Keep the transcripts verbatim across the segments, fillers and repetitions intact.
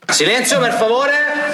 Silenzio, per favore.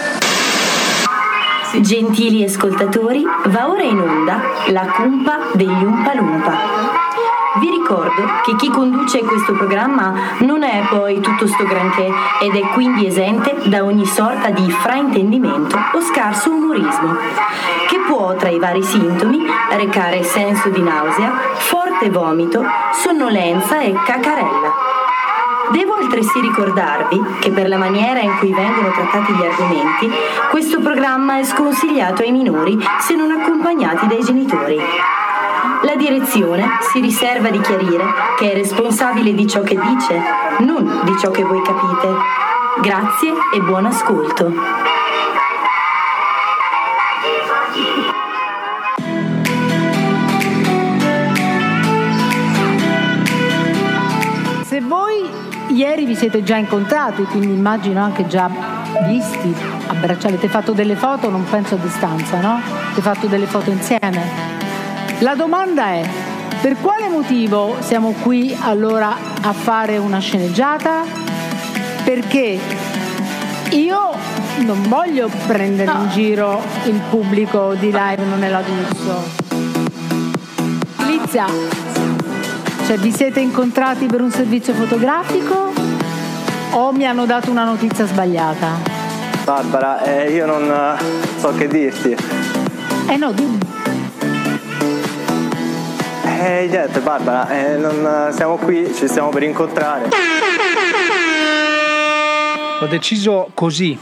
Gentili ascoltatori, va ora in onda la cumpa degli Umpa Lumpa. Vi ricordo che chi conduce questo programma non è poi tutto sto granché ed è quindi esente da ogni sorta di fraintendimento o scarso umorismo, che può, tra i vari sintomi, recare senso di nausea, forte vomito, sonnolenza e cacarella. Devo altresì ricordarvi che per la maniera in cui vengono trattati gli argomenti, questo programma è sconsigliato ai minori se non accompagnati dai genitori. La direzione si riserva di chiarire che è responsabile di ciò che dice, non di ciò che voi capite. Grazie e buon ascolto. Se voi ieri vi siete già incontrati, quindi immagino anche già visti, abbracciati, avete fatto delle foto, non penso a distanza, no? Avete fatto delle foto insieme? La domanda è: per quale motivo siamo qui allora a fare una sceneggiata? Perché io non voglio prendere no. in giro il pubblico di Live Non è la D'Urso. Lizia, cioè vi siete incontrati per un servizio fotografico o mi hanno dato una notizia sbagliata? Barbara, eh, io non uh, so che dirti. Eh no, dimmi. Eh, niente Barbara, eh, non, siamo qui, ci stiamo per incontrare. Ho deciso così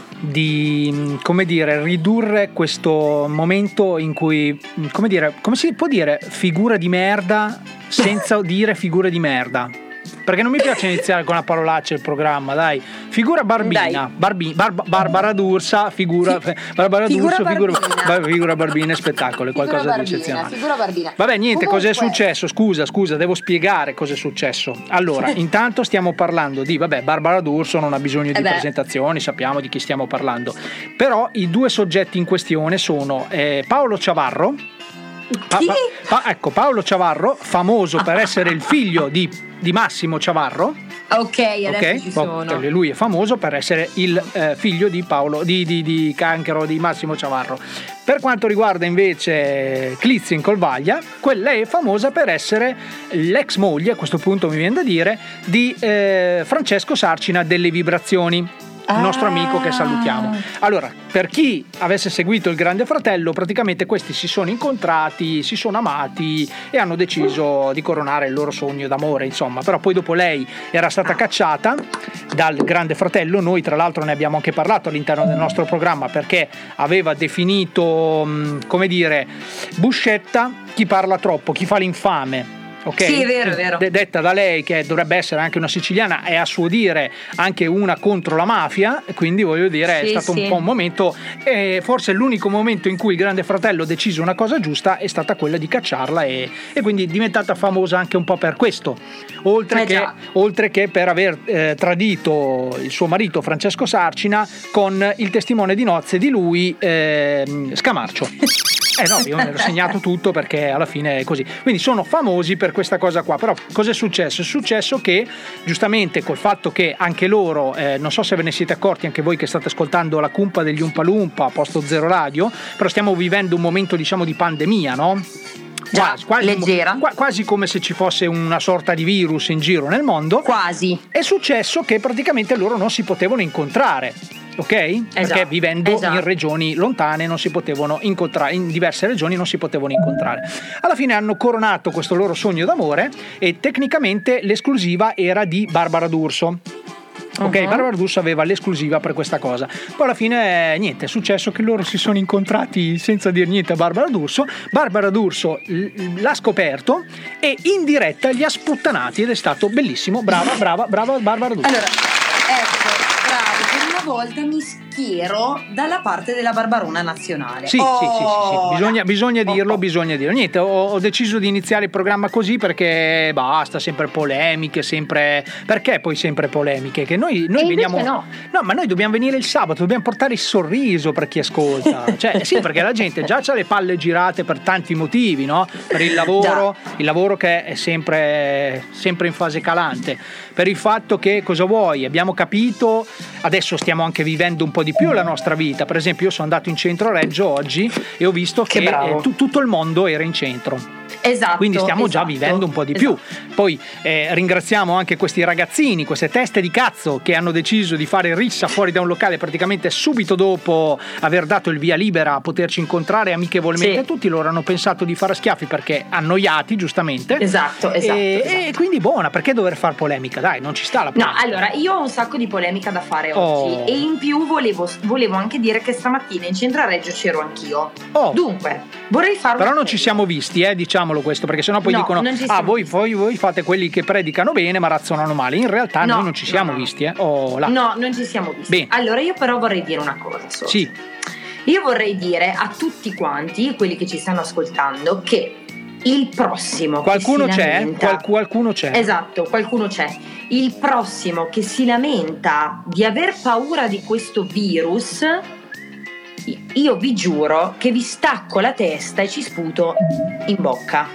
di, come dire, ridurre questo momento in cui, come dire, come si può dire figura di merda senza dire figure di merda? Perché non mi piace iniziare con una parolaccia il programma, dai. Figura Barbina, Barbi, bar, Barbara D'Ursa, figura Barbara figura D'Urso, Barbina. figura, figura Barbina, spettacolo, figura qualcosa Barbina, di eccezionale. Figura Barbina. Vabbè, niente, Comunque... cos'è successo? Scusa, scusa, devo spiegare cos'è successo. Allora, intanto stiamo parlando di, vabbè, Barbara D'Urso non ha bisogno di eh presentazioni, sappiamo di chi stiamo parlando. Però i due soggetti in questione sono eh, Paolo Ciavarro. Pa- pa- pa- ecco, Paolo Ciavarro, famoso per essere il figlio di, di Massimo Ciavarro. Ok, adesso okay? ci sono. Lui è famoso per essere il eh, figlio di Paolo di, di, di Canchero di Massimo Ciavarro. Per quanto riguarda invece Clizia Incolvaglia, quella è famosa per essere l'ex moglie, a questo punto mi viene da dire, di eh, Francesco Sarcina delle Vibrazioni. Il nostro amico che salutiamo. Allora, per chi avesse seguito il Grande Fratello, praticamente questi si sono incontrati, si sono amati e hanno deciso di coronare il loro sogno d'amore, insomma. Però poi dopo lei era stata cacciata dal Grande Fratello. Noi tra l'altro ne abbiamo anche parlato all'interno del nostro programma, perché aveva definito, come dire, Buscetta chi parla troppo, chi fa l'infame. Okay? Sì, è vero, è vero. Detta da lei, che dovrebbe essere anche una siciliana, è a suo dire anche una contro la mafia, quindi voglio dire sì, è stato sì. un po' un momento, eh, forse l'unico momento in cui il Grande Fratello ha deciso una cosa giusta è stata quella di cacciarla e, e quindi è diventata famosa anche un po' per questo, oltre, eh che, oltre che per aver eh, tradito il suo marito Francesco Sarcina con il testimone di nozze di lui, eh, Scamarcio. Eh no, io mi ero segnato tutto perché alla fine è così. Quindi sono famosi per questa cosa qua. Però cosa è successo? È successo che giustamente col fatto che anche loro, eh, non so se ve ne siete accorti anche voi che state ascoltando la cumpa degli Umpa Lumpa a Posto Zero Radio, però stiamo vivendo un momento diciamo di pandemia, no? Già, quasi, leggera. Quasi come se ci fosse una sorta di virus in giro nel mondo. Quasi. È successo che praticamente loro non si potevano incontrare. Ok? Esatto, perché vivendo esatto. in regioni lontane non si potevano incontrare, in diverse regioni non si potevano incontrare. Alla fine hanno coronato questo loro sogno d'amore e tecnicamente l'esclusiva era di Barbara D'Urso. Ok, uh-huh. Barbara D'Urso aveva l'esclusiva per questa cosa. Poi alla fine niente, è successo che loro si sono incontrati senza dire niente a Barbara D'Urso. Barbara D'Urso l- l'ha scoperto e in diretta li ha sputtanati ed è stato bellissimo. Brava, brava, brava Barbara D'Urso. Allora, ecco, bravo, per una volta mi schiero dalla parte della Barbarona nazionale. Sì, oh, sì, sì, sì, sì. Bisogna, bisogna dirlo, oh, oh. bisogna dirlo. Niente, ho, ho deciso di iniziare il programma così perché basta, sempre polemiche, sempre. Perché poi sempre polemiche? Che noi, noi veniamo. No. no, ma noi dobbiamo venire il sabato, dobbiamo portare il sorriso per chi ascolta. Cioè, sì, perché la gente già ha le palle girate per tanti motivi, no? Per il lavoro, già. il lavoro che è sempre, sempre in fase calante. Per il fatto che cosa vuoi? Abbiamo capito, adesso stiamo stiamo anche vivendo un po' di più la nostra vita. Per esempio io sono andato in centro a Reggio oggi e ho visto che, che eh, t- tutto il mondo era in centro. Esatto, quindi stiamo esatto, già vivendo un po' di esatto. più. Poi eh, ringraziamo anche questi ragazzini, queste teste di cazzo che hanno deciso di fare rissa fuori da un locale praticamente subito dopo aver dato il via libera a poterci incontrare amichevolmente. Sì. Tutti loro hanno pensato di fare schiaffi perché annoiati, giustamente. Esatto, esatto, e, esatto. e quindi buona, perché dover far polemica? Dai, non ci sta la polemica. No, allora io ho un sacco di polemica da fare oggi oh. e in più volevo, volevo anche dire che stamattina in centro a Reggio c'ero anch'io. Oh. Dunque, vorrei fare Però non ci siamo visti, eh, diciamolo questo, perché sennò poi no, dicono ah voi, voi, voi fate quelli che predicano bene ma razzolano male. In realtà no, noi non ci siamo no, visti, eh. Oh, là. No, non ci siamo visti. Bene. Allora io però vorrei dire una cosa solo. Sì. Io vorrei dire a tutti quanti quelli che ci stanno ascoltando che il prossimo qualcuno che si c'è, lamenta, qual- qualcuno c'è. Esatto, qualcuno c'è. Il prossimo che si lamenta di aver paura di questo virus, io vi giuro che vi stacco la testa e ci sputo in bocca.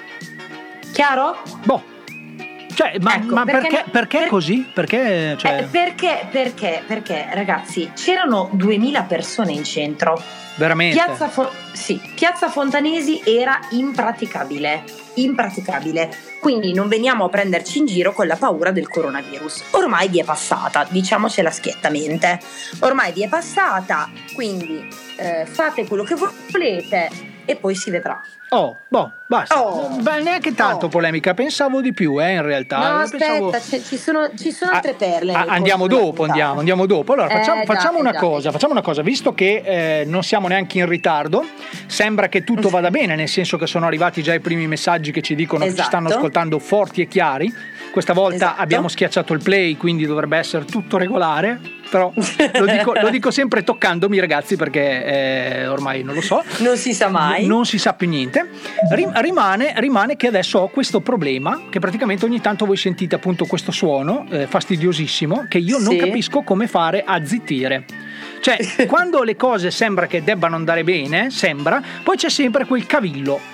Chiaro? Boh. Cioè, ma, ecco, ma perché, perché, perché per, così? Perché, cioè... eh, perché, perché, perché, ragazzi, c'erano duemila persone in centro. Veramente? Piazza, Fo- sì, Piazza Fontanesi era impraticabile, impraticabile. Quindi non veniamo a prenderci in giro con la paura del coronavirus. Ormai vi è passata, diciamocela schiettamente. Ormai vi è passata, quindi eh, fate quello che volete e poi si vedrà. Oh, boh, basta. Oh. Beh, neanche tanto oh. polemica, pensavo di più, eh, in realtà. No, pensavo... aspetta, cioè, ci sono, ci sono altre perle. Ah, andiamo dopo, andiamo, andiamo dopo. Allora, facciamo, eh, facciamo già, una già, cosa, già. facciamo una cosa, visto che eh, non siamo neanche in ritardo, sembra che tutto vada bene, nel senso che sono arrivati già i primi messaggi che ci dicono esatto. che ci stanno ascoltando forti e chiari. Questa volta esatto. abbiamo schiacciato il play, quindi dovrebbe essere tutto regolare. Però lo dico, lo dico sempre toccandomi, ragazzi, perché eh, ormai non lo so. Non si sa mai. Non si sa più niente. Rimane, rimane che adesso ho questo problema, che praticamente ogni tanto voi sentite appunto questo suono eh, fastidiosissimo, che io non sì. capisco come fare a zittire. Cioè, quando le cose sembra che debbano andare bene, sembra, poi c'è sempre quel cavillo.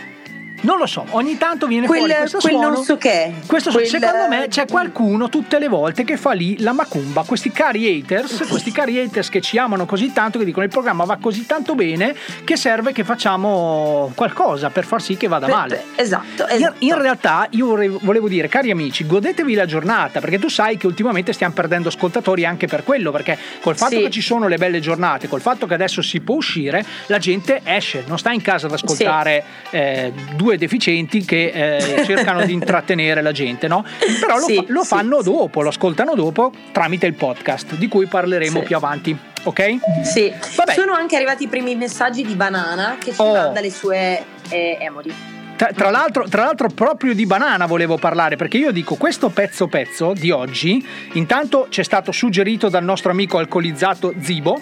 Non lo so, ogni tanto viene quel, fuori questo quel suono. non so che. Questo quel... Secondo me c'è qualcuno tutte le volte che fa lì la macumba. Questi cari haters, questi cari haters che ci amano così tanto, che dicono il programma va così tanto bene che serve che facciamo qualcosa per far sì che vada male. Esatto, esatto. In, in realtà io volevo dire, cari amici, godetevi la giornata, perché tu sai che ultimamente stiamo perdendo ascoltatori anche per quello, perché col fatto sì. che ci sono le belle giornate, col fatto che adesso si può uscire, la gente esce, non sta in casa ad ascoltare sì. eh, due deficienti che eh, cercano di intrattenere la gente, no? Però lo, sì, fa, lo sì, fanno sì. dopo, lo ascoltano dopo tramite il podcast, di cui parleremo sì. più avanti, ok? Sì. Vabbè. Sono anche arrivati i primi messaggi di Banana che ci oh. manda le sue eh, emoji. Tra, tra, l'altro, tra l'altro proprio di Banana volevo parlare, perché io dico questo pezzo pezzo di oggi, intanto c'è stato suggerito dal nostro amico alcolizzato Zibo.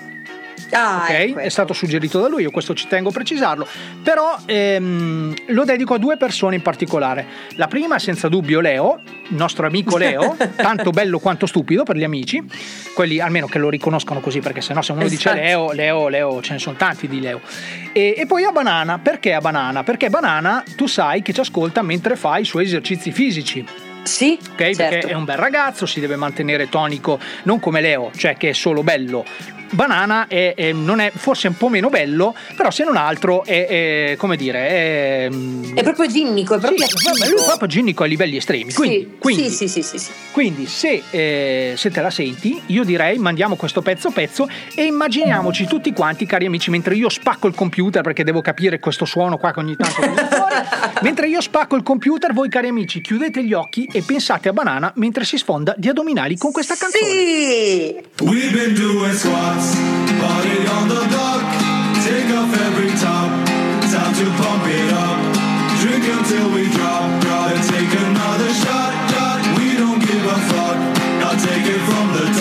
Ah, ok, ecco, è stato suggerito da lui, io questo ci tengo a precisarlo, però ehm, lo dedico a due persone in particolare. La prima senza dubbio Leo, il nostro amico Leo, tanto bello quanto stupido per gli amici, quelli almeno che lo riconoscono così, perché sennò se uno esatto. dice Leo, Leo, Leo, ce ne sono tanti di Leo. E, e poi a Banana, perché a Banana? Perché Banana tu sai che ci ascolta mentre fa i suoi esercizi fisici. Sì, ok, certo. perché è un bel ragazzo, si deve mantenere tonico, non come Leo, cioè che è solo bello. Banana è, è, non è forse un po' meno bello, però se non altro è, è come dire è, è proprio ginnico, è proprio sì, vabbè, lui è proprio ginnico a livelli estremi. Quindi, sì, quindi, sì, sì, sì, sì. quindi se, eh, se te la senti, io direi mandiamo questo pezzo pezzo e immaginiamoci tutti quanti, cari amici, mentre io spacco il computer, perché devo capire questo suono qua che ogni tanto viene fuori, mentre io spacco il computer, voi cari amici chiudete gli occhi e pensate a Banana mentre si sfonda di addominali con questa canzone. Sì! We've been doing squats, body on the dock, take off every top, time to pump it up, drink until we drop, gotta take another shot, shot, we don't give a fuck, now take it from the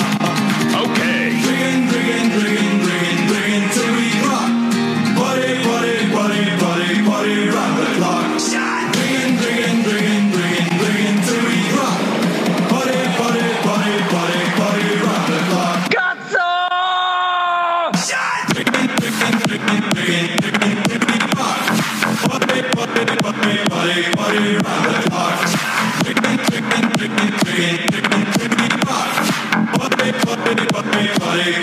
top. Okay. Drinking, drinking, drinking, drinking, drinking till we rock, body, body, body, body, body, round the clock. Drinking, drinking, drinking, drinking, drinking till we rock, body, body, body, body, body, round the clock. Body, body, body,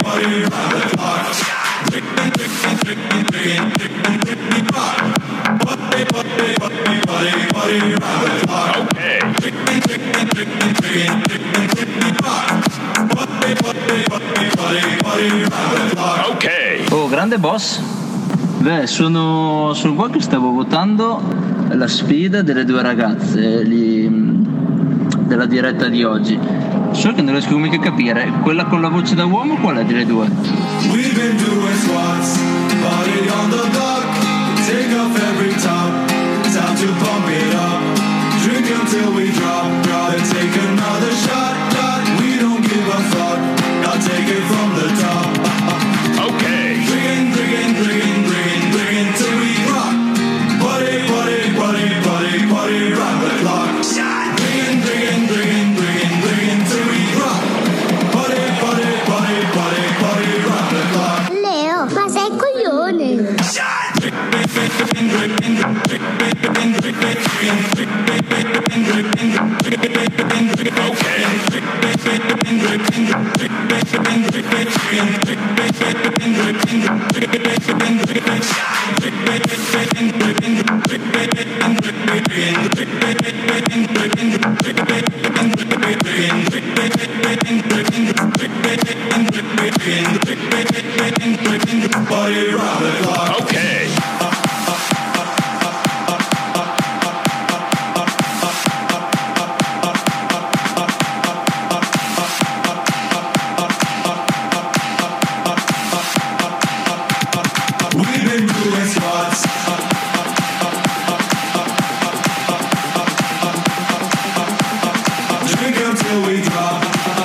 Ok. Oh, grande boss. Beh, sono, sono qua che stavo votando la sfida delle due ragazze lì, della diretta di oggi. So che non riesco mica a capire, quella con la voce da uomo qual è delle due? We've been doing squats, body on the block, take off every top, time to pump it up, drink until we drop, gotta take another shot, shot. We don't give a fuck, I'll take it from the top. Okay. Drinking, drinking, drinking, drinking, drinking till we rock. Party, party, party, party, party, rock the clock. Drinking, drinking, drinking, drinking, drinking till we rock. Party, party, party, party, party, rock the clock. Leo, ma sei coglione. Party round the clock. Okay. We've been doing squats. Drink until we drop.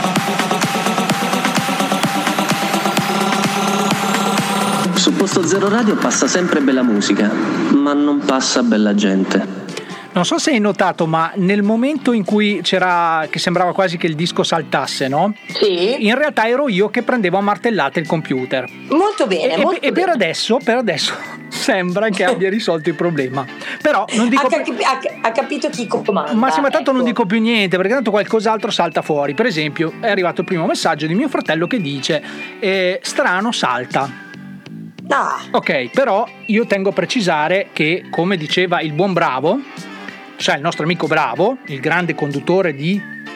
Su Posto Zero Radio passa sempre bella musica, ma non passa bella gente. Non so se hai notato, ma nel momento in cui c'era, che sembrava quasi che il disco saltasse, no? Sì. In realtà ero io che prendevo a martellate il computer. Molto bene, E, molto e, e per bene. adesso, per adesso sembra che abbia risolto il problema. Però non dico. Ha, capi- ha, ha capito chi comanda. Ma sì, ma tanto ecco. non dico più niente, perché tanto qualcos'altro salta fuori. Per esempio, è arrivato il primo messaggio di mio fratello che dice: eh, strano, salta. Ah, Ok, però io tengo a precisare che, come diceva il buon Bravo, cioè il nostro amico Bravo, il grande conduttore di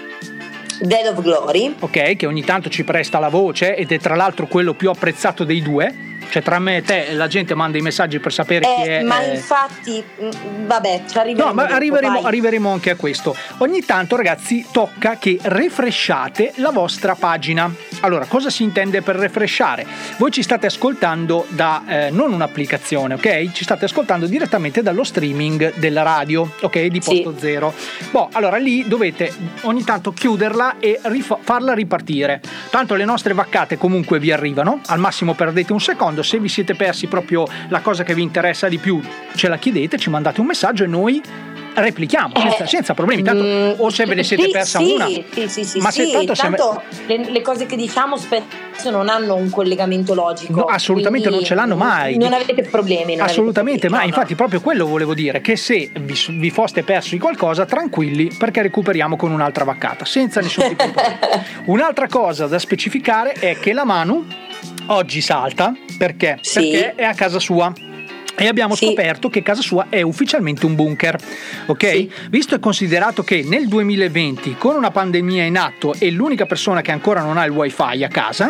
Dead of Glory. ok, che ogni tanto ci presta la voce ed è tra l'altro quello più apprezzato dei due, cioè tra me e te la gente manda i messaggi per sapere Eh, chi è. ma eh, infatti, mh, vabbè, ci arriveremo. No, ma dopo, arriveremo, vai. arriveremo anche a questo. Ogni tanto, ragazzi, tocca che refresciate la vostra pagina. Allora, cosa si intende per refreshare? Voi ci state ascoltando da eh, non un'applicazione, ok? Ci state ascoltando direttamente dallo streaming della radio, ok? Di Posto Sì. Zero. Boh, allora lì dovete ogni tanto chiuderla e rif- farla ripartire. Tanto le nostre vaccate comunque vi arrivano, al massimo perdete un secondo. Se vi siete persi proprio la cosa che vi interessa di più, ce la chiedete, ci mandate un messaggio e noi replichiamo senza, Eh, senza problemi. Tanto, mm, o se ve ne siete sì, persa sì, una, sì, sì, sì, ma se sì, tanto, se- tanto le, le cose che diciamo spesso non hanno un collegamento logico. No, assolutamente quindi non ce l'hanno mai. Non avete problemi. Non assolutamente avete mai. problemi, no, Infatti, proprio quello volevo dire: che se vi, vi foste persi di qualcosa, tranquilli, perché recuperiamo con un'altra vaccata senza nessun tipo di problema. Un'altra cosa da specificare è che la Manu oggi salta perché? Sì. Perché è a casa sua. E abbiamo Sì. scoperto che casa sua è ufficialmente un bunker, ok? Sì. Visto e considerato che nel duemilaventi, con una pandemia in atto e l'unica persona che ancora non ha il wifi a casa,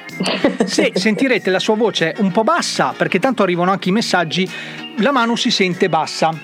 se sentirete la sua voce un po' bassa, perché tanto arrivano anche i messaggi, la Manu si sente bassa.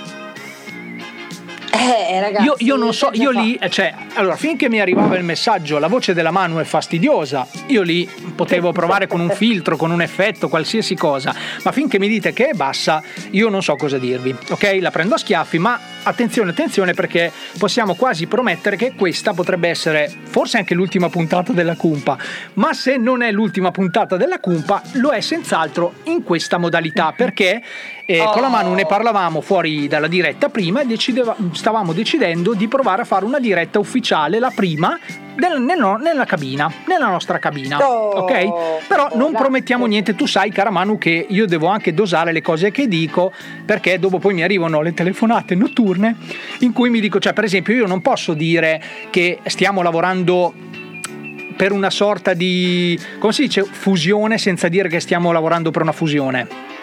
Eh, ragazzi, Io, io non so, che io fa? lì, cioè, allora, finché mi arrivava il messaggio, la voce della Manu è fastidiosa, io lì potevo provare con un filtro, con un effetto, qualsiasi cosa, ma finché mi dite che è bassa, io non so cosa dirvi, ok? La prendo a schiaffi, ma attenzione, attenzione, perché possiamo quasi promettere che questa potrebbe essere forse anche l'ultima puntata della Cumpa, ma se non è l'ultima puntata della Cumpa, lo è senz'altro in questa modalità, perché eh, Oh. con la Manu ne parlavamo fuori dalla diretta prima e decideva, stavamo decidendo di provare a fare una diretta ufficiale, la prima del- nel- nella cabina, nella nostra cabina, Oh. ok? Però non Ragazzi. promettiamo niente, tu sai, cara Manu, che io devo anche dosare le cose che dico, perché dopo poi mi arrivano le telefonate notturne in cui mi dico, cioè per esempio io non posso dire che stiamo lavorando per una sorta di, come si dice, fusione, senza dire che stiamo lavorando per una fusione.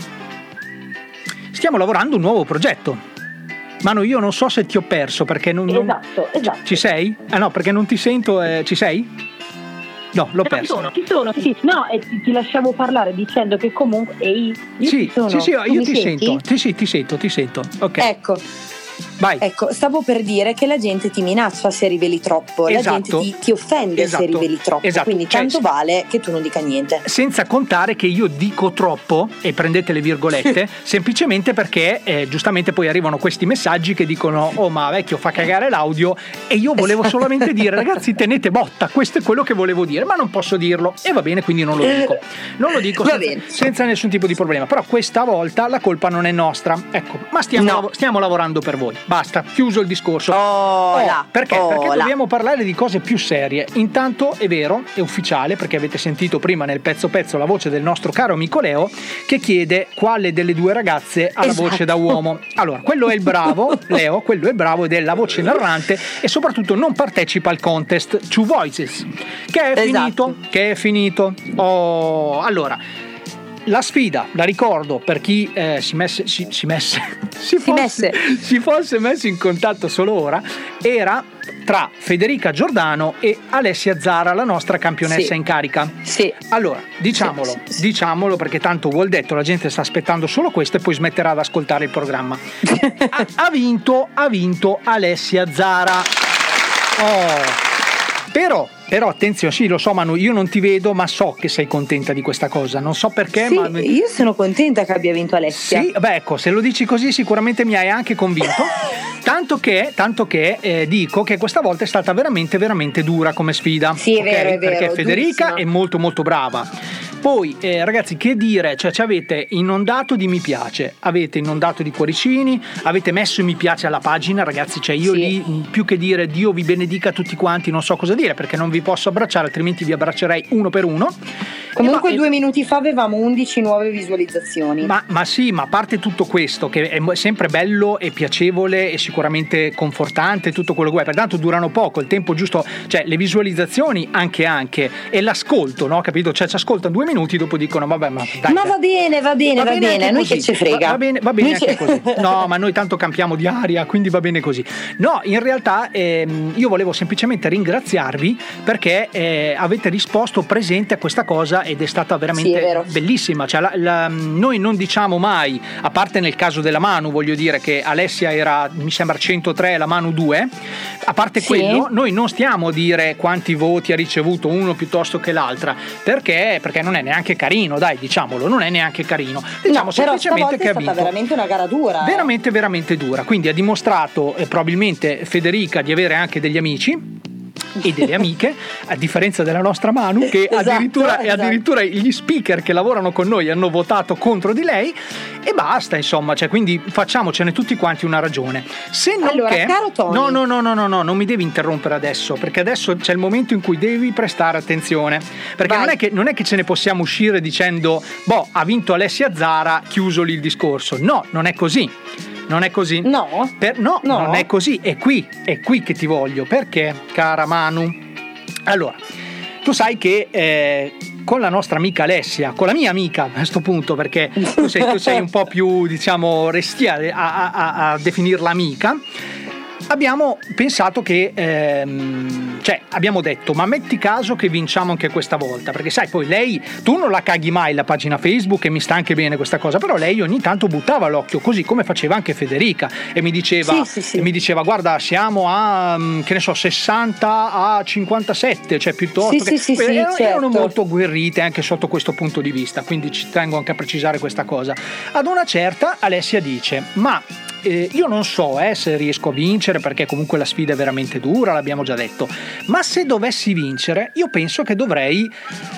Stiamo lavorando un nuovo progetto. Manu, io non so se ti ho perso perché non... non... Esatto, esatto. Ci sei? Ah no, perché non ti sento, eh, ci sei? No, l'ho perso. Ci sono, ci sono, sì, no, e ti, ti lasciavo parlare dicendo che comunque ehi, io sì, ci sono. Sì, sì, io, io ti senti? sento. Sì, sì, ti sento, ti sento. Ok. Ecco. Vai. Ecco, stavo per dire che la gente ti minaccia se riveli troppo, esatto. la gente ti, ti offende esatto. se riveli troppo, esatto. quindi cioè, tanto vale che tu non dica niente. Senza contare che io dico troppo, e prendete le virgolette, semplicemente perché eh, giustamente poi arrivano questi messaggi che dicono oh ma vecchio fa cagare l'audio, e io volevo solamente dire ragazzi tenete botta, questo è quello che volevo dire, ma non posso dirlo e va bene, quindi non lo dico. Non lo dico senza, senza nessun tipo di problema, però questa volta la colpa non è nostra, ecco, ma stiamo, no. lav- stiamo lavorando per voi, basta, chiuso il discorso. Oh, oh, là, perché? oh, perché là. dobbiamo parlare di cose più serie. Intanto è vero, è ufficiale, perché avete sentito prima nel pezzo pezzo la voce del nostro caro amico Leo che chiede quale delle due ragazze ha esatto. la voce da uomo. Allora, quello è il bravo, Leo, quello è il bravo ed è la voce narrante, e soprattutto non partecipa al contest Two Voices, che è esatto. finito, che è finito. Oh, allora, la sfida, la ricordo per chi eh, si messe, si, si messe, si, si, fosse, messe. si fosse messo in contatto solo ora, era tra Federica Giordano e Alessia Zara, la nostra campionessa sì. in carica. Sì. Allora, diciamolo, sì, sì, sì. diciamolo perché tanto vuol detto, la gente sta aspettando solo questo e poi smetterà ad ascoltare il programma. ha, ha vinto, ha vinto Alessia Zara. Oh. Però, però attenzione, sì lo so Manu, io non ti vedo ma so che sei contenta di questa cosa, non so perché sì, ma... io sono contenta che abbia vinto Alessia. Sì, beh ecco, se lo dici così sicuramente mi hai anche convinto, tanto che, tanto che eh, dico che questa volta è stata veramente veramente dura come sfida. Sì, è okay? vero, è vero. Perché Federica durissima. è molto molto brava. Poi eh, ragazzi, che dire, cioè ci avete inondato di mi piace, avete inondato di cuoricini, avete messo mi piace alla pagina, ragazzi, cioè io sì. lì più che dire Dio vi benedica tutti quanti, non so cosa dire perché non vi posso abbracciare, altrimenti vi abbraccerei uno per uno. Comunque ma, due minuti fa avevamo undici nuove visualizzazioni. Ma, ma sì, ma a parte tutto questo che è sempre bello e piacevole e sicuramente confortante, tutto quello che vuoi, pertanto durano poco, il tempo giusto, cioè le visualizzazioni anche anche e l'ascolto, no? Capito? Cioè ci ascoltano due minuti, dopo dicono vabbè ma dai, ma dai. va bene, va bene, va, va bene, bene. a noi così. Che ci frega. Va, va bene, va bene noi anche ce... così. No, ma noi tanto campiamo di aria, quindi va bene così. No, in realtà ehm, io volevo semplicemente ringraziarvi perché eh, avete risposto presente a questa cosa ed è stata veramente sì, è bellissima. Cioè, la, la, noi non diciamo mai, a parte nel caso della Manu, voglio dire che Alessia era mi sembra centotré e la Manu due, a parte sì. quello, noi non stiamo a dire quanti voti ha ricevuto uno piuttosto che l'altra, perché perché non è neanche carino, dai, diciamolo, non è neanche carino. Diciamo no, semplicemente che ha vinto. È stata veramente una gara dura. Eh? Veramente, veramente dura. Quindi ha dimostrato eh, probabilmente Federica di avere anche degli amici e delle amiche, a differenza della nostra Manu che esatto, addirittura, esatto. addirittura gli speaker che lavorano con noi hanno votato contro di lei e basta, insomma, cioè, quindi facciamocene tutti quanti una ragione. Se non allora, che caro Tony, no, no, no, no, no, no, non mi devi interrompere adesso, perché adesso c'è il momento in cui devi prestare attenzione, perché non è, che, non è che ce ne possiamo uscire dicendo boh, ha vinto Alessia Zara, chiuso lì il discorso. No, non è così. Non è così? No. Per, no, no, non è così. È qui, è qui che ti voglio. Perché, cara Manu? Allora, tu sai che eh, con la nostra amica Alessia, con la mia amica a questo punto, perché tu sei, tu sei un po' più, diciamo, restia a, a, a definirla amica, abbiamo pensato che ehm, cioè abbiamo detto ma metti caso che vinciamo anche questa volta, perché sai poi lei, tu non la caghi mai la pagina Facebook e mi sta anche bene questa cosa, però lei ogni tanto buttava l'occhio, così come faceva anche Federica e mi diceva sì, sì, sì. E mi diceva guarda siamo a che ne so sessanta a cinquantasette, cioè piuttosto sì, che sì, sì, erano, sì, erano certo. molto agguerrite anche sotto questo punto di vista, quindi ci tengo anche a precisare questa cosa. Ad una certa Alessia dice ma Eh, io non so eh, se riesco a vincere, perché comunque la sfida è veramente dura, l'abbiamo già detto, ma se dovessi vincere io penso che dovrei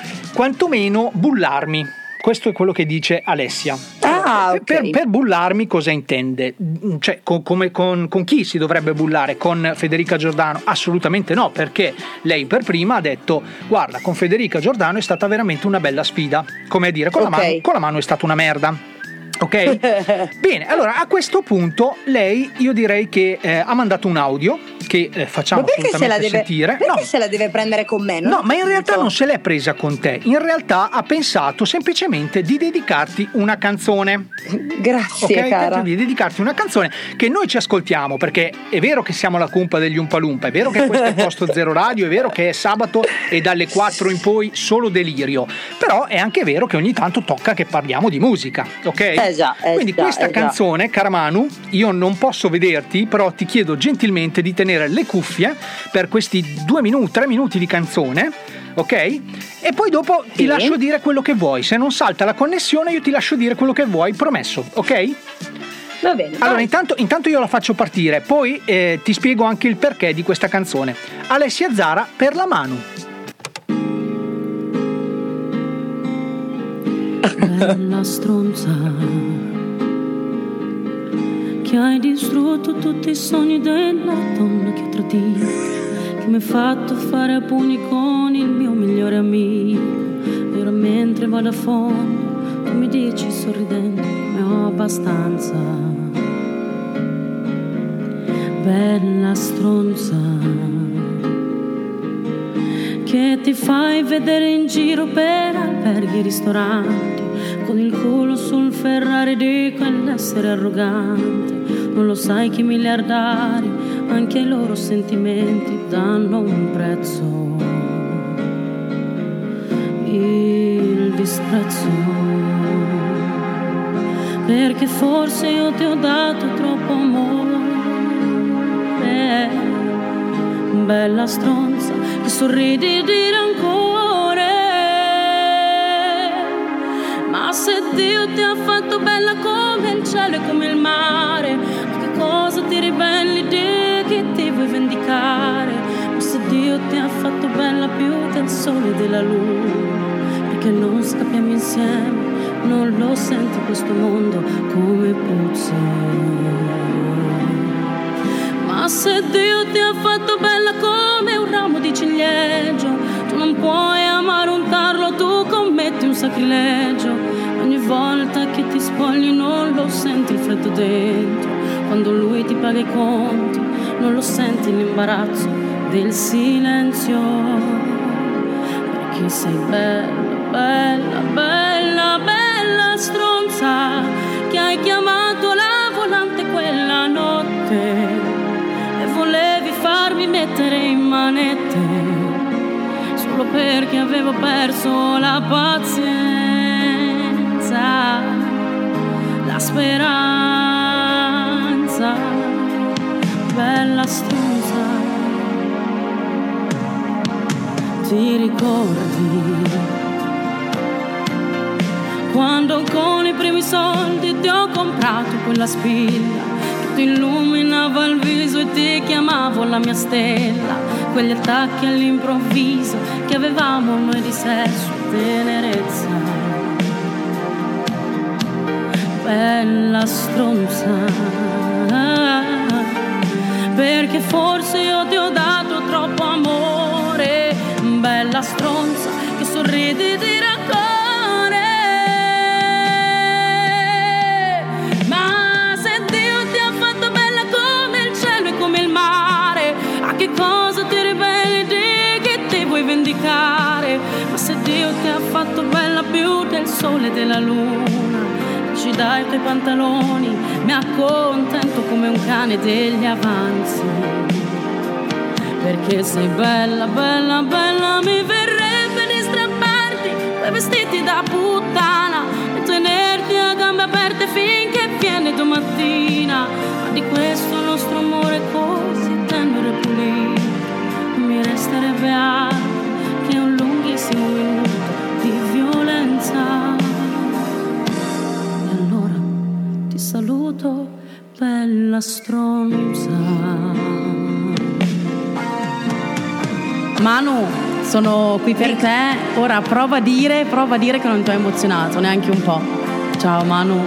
quantomeno bullarmi. Questo è quello che dice Alessia. Ah, okay. per, per bullarmi cosa intende? Cioè, con, come, con, con chi si dovrebbe bullare? Con Federica Giordano? Assolutamente no, perché lei per prima ha detto guarda, con Federica Giordano è stata veramente una bella sfida, come a dire con, okay. la, mano, con la mano è stata una merda. Ok? Bene, allora a questo punto lei io direi che eh, ha mandato un audio che eh, facciamo ma perché assolutamente se la deve, sentire. Perché no. se la deve prendere con me? Non no, ma in realtà non se l'è presa con te. In realtà ha pensato semplicemente di dedicarti una canzone. Grazie, okay? cara. Di dedicarti una canzone che noi ci ascoltiamo, perché è vero che siamo la cumpa degli Umpa Lumpa, è vero che questo è Posto Zero Radio, è vero che è sabato e dalle quattro in poi solo delirio, però è anche vero che ogni tanto tocca che parliamo di musica, ok? Eh già, eh Quindi già, questa eh già. canzone, cara Manu, io non posso vederti, però ti chiedo gentilmente di tenere le cuffie per questi due minuti, tre minuti di canzone, ok? E poi dopo sì. ti lascio dire quello che vuoi. Se non salta la connessione io ti lascio dire quello che vuoi, promesso, ok? Va bene. Allora intanto, intanto io la faccio partire, poi eh, ti spiego anche il perché di questa canzone. Alessia Zara, Per la Manu. Bella stronza che hai distrutto tutti i sogni della donna che ho tradito, che mi ha fatto fare a pugni con il mio migliore amico. E ora mentre vado a fondo tu mi dici sorridendo ne ho abbastanza. Bella stronza che ti fai vedere in giro per alberghi e ristoranti, con il culo sul Ferrari di quell'essere arrogante. Non lo sai che i miliardari anche ai loro sentimenti danno un prezzo, il disprezzo, perché forse io ti ho dato troppo amore. Bella stronza che sorridi di rancore, ma se Dio ti ha fatto bella come il cielo e come il mare, a che cosa ti ribelli di che ti vuoi vendicare? Ma se Dio ti ha fatto bella più del sole e della luna, perché non scappiamo insieme, non lo senti questo mondo come puzza? Ma se Dio ti ha fatto bella come un ramo di ciliegio, tu non puoi amare un tarlo, tu commetti un sacrilegio. Ogni volta che ti spogli non lo senti il freddo dentro, quando lui ti paga i conti non lo senti l'imbarazzo del silenzio, perché sei bella, bella, bella, bella stronza che hai chiamato la volante quella notte. Volevi farmi mettere in manette solo perché avevo perso la pazienza, la speranza. Bella stronza, ti ricordi quando con i primi soldi ti ho comprato quella spilla che ti illuminava il viso e ti chiamavo la mia stella, quegli attacchi all'improvviso che avevamo noi di sesso e tenerezza. Bella stronza, perché forse io ti ho dato troppo amore. Bella stronza che sorridi di rancore, ma se Dio ti ha fatto bella come il cielo e come il mare, a che cosa ti ribelli di che ti vuoi vendicare? Ma se Dio ti ha fatto bella più del sole e della luna, ci dai i tuoi pantaloni, mi accontento come un cane degli avanzi, perché sei bella, bella, bella, mi verrebbe di strapparti quei vestiti da puttana e tenerti a gambe aperte finché viene domattina. Ma di questo nostro amore così tenero e pulito mi resterebbe altro che un lunghissimo minuto di violenza. E allora ti saluto, bella stronza. Manu, sono qui per te. Ora prova a dire, prova a dire che non ti ho emozionato neanche un po'. Ciao Manu.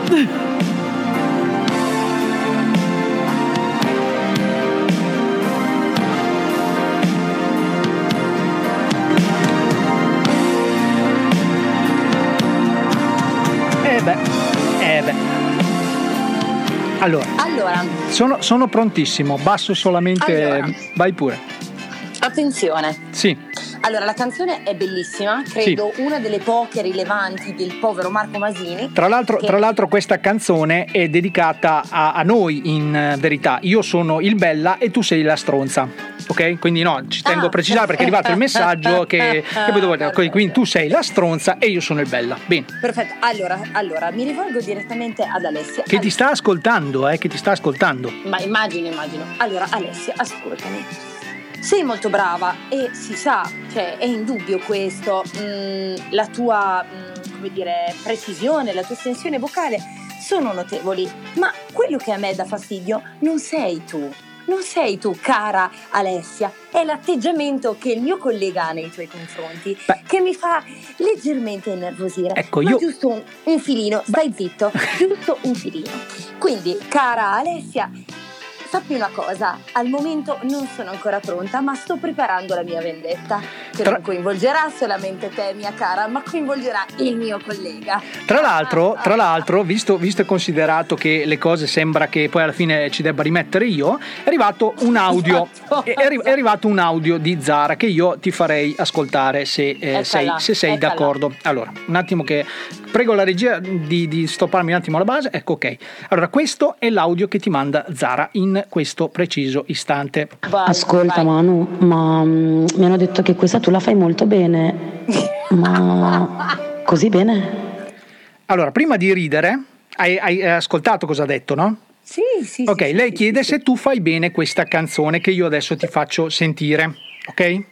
Eh beh, eh beh. Allora, allora sono, sono prontissimo, basso solamente, allora, vai pure. Attenzione. Sì. Allora, la canzone è bellissima, credo sì. una delle poche rilevanti del povero Marco Masini. Tra l'altro, che... tra l'altro questa canzone è dedicata a, a noi in verità. Io sono il bella e tu sei la stronza. Ok? Quindi no, ci tengo ah. a precisare perché è arrivato il messaggio che, che vedo, quindi tu sei la stronza e io sono il bella. Bene. Perfetto. Allora, allora mi rivolgo direttamente ad Alessia. Che ti sta ascoltando, eh, che ti sta ascoltando. Ma immagino, immagino. Allora, Alessia, ascoltami. Sei molto brava e si sa, cioè è indubbio questo, mm, la tua, mm, come dire, precisione, la tua estensione vocale sono notevoli, ma quello che a me dà fastidio non sei tu, non sei tu cara Alessia, è l'atteggiamento che il mio collega ha nei tuoi confronti. Beh, che mi fa leggermente innervosire. Ecco, ma io... giusto un, un filino, stai Beh. zitto, giusto un filino. Quindi cara Alessia, sappi una cosa, al momento non sono ancora pronta, ma sto preparando la mia vendetta, che Tra... non coinvolgerà solamente te, mia cara, ma coinvolgerà il mio collega. Tra l'altro, tra l'altro visto, visto e considerato che le cose sembra che poi alla fine ci debba rimettere io, è arrivato un audio, esatto, è, arri- è arrivato un audio di Zara che io ti farei ascoltare se, eh, sei, se sei d'accordo. Allora, un attimo che prego la regia di, di stopparmi un attimo la base. Ecco, ok. Allora, questo è l'audio che ti manda Zara in questo preciso istante. Vai, Ascolta vai. Manu, ma um, mi hanno detto che questa tu la fai molto bene, ma così bene? Allora, prima di ridere, hai, hai ascoltato cosa ha detto, no? Sì, sì. Ok, sì, lei sì, chiede sì, se sì. tu fai bene questa canzone che io adesso ti faccio sentire, ok?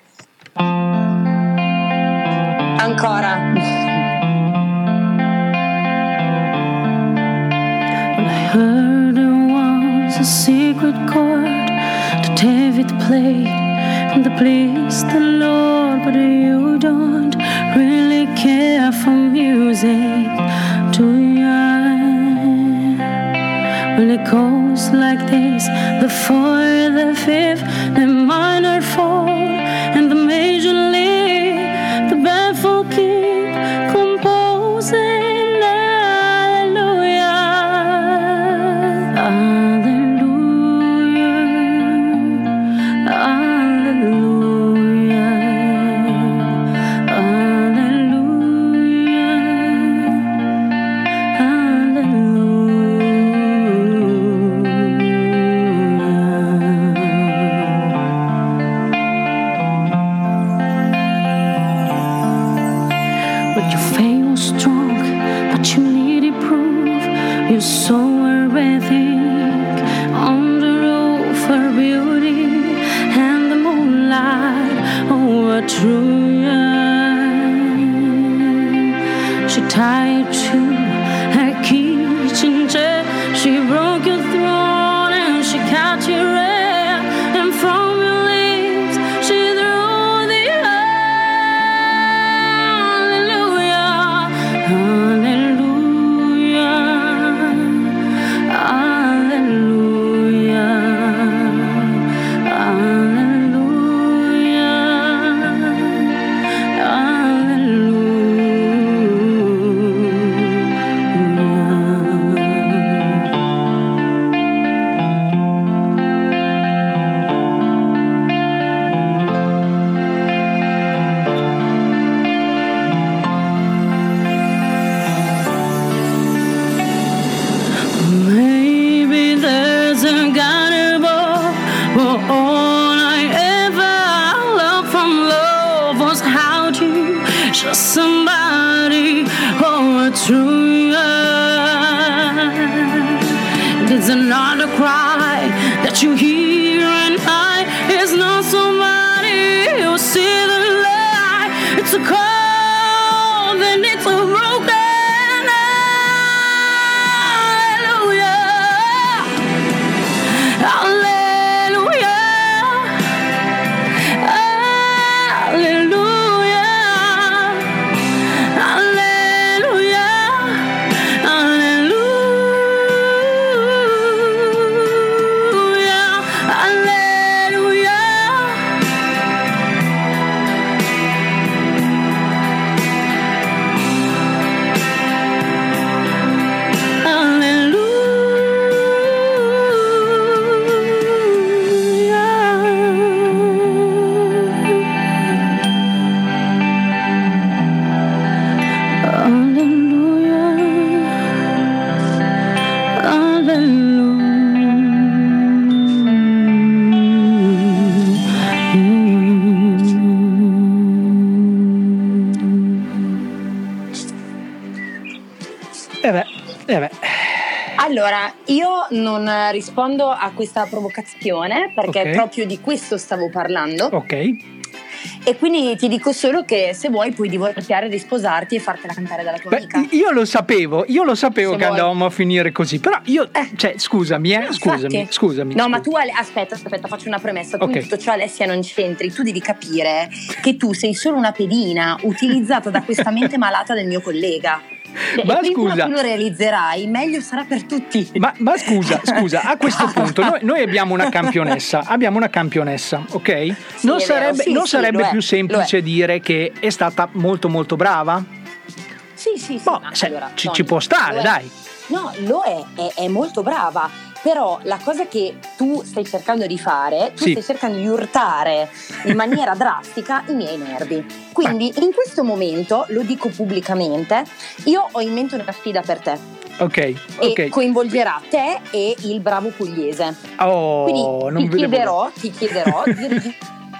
Ancora. A secret chord that David played and that pleased the Lord, but you don't really care for music, do you? Well, it goes like this: the fourth, the fifth, the minor fall, and the major lift. The baffled keep composing. Alleluia, alleluia. Eh beh, eh beh. Allora, io non rispondo a questa provocazione perché Ok. proprio di questo stavo parlando. Ok. E quindi ti dico solo che se vuoi puoi divorziare, risposarti e fartela cantare dalla tua Beh, amica. io lo sapevo, io lo sapevo Se che vuoi. andavamo a finire così, però io, cioè, scusami, eh, No, scusami, infatti. scusami. No, scusa. ma tu Ale- aspetta, aspetta, faccio una premessa. Tu Ok. in tutto ciò, Alessia, non c'entri. Tu devi capire che tu sei solo una pedina utilizzata da questa mente malata del mio collega. Cioè, Ma e quindi scusa. quando tu lo realizzerai, meglio sarà per tutti. Ma, ma scusa, scusa, a questo punto noi, noi abbiamo una campionessa, abbiamo una campionessa, ok? Sì, non è sarebbe, vero, sì, non sì, sarebbe lo è, più lo semplice è. dire che è stata molto molto brava? Sì, sì, sì. Boh, ma se- allora, ci, Tony, ci può stare, lo è. dai. No, lo è, è, è molto brava. Però la cosa che tu stai cercando di fare, tu Sì. stai cercando di urtare in maniera drastica i miei nervi. Quindi in questo momento, lo dico pubblicamente, io ho in mente una sfida per te. Ok, E ok. coinvolgerà te e il bravo pugliese. Oh, Quindi non ti vedevo chiederò, ti chiederò di registrare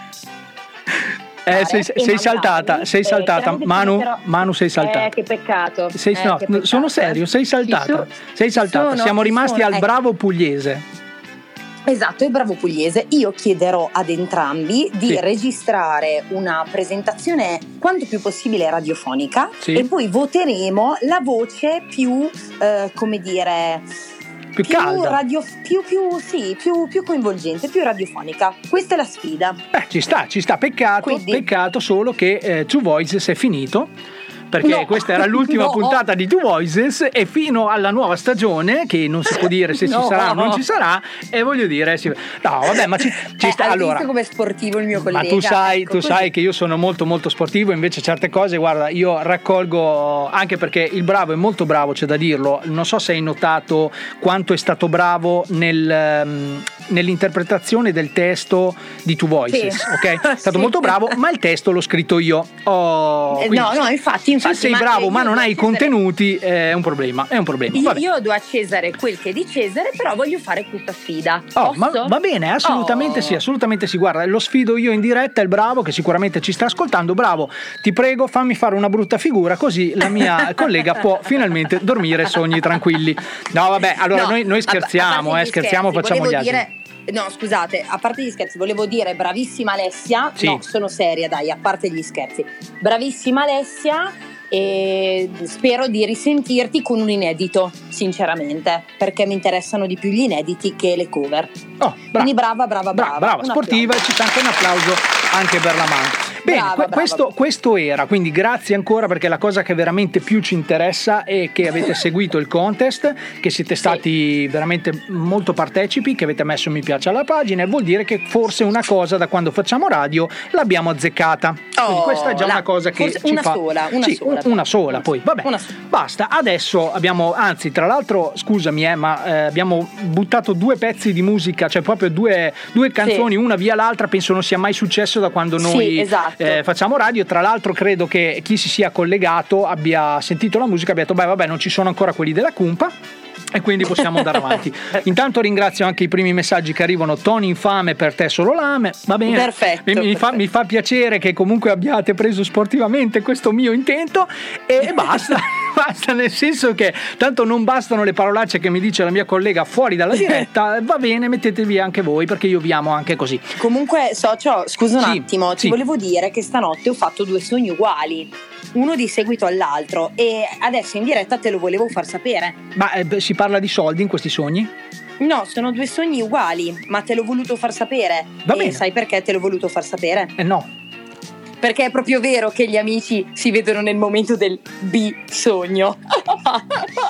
Eh, sei, e sei mandarmi, saltata, sei eh, salata, chiaramente Manu, però- Manu sei saltata. Eh, che peccato. Sei- Eh, no, che no, peccato, sono eh. serio, sei saltata, Ci so- sei saltata, sono- siamo rimasti sono- al ecco. bravo pugliese. Esatto, il bravo pugliese. Io chiederò ad entrambi di Sì. registrare una presentazione quanto più possibile radiofonica Sì. e poi voteremo la voce più, eh, come dire, Più calda. radio- più, più, sì, più, più coinvolgente, più radiofonica. Questa è la sfida. Eh, ci sta, ci sta, peccato, Quindi- peccato solo che eh, Two Voices è finito. Perché No, questa era l'ultima no. puntata di Two Voices e fino alla nuova stagione, che non si può dire se No. ci sarà o non ci sarà, e voglio dire, si- no vabbè, ma ci, ci Eh, sta. hai Allora, visto com'è sportivo il mio ma collega? tu sai, Ecco, tu così. sai che io sono molto molto sportivo, invece certe cose, guarda, io raccolgo, anche perché il bravo è molto bravo, c'è da dirlo, non so se hai notato quanto è stato bravo nel, ehm, nell'interpretazione del testo di Two Voices, Sì. ok? È stato Sì. molto bravo, ma il testo l'ho scritto io. Oh, Eh, quindi no, no, infatti, infatti, se sei ma, eh, bravo io ma non do a hai i Cesare- contenuti è un problema, è un problema. Io, Vabbè. io do a Cesare quel che è di Cesare, però voglio fare questa sfida. Oh, ma Posso? va bene, assolutamente Oh. sì, assolutamente sì. Guarda, lo sfido io in diretta, il bravo che sicuramente ci sta ascoltando. Bravo, ti prego, fammi fare una brutta figura, così la mia collega può finalmente dormire sogni tranquilli. No, vabbè, allora No, noi, noi a- a scherziamo, parte eh, gli scherziamo, scherzi, facciamo gli volevo altri. dire, no, scusate, a parte gli scherzi, volevo dire bravissima Alessia. Sì. No, sono seria, dai, a parte gli scherzi. Bravissima Alessia. E spero di risentirti con un inedito, sinceramente, perché mi interessano di più gli inediti che le cover. Oh, Quindi brava, brava, brava. Brava, brava, Un sportiva, e ci sta anche un applauso anche per la mano. Bene, Brava, que- brava. questo, questo era, quindi grazie ancora, perché la cosa che veramente più ci interessa è che avete seguito il contest, che siete stati veramente molto partecipi, che avete messo mi piace alla pagina, e vuol dire che forse una cosa da quando facciamo radio l'abbiamo azzeccata. Quindi Oh, questa è già la- una cosa che forse ci una fa sola, una Sì, sola. un- una sola, poi vabbè. Una sola. Basta, adesso abbiamo, anzi tra l'altro scusami eh, ma eh, abbiamo buttato due pezzi di musica, cioè proprio due, due canzoni, una via l'altra, penso non sia mai successo da quando Sì, noi esatto. eh, facciamo radio. Tra l'altro credo che chi si sia collegato abbia sentito la musica e abbia detto beh vabbè, non ci sono ancora quelli della Cumpa, e quindi possiamo andare avanti. Intanto ringrazio anche i primi messaggi che arrivano. Tony infame, per te solo lame, va bene, Perfetto, mi, mi fa, perfetto. mi fa piacere che comunque abbiate preso sportivamente questo mio intento, e basta. Basta, nel senso che tanto non bastano le parolacce che mi dice la mia collega fuori dalla diretta, va bene, mettetevi anche voi, perché io vi amo anche così. Comunque, socio, scusa un Sì, attimo, ti sì. volevo dire che stanotte ho fatto due sogni uguali, uno di seguito all'altro, e adesso in diretta te lo volevo far sapere. Ma eh, beh, si parla di soldi in questi sogni? No, sono due sogni uguali, ma te l'ho voluto far sapere. Va e bene. sai perché te l'ho voluto far sapere? Eh no. Perché è proprio vero che gli amici si vedono nel momento del bisogno.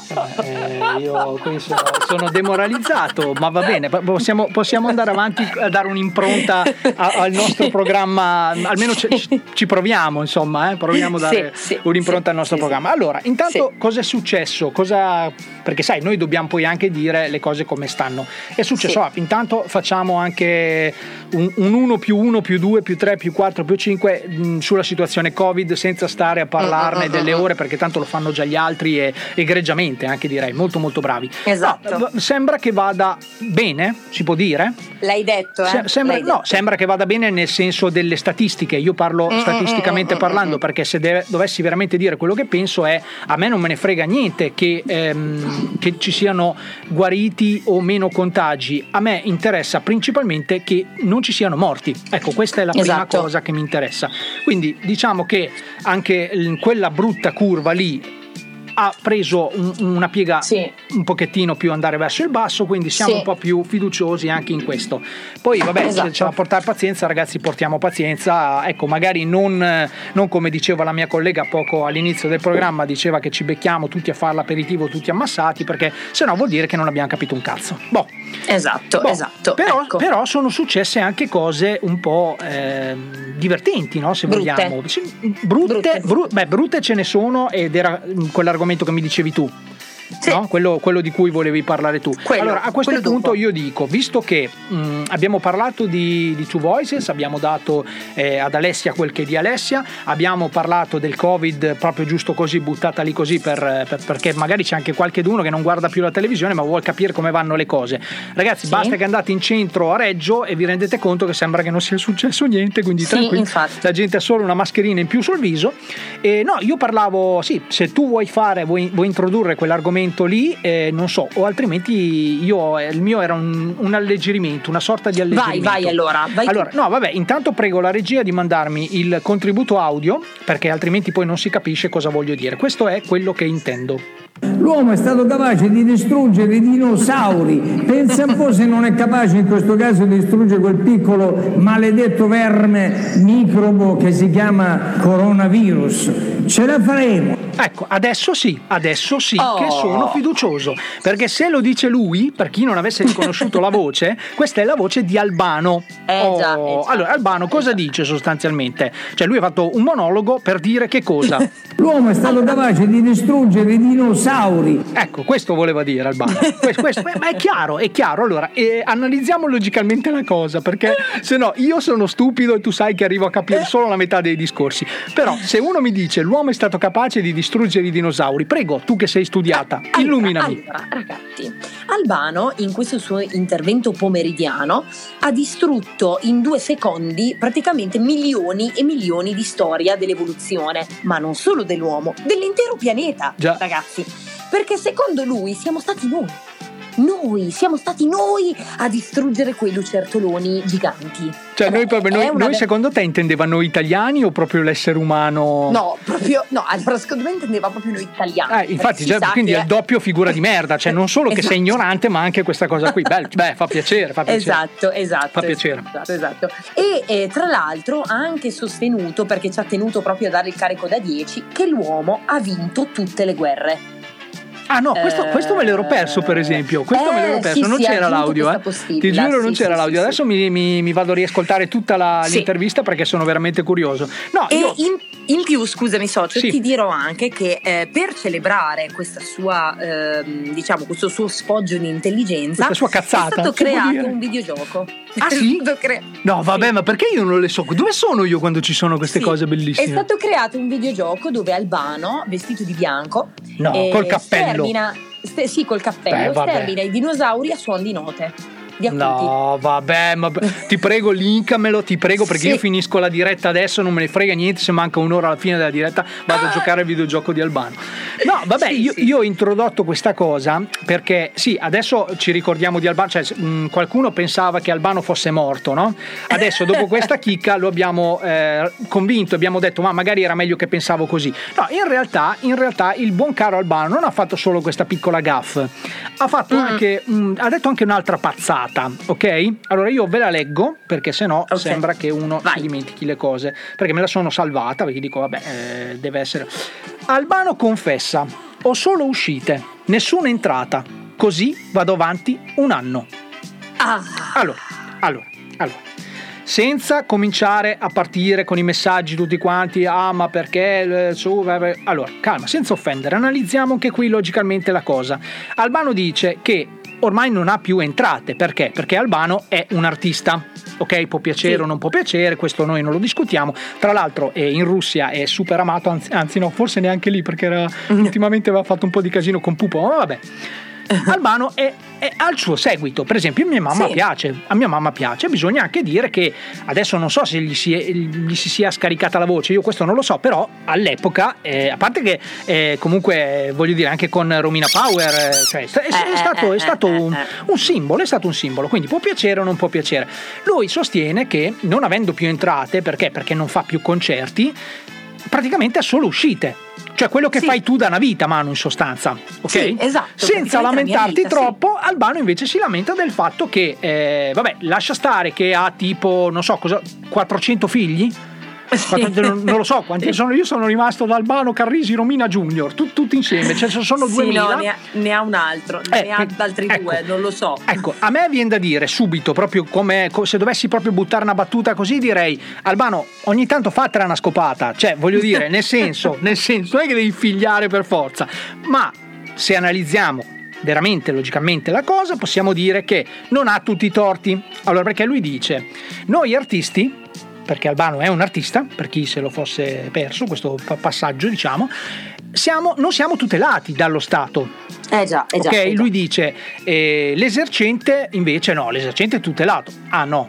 Eh, io qui sono, sono demoralizzato, ma va bene, possiamo, possiamo andare avanti a dare un'impronta a, al nostro programma, almeno ci, ci proviamo, insomma, eh, proviamo a dare sì, sì, un'impronta sì, al nostro sì, programma. Allora, intanto sì. Cosa è successo? Cosa, perché sai, noi dobbiamo poi anche dire le cose come stanno. È successo, sì. ah, intanto facciamo anche un, un uno più uno più due più tre più quattro più cinque mh, sulla situazione Covid, senza stare a parlarne mm-hmm. delle ore, perché tanto lo fanno già gli altri e egregiamente, anche direi, molto molto bravi. Esatto. No, sembra che vada bene, si può dire? L'hai detto, eh? Se, sembra, L'hai no, detto. Sembra che vada bene nel senso delle statistiche. Io parlo mm, statisticamente mm, parlando, mm, perché se deve, dovessi veramente dire quello che penso è: a me non me ne frega niente che, ehm, che ci siano guariti o meno contagi, a me interessa principalmente che non ci siano morti. Ecco, questa è la prima esatto. cosa che mi interessa. Quindi diciamo che anche in quella brutta curva lì ha preso un, una piega sì. un pochettino più andare verso il basso, quindi siamo sì. un po' più fiduciosi anche in questo. Poi vabbè, esatto. se c'è da portare pazienza, ragazzi, portiamo pazienza. Ecco, magari non, non come diceva la mia collega poco all'inizio del programma, diceva che ci becchiamo tutti a fare l'aperitivo, tutti ammassati, perché sennò vuol dire che non abbiamo capito un cazzo. Boh. Esatto, boh. esatto. Però, ecco. però sono successe anche cose un po' eh, divertenti, no? Se brutte. vogliamo. Brutte, brutte. Bru- beh, brutte ce ne sono, ed era quell'argomento che mi dicevi tu, sì. no? quello, quello di cui volevi parlare tu. Quello, allora a questo punto dopo. io dico, visto che mh, abbiamo parlato di, di Two Voices, abbiamo dato eh, ad Alessia quel che è di Alessia, abbiamo parlato del Covid proprio giusto così, buttata lì così per, per, perché magari c'è anche qualcheduno che non guarda più la televisione ma vuole capire come vanno le cose. Ragazzi, sì. basta che andate in centro a Reggio e vi rendete conto che sembra che non sia successo niente, quindi sì, tranquilli, infatti. La gente ha solo una mascherina in più sul viso. E no, io parlavo, sì, se tu vuoi fare, vuoi, vuoi introdurre quell'argomento lì, eh, non so, o altrimenti io, il mio era un, un alleggerimento, una sorta di alleggerimento. Vai, vai allora. Vai allora, tu. no, vabbè, intanto prego la regia di mandarmi il contributo audio, perché altrimenti poi non si capisce cosa voglio dire. Questo è quello che intendo. L'uomo è stato capace di distruggere i dinosauri, pensa un po' se non è capace in questo caso di distruggere quel piccolo maledetto verme microbo che si chiama coronavirus. Ce la faremo. Ecco, adesso sì, adesso sì oh. che sono fiducioso, perché se lo dice lui, per chi non avesse riconosciuto la voce, questa è la voce di Albano. Eh, oh. già, eh, già. Allora, Albano cosa dice sostanzialmente? Cioè lui ha fatto un monologo per dire che cosa? L'uomo è stato capace di distruggere i dinosauri. Ecco, questo voleva dire Albano. questo, questo, ma è chiaro, è chiaro. Allora, eh, analizziamo logicamente la cosa, perché se no io sono stupido e tu sai che arrivo a capire solo la metà dei discorsi. Però se uno mi dice l'uomo è stato capace di distruggere i dinosauri, prego, tu che sei studiata, illuminami. Allora, ragazzi, Albano in questo suo intervento pomeridiano ha distrutto in due secondi praticamente milioni e milioni di storia dell'evoluzione, ma non solo dell'uomo, dell'intero pianeta. Già. Ragazzi, perché secondo lui siamo stati noi noi siamo stati noi a distruggere quei lucertoloni giganti. Cioè noi, proprio, noi, noi secondo te intendeva noi italiani o proprio l'essere umano? No, proprio no, allora secondo me intendeva proprio noi italiani. Eh, infatti già, quindi è il doppio figura di merda, cioè non solo esatto. che sei ignorante ma anche questa cosa qui. Beh, beh fa piacere, fa piacere. Esatto, esatto. Fa piacere. Esatto, esatto. E eh, tra l'altro ha anche sostenuto, perché ci ha tenuto proprio a dare il carico da dieci, che l'uomo ha vinto tutte le guerre. Ah no, questo, questo me l'ero perso per esempio, questo eh, me l'ero perso, sì, non sì, c'era l'audio, eh. Ti giuro non sì, c'era sì, l'audio, sì, adesso sì. Mi, mi, mi vado a riascoltare tutta la, sì. l'intervista perché sono veramente curioso. No, e io... in, in più, scusami socio, sì. ti dirò anche che eh, per celebrare questa sua, eh, diciamo, questo suo sfoggio di intelligenza, questa sua cazzata, è stato creato un videogioco. Ah sì? cre- no vabbè sì. Ma perché io non le so? Dove sono io quando ci sono queste sì. cose bellissime? È stato creato un videogioco dove Albano, vestito di bianco, no, eh, col cappello stermina, st- sì col cappello, Beh, stermina i dinosauri a suon di note. No vabbè, ma ti prego linkamelo, ti prego, perché sì. io finisco la diretta adesso, non me ne frega niente, se manca un'ora alla fine della diretta vado a giocare al videogioco di Albano. No vabbè, sì, io, sì. io ho introdotto questa cosa perché sì, adesso ci ricordiamo di Albano, cioè mh, qualcuno pensava che Albano fosse morto, no? Adesso dopo questa chicca lo abbiamo eh, convinto, abbiamo detto ma magari era meglio che pensavo così. No, in realtà, in realtà il buon caro Albano non ha fatto solo questa piccola gaffe, ha fatto mm. anche mh, ha detto anche un'altra pazzata. Ok? Allora io ve la leggo perché sennò okay. sembra che uno Vai. si dimentichi le cose, perché me la sono salvata, perché dico vabbè eh, deve essere. Albano confessa: ho solo uscite, nessuna entrata, così vado avanti un anno. Ah. Allora, allora, allora. Senza cominciare a partire con i messaggi tutti quanti, ah ma perché, su, allora calma, senza offendere, analizziamo anche qui logicamente la cosa. Albano dice che ormai non ha più entrate, perché? Perché Albano è un artista, ok? Può piacere sì. o non può piacere, questo noi non lo discutiamo, tra l'altro eh, in Russia è super amato, anzi, anzi no, forse neanche lì, perché era, ultimamente aveva fatto un po' di casino con Pupo, ma vabbè. Albano è, è al suo seguito, per esempio a mia mamma sì. piace, a mia mamma piace, bisogna anche dire che adesso non so se gli si, è, gli si sia scaricata la voce, io questo non lo so, però all'epoca, eh, a parte che eh, comunque voglio dire anche con Romina Power, eh, cioè, è, è, è stato, è stato un, un simbolo, è stato un simbolo, quindi può piacere o non può piacere. Lui sostiene che non avendo più entrate, perché? Perché non fa più concerti, praticamente ha solo uscite. Cioè quello che sì. fai tu da una vita, Manu, in sostanza, ok? Sì, esatto. Senza lamentarti vita, troppo, sì. Albano invece si lamenta del fatto che, eh, vabbè, lascia stare che ha tipo, non so cosa, quattrocento figli? Sì. Non, non lo so quanti sono, io sono rimasto da Albano, Carrisi, Romina Junior, tu, tutti insieme, cioè sono sì, duemila. No, ne, ha, ne ha un altro, eh, ne ha altri ecco, due, non lo so. Ecco, a me viene da dire subito, proprio come se dovessi proprio buttare una battuta così, direi Albano, ogni tanto fatela una scopata, cioè voglio dire, nel senso, nel senso, non è che devi figliare per forza, ma se analizziamo veramente logicamente la cosa, possiamo dire che non ha tutti i torti. Allora, perché lui dice, noi artisti, perché Albano è un artista, per chi se lo fosse perso questo passaggio, diciamo, siamo, non siamo tutelati dallo Stato. Eh già, eh già. Ok, eh già. lui dice eh, l'esercente invece no, l'esercente è tutelato. Ah no.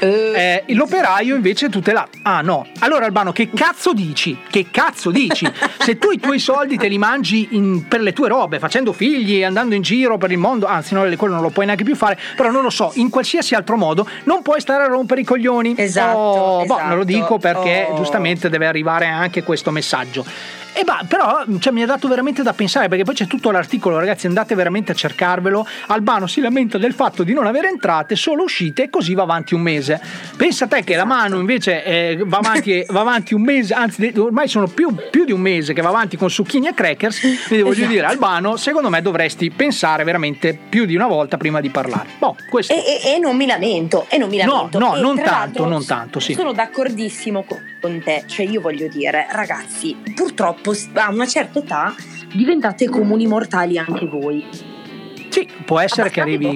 Eh, l'operaio invece è tutelato. Ah no. Allora Albano, che cazzo dici? Che cazzo dici? Se tu i tuoi soldi te li mangi in, per le tue robe, facendo figli, andando in giro per il mondo, anzi no, quello non lo puoi neanche più fare, però non lo so, in qualsiasi altro modo non puoi stare a rompere i coglioni. Esatto, oh, esatto. Boh, non lo dico perché oh. giustamente deve arrivare anche questo messaggio. E bah, però cioè, mi ha dato veramente da pensare, perché poi c'è tutto l'articolo, ragazzi, andate veramente a cercarvelo. Albano si lamenta del fatto di non avere entrate, solo uscite, e così va avanti un mese. Pensa te che esatto. la Manu invece eh, va, avanti, va avanti un mese, anzi ormai sono più, più di un mese che va avanti con zucchini e crackers. Quindi voglio esatto. dire, Albano, secondo me dovresti pensare veramente più di una volta prima di parlare. Boh, questo. E, e, e non mi lamento, e non mi lamento. No, no, e non tanto, non tanto, sì. Sono d'accordissimo con te, cioè io voglio dire, ragazzi, purtroppo a una certa età diventate comuni mortali anche voi. Sì, può essere che arrivi.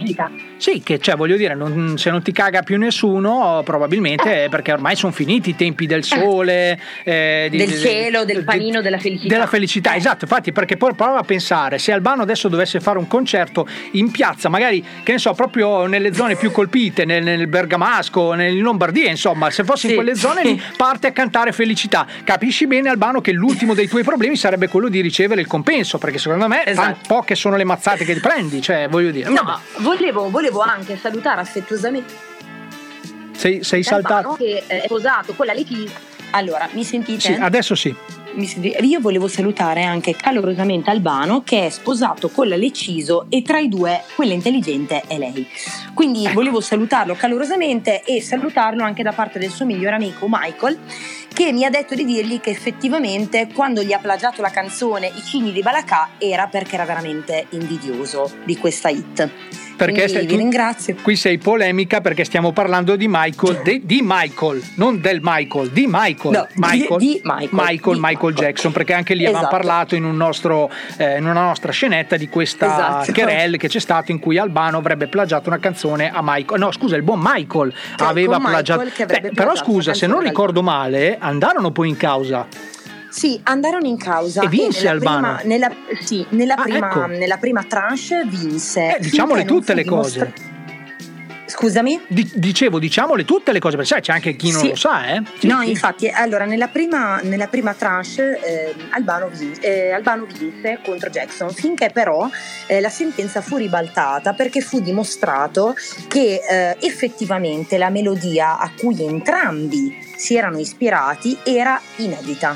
Sì, che cioè voglio dire, non, se non ti caga più nessuno, probabilmente è perché ormai sono finiti i tempi del sole, eh, di, del cielo, del panino, di, della felicità. Della felicità, esatto. Infatti, perché poi prova a pensare, se Albano adesso dovesse fare un concerto in piazza, magari, che ne so, proprio nelle zone più colpite, nel, nel Bergamasco, nel Lombardia, insomma, se fosse sì, in quelle zone sì. lì, parte a cantare felicità. Capisci bene, Albano, che l'ultimo dei tuoi problemi sarebbe quello di ricevere il compenso, perché secondo me esatto. poche sono le mazzate che prendi, cioè voglio dire. No, volevo, volevo anche salutare affettuosamente. Sei, sei saltato? Che è sposato con la Letizia. Allora, mi sentite? Sì, adesso sì. Mi sentite? Io volevo salutare anche calorosamente Albano, che è sposato con la Leciso, e tra i due quella intelligente è lei. Quindi ecco. volevo salutarlo calorosamente e salutarlo anche da parte del suo migliore amico Michael, che mi ha detto di dirgli che effettivamente quando gli ha plagiato la canzone I cigni di Balacà era perché era veramente invidioso di questa hit. Perché sei, tu, vi ringrazio. Qui sei polemica perché stiamo parlando di Michael, di, di Michael, non del Michael, di Michael. No, Michael, di, di Michael, Michael, di Michael Jackson, perché anche lì avevamo esatto. parlato in, un nostro, eh, in una nostra scenetta di questa esatto. querelle che c'è stato in cui Albano avrebbe plagiato una canzone a Michael. No, scusa, il buon Michael cioè, aveva plagiato. Michael Beh, però scusa, se non ricordo male, andarono poi in causa. Sì, andarono in causa e vinse e Albano. Prima, nella, sì, nella, ah, prima, ecco. nella prima tranche vinse. Eh, diciamole tutte le dimostra- cose. Scusami? Di, dicevo, diciamole tutte le cose, perché sai, c'è anche chi non sì. lo sa, eh? Sì, no, sì. infatti, allora, nella prima, nella prima tranche eh, Albano, vinse, eh, Albano vinse contro Jackson, finché però eh, la sentenza fu ribaltata perché fu dimostrato che eh, effettivamente la melodia a cui entrambi si erano ispirati era inedita.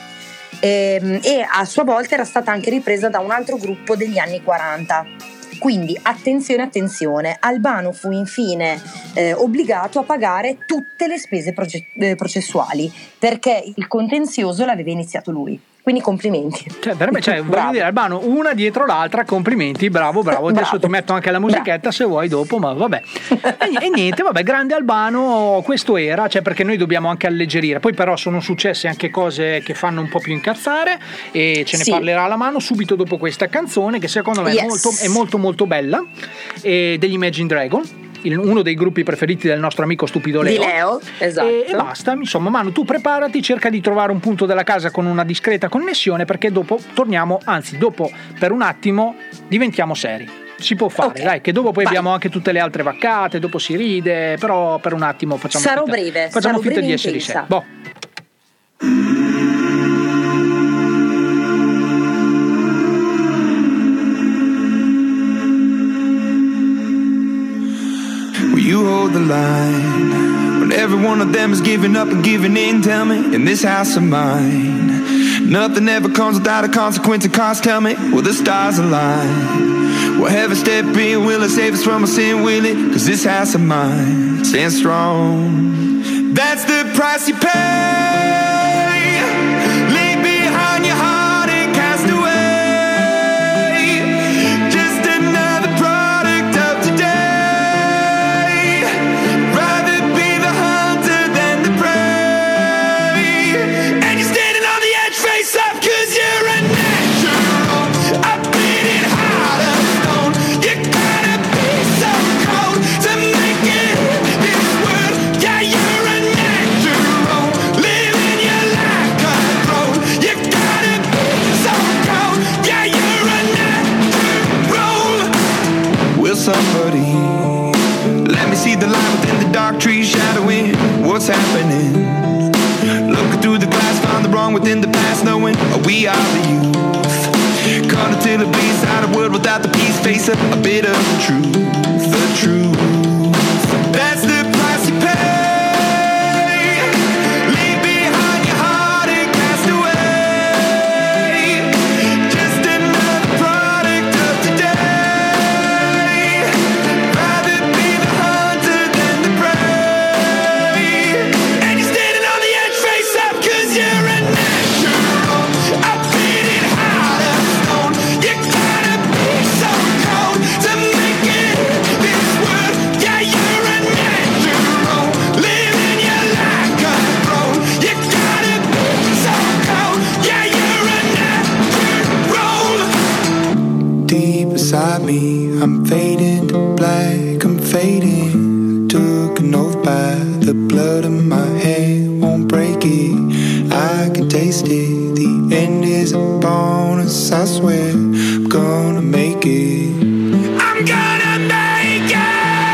E, e a sua volta era stata anche ripresa da un altro gruppo degli anni quaranta. Quindi attenzione, attenzione, Albano fu infine eh, obbligato a pagare tutte le spese proge- eh, processuali perché il contenzioso l'aveva iniziato lui. Quindi complimenti. Cioè, veramente, cioè, voglio dire, Albano, una dietro l'altra, complimenti, bravo, bravo. Adesso bravo. ti metto anche la musichetta bravo. Se vuoi dopo, ma vabbè. E, e niente, vabbè, grande Albano, questo era, cioè perché noi dobbiamo anche alleggerire. Poi però sono successe anche cose che fanno un po' più incazzare e ce ne sì. parlerà la mano subito dopo questa canzone che secondo me yes. è, molto, è molto molto bella, e degli Imagine Dragon, uno dei gruppi preferiti del nostro amico stupido Leo. Di Leo, esatto. E, e basta, insomma, Manu, tu preparati, cerca di trovare un punto della casa con una discreta connessione, perché dopo torniamo, anzi dopo per un attimo diventiamo seri. Si può fare, okay. Dai, che dopo poi Vai. abbiamo anche tutte le altre vaccate, dopo si ride, però per un attimo facciamo sarò finta, breve, facciamo sarò finta breve di essere seri. Boh. You hold the line when every one of them is giving up and giving in. Tell me, in this house of mine, nothing ever comes without a consequence and cost. Tell me, will the stars align? Will heaven step in? Will it save us from our sin? Will it? Cause this house of mine stands strong. That's the price you pay. Leave behind your heart and cast away. Somebody, let me see the light within the dark trees shadowing what's happening. Looking through the glass, found the wrong within the past, knowing we are the youth. Caught until it bleeds out a world without the peace, face up a bit of the truth, the truth. That's the price you pay. Beside me, I'm fading to black, I'm fading. Took an oath by the blood in my hand, won't break it. I can taste it. The end is a bonus, I swear. I'm gonna make it. I'm gonna make it.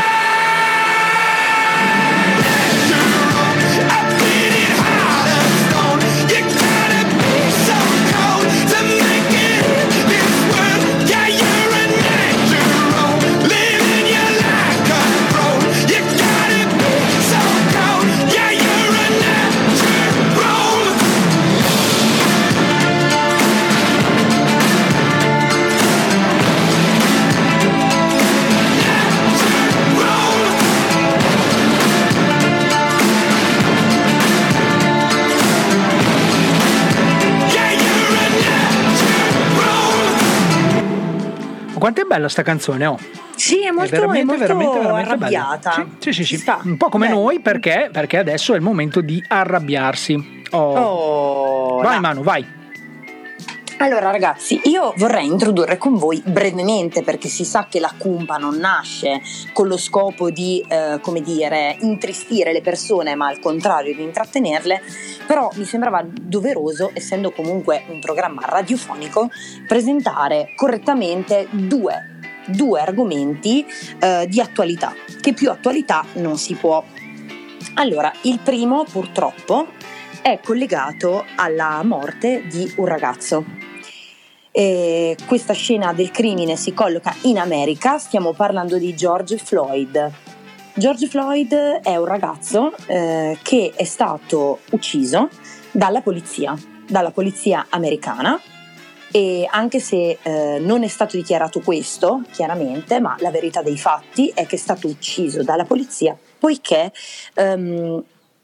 Quanto è bella sta canzone, oh! Sì, è molto, è veramente, è molto veramente, veramente arrabbiata. Bella. Sì, sì, sì, sì. Un po' come Bello. Noi, perché? Perché adesso è il momento di arrabbiarsi. Oh. Oh, vai, no. Manu, vai. Allora ragazzi, io vorrei introdurre con voi brevemente, perché si sa che la cumpa non nasce con lo scopo di, eh, come dire, intristire le persone, ma al contrario di intrattenerle, però mi sembrava doveroso, essendo comunque un programma radiofonico, presentare correttamente due, due argomenti eh, di attualità, che più attualità non si può. Allora, il primo purtroppo è collegato alla morte di un ragazzo. E questa scena del crimine si colloca in America, stiamo parlando di George Floyd. George Floyd è un ragazzo eh, che è stato ucciso dalla polizia, dalla polizia americana, e anche se eh, non è stato dichiarato questo, chiaramente, ma la verità dei fatti è che è stato ucciso dalla polizia poiché um,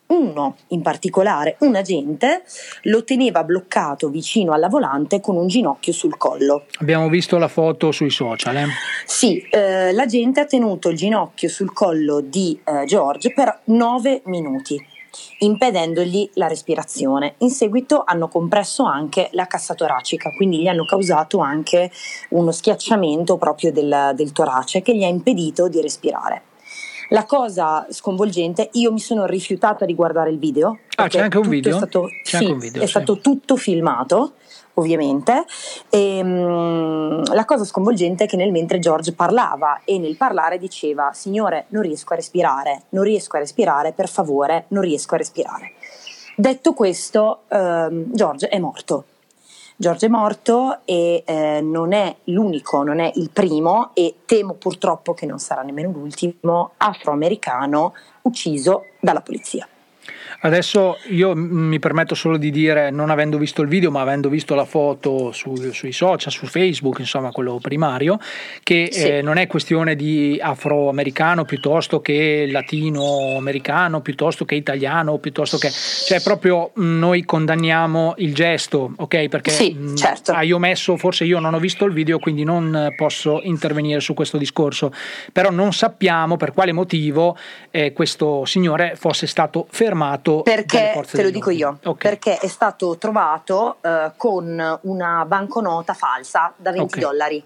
uno in particolare, un agente, lo teneva bloccato vicino alla volante con un ginocchio sul collo. Abbiamo visto la foto sui social. Eh? Sì, eh, l'agente ha tenuto il ginocchio sul collo di eh, George per nove minuti, impedendogli la respirazione. In seguito hanno compresso anche la cassa toracica, quindi gli hanno causato anche uno schiacciamento proprio del, del torace che gli ha impedito di respirare. La cosa sconvolgente, io mi sono rifiutata di guardare il video. Ah, c'è anche un video? È stato, c'è sì, anche un video, è sì. stato tutto filmato, ovviamente. E, um, la cosa sconvolgente è che nel mentre George parlava e nel parlare diceva: signore, non riesco a respirare, non riesco a respirare, per favore, non riesco a respirare. Detto questo, um, George è morto. George è morto e eh, non è l'unico, non è il primo e temo purtroppo che non sarà nemmeno l'ultimo afroamericano ucciso dalla polizia. Adesso io mi permetto solo di dire, non avendo visto il video ma avendo visto la foto su, sui social, su Facebook, insomma quello primario, che sì. eh, non è questione di afroamericano piuttosto che latinoamericano, piuttosto che italiano, piuttosto che, cioè proprio noi condanniamo il gesto, ok? Perché sì, certo. ah, io ho messo, forse io non ho visto il video quindi non posso intervenire su questo discorso, però non sappiamo per quale motivo eh, questo signore fosse stato fermato. Perché, te lo dico io, okay. Perché è stato trovato uh, con una banconota falsa da venti okay. dollari.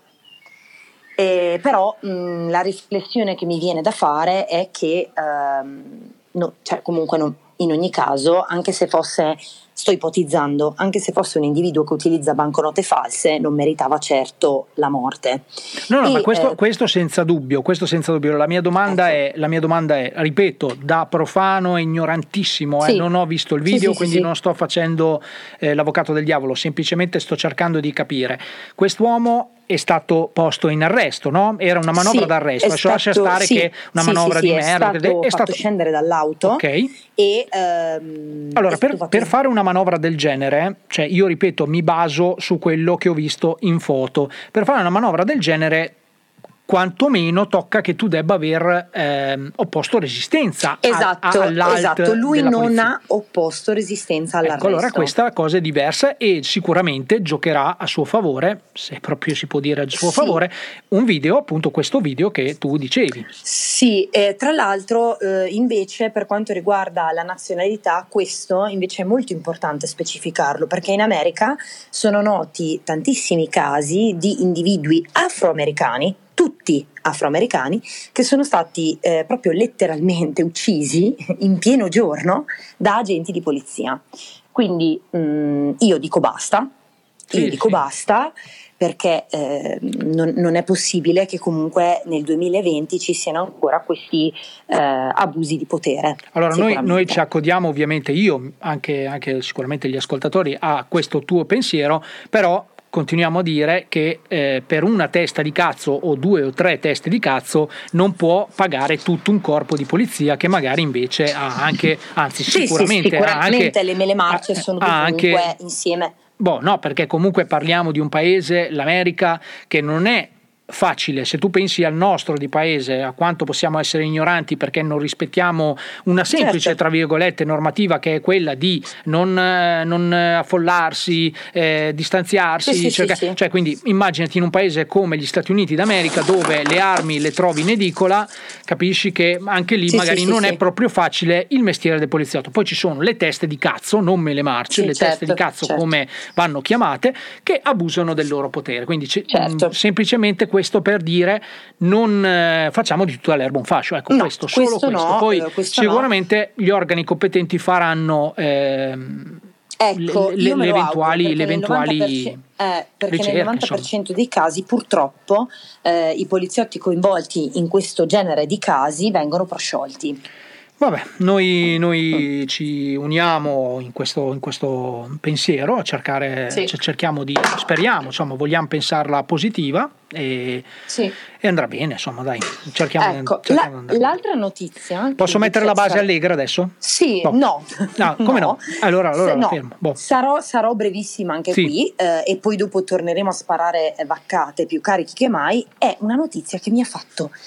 E, però mh, la riflessione che mi viene da fare è che, uh, no, cioè comunque non, in ogni caso, anche se fosse, sto ipotizzando, anche se fosse un individuo che utilizza banconote false, non meritava certo la morte. No, no, e, ma questo, eh, questo senza dubbio, questo senza dubbio. La mia domanda ecco. è, la mia domanda è, ripeto, da profano e ignorantissimo, eh, sì. non ho visto il video, sì, sì, quindi sì, non sto facendo eh, l'avvocato del diavolo, semplicemente sto cercando di capire. Quest'uomo è stato posto in arresto, no? Era una manovra sì, d'arresto, adesso stato, lascia stare sì, che una sì, manovra sì, di sì, merda. È stato, è fatto stato scendere dall'auto okay. e ehm, allora per, per fare una manovra del genere, cioè io ripeto mi baso su quello che ho visto in foto, per fare una manovra del genere quantomeno tocca che tu debba aver ehm, opposto resistenza esatto, a, all'alt esatto. Lui non polizia. ha opposto resistenza all'arresto. Ecco, allora questa cosa è diversa e sicuramente giocherà a suo favore, se proprio si può dire a suo sì. favore, un video, appunto questo video che tu dicevi. Sì, eh, tra l'altro eh, invece per quanto riguarda la nazionalità, questo invece è molto importante specificarlo, perché in America sono noti tantissimi casi di individui afroamericani, tutti afroamericani, che sono stati eh, proprio letteralmente uccisi in pieno giorno da agenti di polizia. Quindi mh, io dico basta, sì, io dico sì. basta, perché eh, non, non è possibile che comunque nel duemilaventi ci siano ancora questi eh, abusi di potere. Allora noi, noi ci accodiamo ovviamente, io, anche, anche sicuramente gli ascoltatori, a questo tuo pensiero, però continuiamo a dire che eh, per una testa di cazzo o due o tre teste di cazzo non può pagare tutto un corpo di polizia che magari invece ha anche, anzi sì, sicuramente, sì, sicuramente ha anche, le mele marce ha, sono ha comunque anche, insieme. Boh, no, perché comunque parliamo di un paese, l'America, che non è facile. Se tu pensi al nostro di paese, a quanto possiamo essere ignoranti perché non rispettiamo una semplice certo. tra virgolette normativa che è quella di non, non affollarsi, eh, distanziarsi, sì, cerca- sì, sì. cioè quindi immaginati in un paese come gli Stati Uniti d'America dove le armi le trovi in edicola, capisci che anche lì sì, magari sì, non sì, è sì. proprio facile il mestiere del poliziotto. Poi ci sono le teste di cazzo, non me le marce, sì, le certo, teste di cazzo certo. come vanno chiamate, che abusano del loro potere. Quindi c- certo. mh, semplicemente questo per dire non eh, facciamo di tutta l'erba un fascio, ecco, no, questo, solo questo questo. No, Poi eh, questo sicuramente no. Gli organi competenti faranno ehm, ecco, le, le, le eventuali, auguro, le eventuali eh, perché ricerche, nel novanta per cento dei casi purtroppo eh, i poliziotti coinvolti in questo genere di casi vengono prosciolti. Vabbè, noi, noi ci uniamo in questo, in questo pensiero a cercare, sì. cerchiamo di, speriamo, insomma, vogliamo pensarla positiva e, sì. e andrà bene, insomma, dai, cerchiamo, ecco, cerchiamo la, l'altra notizia. Posso mettere la base allegra adesso? Sì, no. No. no come no? no? Allora, allora Se, la no. fermo. Boh. Sarò, sarò brevissima anche sì. qui eh, e poi dopo torneremo a sparare vaccate più carichi che mai. È una notizia che mi ha fatto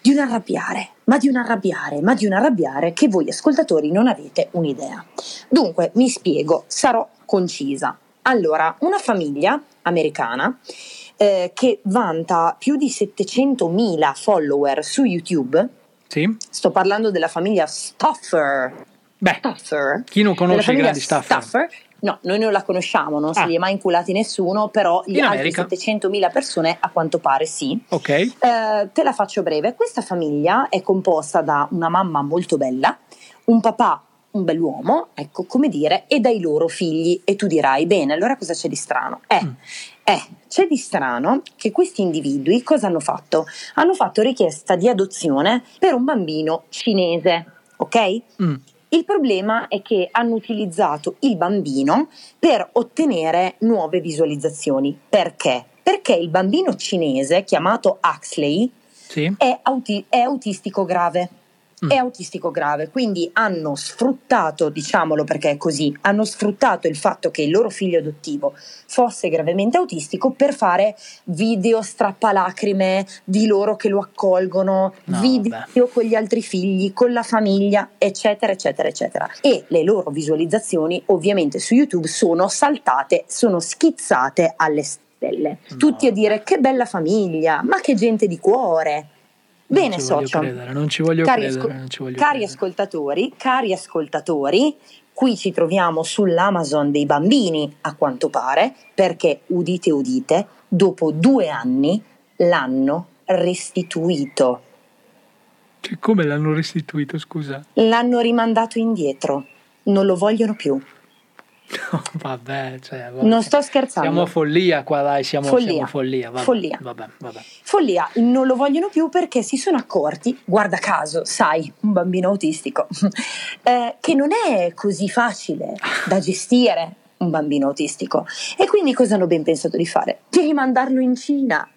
di un arrabbiare, ma di un arrabbiare, ma di un arrabbiare che voi ascoltatori non avete un'idea. Dunque, mi spiego, sarò concisa. Allora, una famiglia americana eh, che vanta più di settecentomila follower su YouTube, sì. Sto parlando della famiglia Stuffer. Beh, Stuffer, chi non conosce i grandi Stuffer? Stuffer? No, noi non la conosciamo, non ah. se li è mai inculati nessuno, però gli in altri America? settecentomila persone a quanto pare sì. Ok. Eh, te la faccio breve. Questa famiglia è composta da una mamma molto bella, un papà un bell'uomo, ecco, come dire, e dai loro figli. E tu dirai, bene, allora cosa c'è di strano? Eh, mm. eh, c'è di strano che questi individui cosa hanno fatto? Hanno fatto richiesta di adozione per un bambino cinese, ok? Mm. Il problema è che hanno utilizzato il bambino per ottenere nuove visualizzazioni. Perché? Perché il bambino cinese, chiamato Huxley, sì. è, auti- è autistico grave. Mm. È autistico grave, quindi hanno sfruttato, diciamolo perché è così, hanno sfruttato il fatto che il loro figlio adottivo fosse gravemente autistico per fare video strappalacrime di loro che lo accolgono, no, video beh. con gli altri figli, con la famiglia, eccetera, eccetera, eccetera. E le loro visualizzazioni ovviamente su YouTube sono saltate, sono schizzate alle stelle. No. Tutti a dire che bella famiglia, ma che gente di cuore. Non Bene, socio, credere, non ci voglio cari, credere, asco- non ci voglio cari credere. ascoltatori, cari ascoltatori, qui ci troviamo sull'Amazon dei bambini, a quanto pare, perché, udite udite, dopo due anni l'hanno restituito. Cioè, come l'hanno restituito, scusa? L'hanno rimandato indietro, non lo vogliono più. No, vabbè, cioè, vabbè. Non sto scherzando. Siamo follia qua, dai, siamo follia. Siamo follia, vabbè, follia. Vabbè, vabbè. Follia, non lo vogliono più perché si sono accorti, guarda caso, sai, un bambino autistico, eh, che non è così facile da gestire un bambino autistico. E quindi cosa hanno ben pensato di fare? Di rimandarlo in Cina.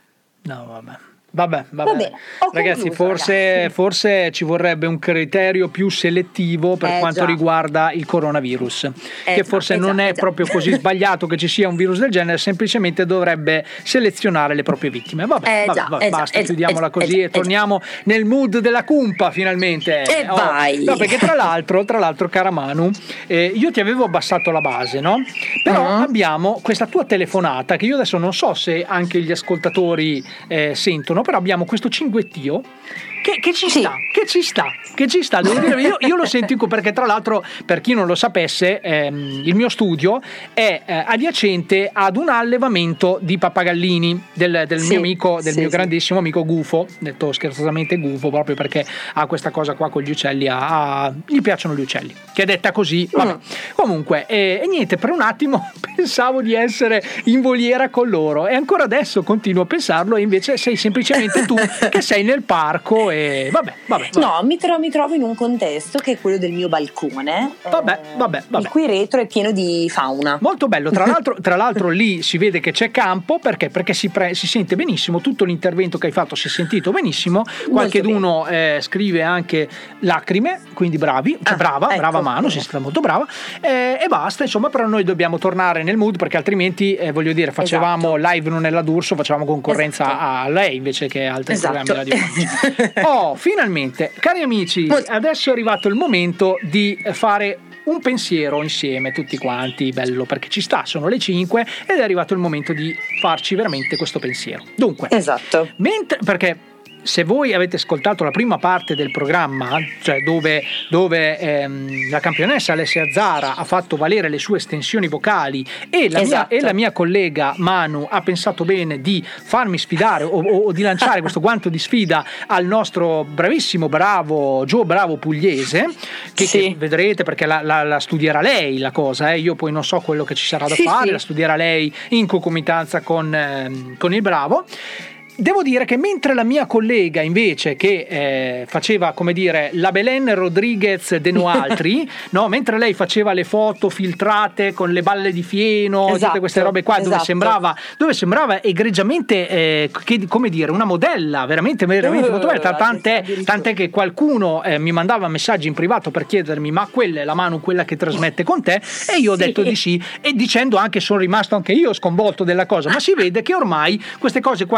No, vabbè. Vabbè, vabbè. Va bene, ragazzi, concluso, forse, ragazzi. forse ci vorrebbe un criterio più selettivo per eh, quanto già. riguarda il coronavirus, eh, che già, forse eh, non già, è eh, già. proprio così sbagliato che ci sia un virus del genere, semplicemente dovrebbe selezionare le proprie vittime. Vabbè, Eh, vabbè, già, vabbè, eh, basta, già, chiudiamola eh, così eh, e torniamo nel mood della cumpa finalmente. E Oh, vai. no, perché tra l'altro, tra l'altro, cara Manu, eh, io ti avevo abbassato la base, no? Però uh-huh. abbiamo questa tua telefonata che io adesso non so se anche gli ascoltatori eh, sentono, però abbiamo questo cinguettio Che, che ci sta, che ci sta, che ci sta, devo dire, io, io lo sento perché tra l'altro, per chi non lo sapesse, ehm, il mio studio è eh, adiacente ad un allevamento di pappagallini del, del sì, mio amico, del sì, mio sì. grandissimo amico Gufo, detto scherzosamente Gufo, proprio perché ha questa cosa qua con gli uccelli, ha, ha, gli piacciono gli uccelli, che è detta così, vabbè. Mm. Comunque, e, e niente, per un attimo pensavo di essere in voliera con loro e ancora adesso continuo a pensarlo e invece sei semplicemente tu che sei nel parco. E vabbè, vabbè, vabbè. No, mi, tro- mi trovo in un contesto che è quello del mio balcone. Vabbè, eh, vabbè, vabbè. Il cui retro è pieno di fauna. Molto bello. Tra l'altro, tra l'altro lì si vede che c'è campo perché, perché si, pre- si sente benissimo. Tutto l'intervento che hai fatto si è sentito benissimo. Qualcheduno eh, scrive anche lacrime, quindi bravi. Cioè, ah, brava, ecco, brava Manu, si sta molto brava. Eh, e basta, insomma, però noi dobbiamo tornare nel mood perché altrimenti, eh, voglio dire, facevamo esatto. live non nella D'Urso, facevamo concorrenza esatto. a lei invece che altri esatto. programmi radiofonici. Oh, finalmente, cari amici, adesso è arrivato il momento di fare un pensiero insieme tutti quanti, bello perché ci sta, sono le cinque ed è arrivato il momento di farci veramente questo pensiero. Dunque, esatto. Mentre, perché se voi avete ascoltato la prima parte del programma, cioè dove, dove ehm, la campionessa Alessia Zara ha fatto valere le sue estensioni vocali e la, esatto. mia, e la mia collega Manu ha pensato bene di farmi sfidare o, o, o di lanciare questo guanto di sfida al nostro bravissimo bravo Gio Bravo pugliese che, sì. che vedrete perché la, la, la studierà lei la cosa, eh. Io poi non so quello che ci sarà da sì, fare, sì. la studierà lei in concomitanza con, ehm, con il Bravo. Devo dire che mentre la mia collega invece che eh, faceva come dire la Belen Rodriguez de Noaltri, no? Mentre lei faceva le foto filtrate con le balle di fieno, esatto, tutte queste robe qua, esatto. dove sembrava dove sembrava egregiamente eh, che, come dire una modella veramente veramente uh, molto bella, tant'è, tant'è che qualcuno eh, mi mandava messaggi in privato per chiedermi ma quella è la Manu quella che trasmette con te e io ho sì. detto di sì e dicendo anche sono rimasto anche io sconvolto della cosa, ma si vede che ormai queste cose qua di Instagram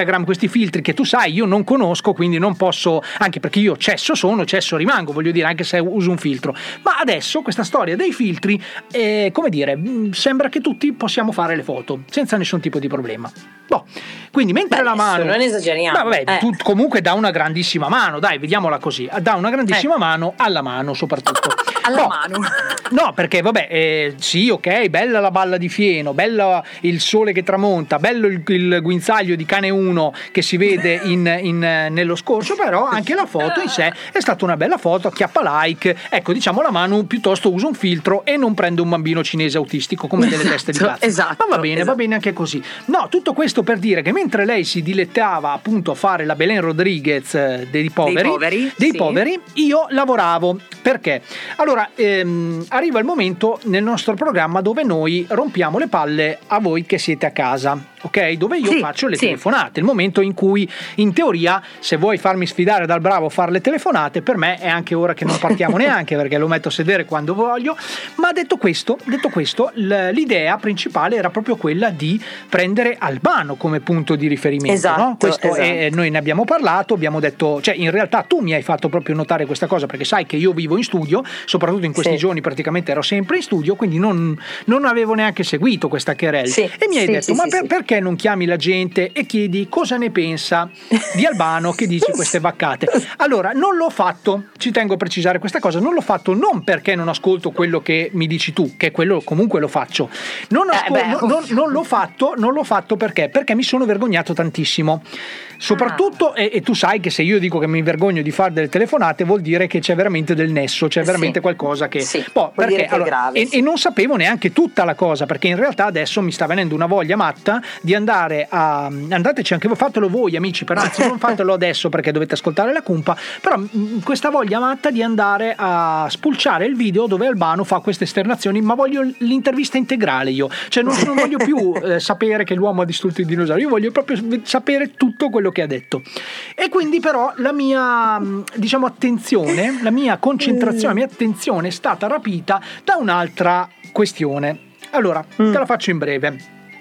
Instagram, questi filtri che tu sai io non conosco, quindi non posso, anche perché io cesso sono, cesso rimango, voglio dire, anche se uso un filtro. Ma adesso questa storia dei filtri, eh, come dire, sembra che tutti possiamo fare le foto senza nessun tipo di problema. Boh. Quindi mentre Beh, la mano, non esageriamo, beh, vabbè, eh. tu, comunque dà una grandissima mano, dai, vediamola così, dà una grandissima eh. mano alla mano soprattutto. Alla no, mano. No, perché vabbè, eh, sì, ok, bella la balla di fieno, bella il sole che tramonta, bello il, il guinzaglio di Cane uno che si vede in, in, nello scorcio, però anche la foto in sé è stata una bella foto, acchiappa like. Ecco, diciamo la mano piuttosto usa un filtro e non prende un bambino cinese autistico come delle teste di cazzo. Esatto, ma va bene, esatto. va bene anche così. No, tutto questo per dire che mentre lei si dilettava appunto a fare la Belen Rodriguez eh, dei poveri, dei poveri, dei sì. poveri, io lavoravo. Perché? Allora, ehm, arriva il momento nel nostro programma dove noi rompiamo le palle a voi che siete a casa, ok? Dove io sì, faccio le sì. telefonate, il momento in cui in teoria se vuoi farmi sfidare dal bravo a fare le telefonate, per me è anche ora che non partiamo neanche, perché lo metto a sedere quando voglio. Ma detto questo, detto questo l'idea principale era proprio quella di prendere Albano come punto di riferimento, esatto, no? Questo esatto. È, noi ne abbiamo parlato, abbiamo detto, cioè in realtà tu mi hai fatto proprio notare questa cosa, perché sai che io vivo in studio, soprattutto in questi sì. giorni praticamente ero sempre in studio, quindi non, non avevo neanche seguito questa querel sì. e mi hai sì, detto sì, ma sì, per, sì. perché non chiami la gente e chiedi cosa ne pensa di Albano che dici queste vaccate. Allora non l'ho fatto, ci tengo a precisare questa cosa, non l'ho fatto non perché non ascolto quello che mi dici tu, che quello comunque lo faccio, non, ascol- eh beh, non, non, non l'ho fatto non l'ho fatto perché perché mi sono vergognato tantissimo, soprattutto ah. e, e tu sai che se io dico che mi vergogno di fare delle telefonate vuol dire che c'è veramente del nesso, c'è veramente sì. qualcosa che, sì. boh, perché, dire che allora, è grave e, sì. e non sapevo neanche tutta la cosa, perché in realtà adesso mi sta venendo una voglia matta di andare a andateci anche voi, fatelo voi amici, però anzi non fatelo adesso perché dovete ascoltare la cumpa, però mh, questa voglia matta di andare a spulciare il video dove Albano fa queste esternazioni, ma voglio l'intervista integrale io, cioè non, non voglio più eh, sapere che l'uomo ha distrutto i dinosauri, io voglio proprio sapere tutto quello che ha detto. E quindi però la mia diciamo attenzione, la mia concentrazione, la mia attenzione è stata rapita da un'altra questione. Allora, mm. te la faccio in breve.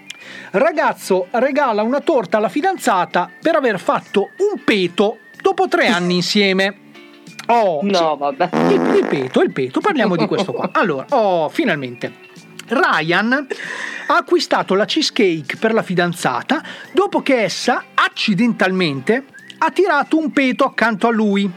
Ragazzo regala una torta alla fidanzata per aver fatto un peto dopo tre anni insieme. Oh, no, sì. vabbè. Il, il peto, il peto, parliamo di questo qua. Allora, oh, finalmente. Ryan ha acquistato la cheesecake per la fidanzata dopo che essa accidentalmente ha tirato un peto accanto a lui.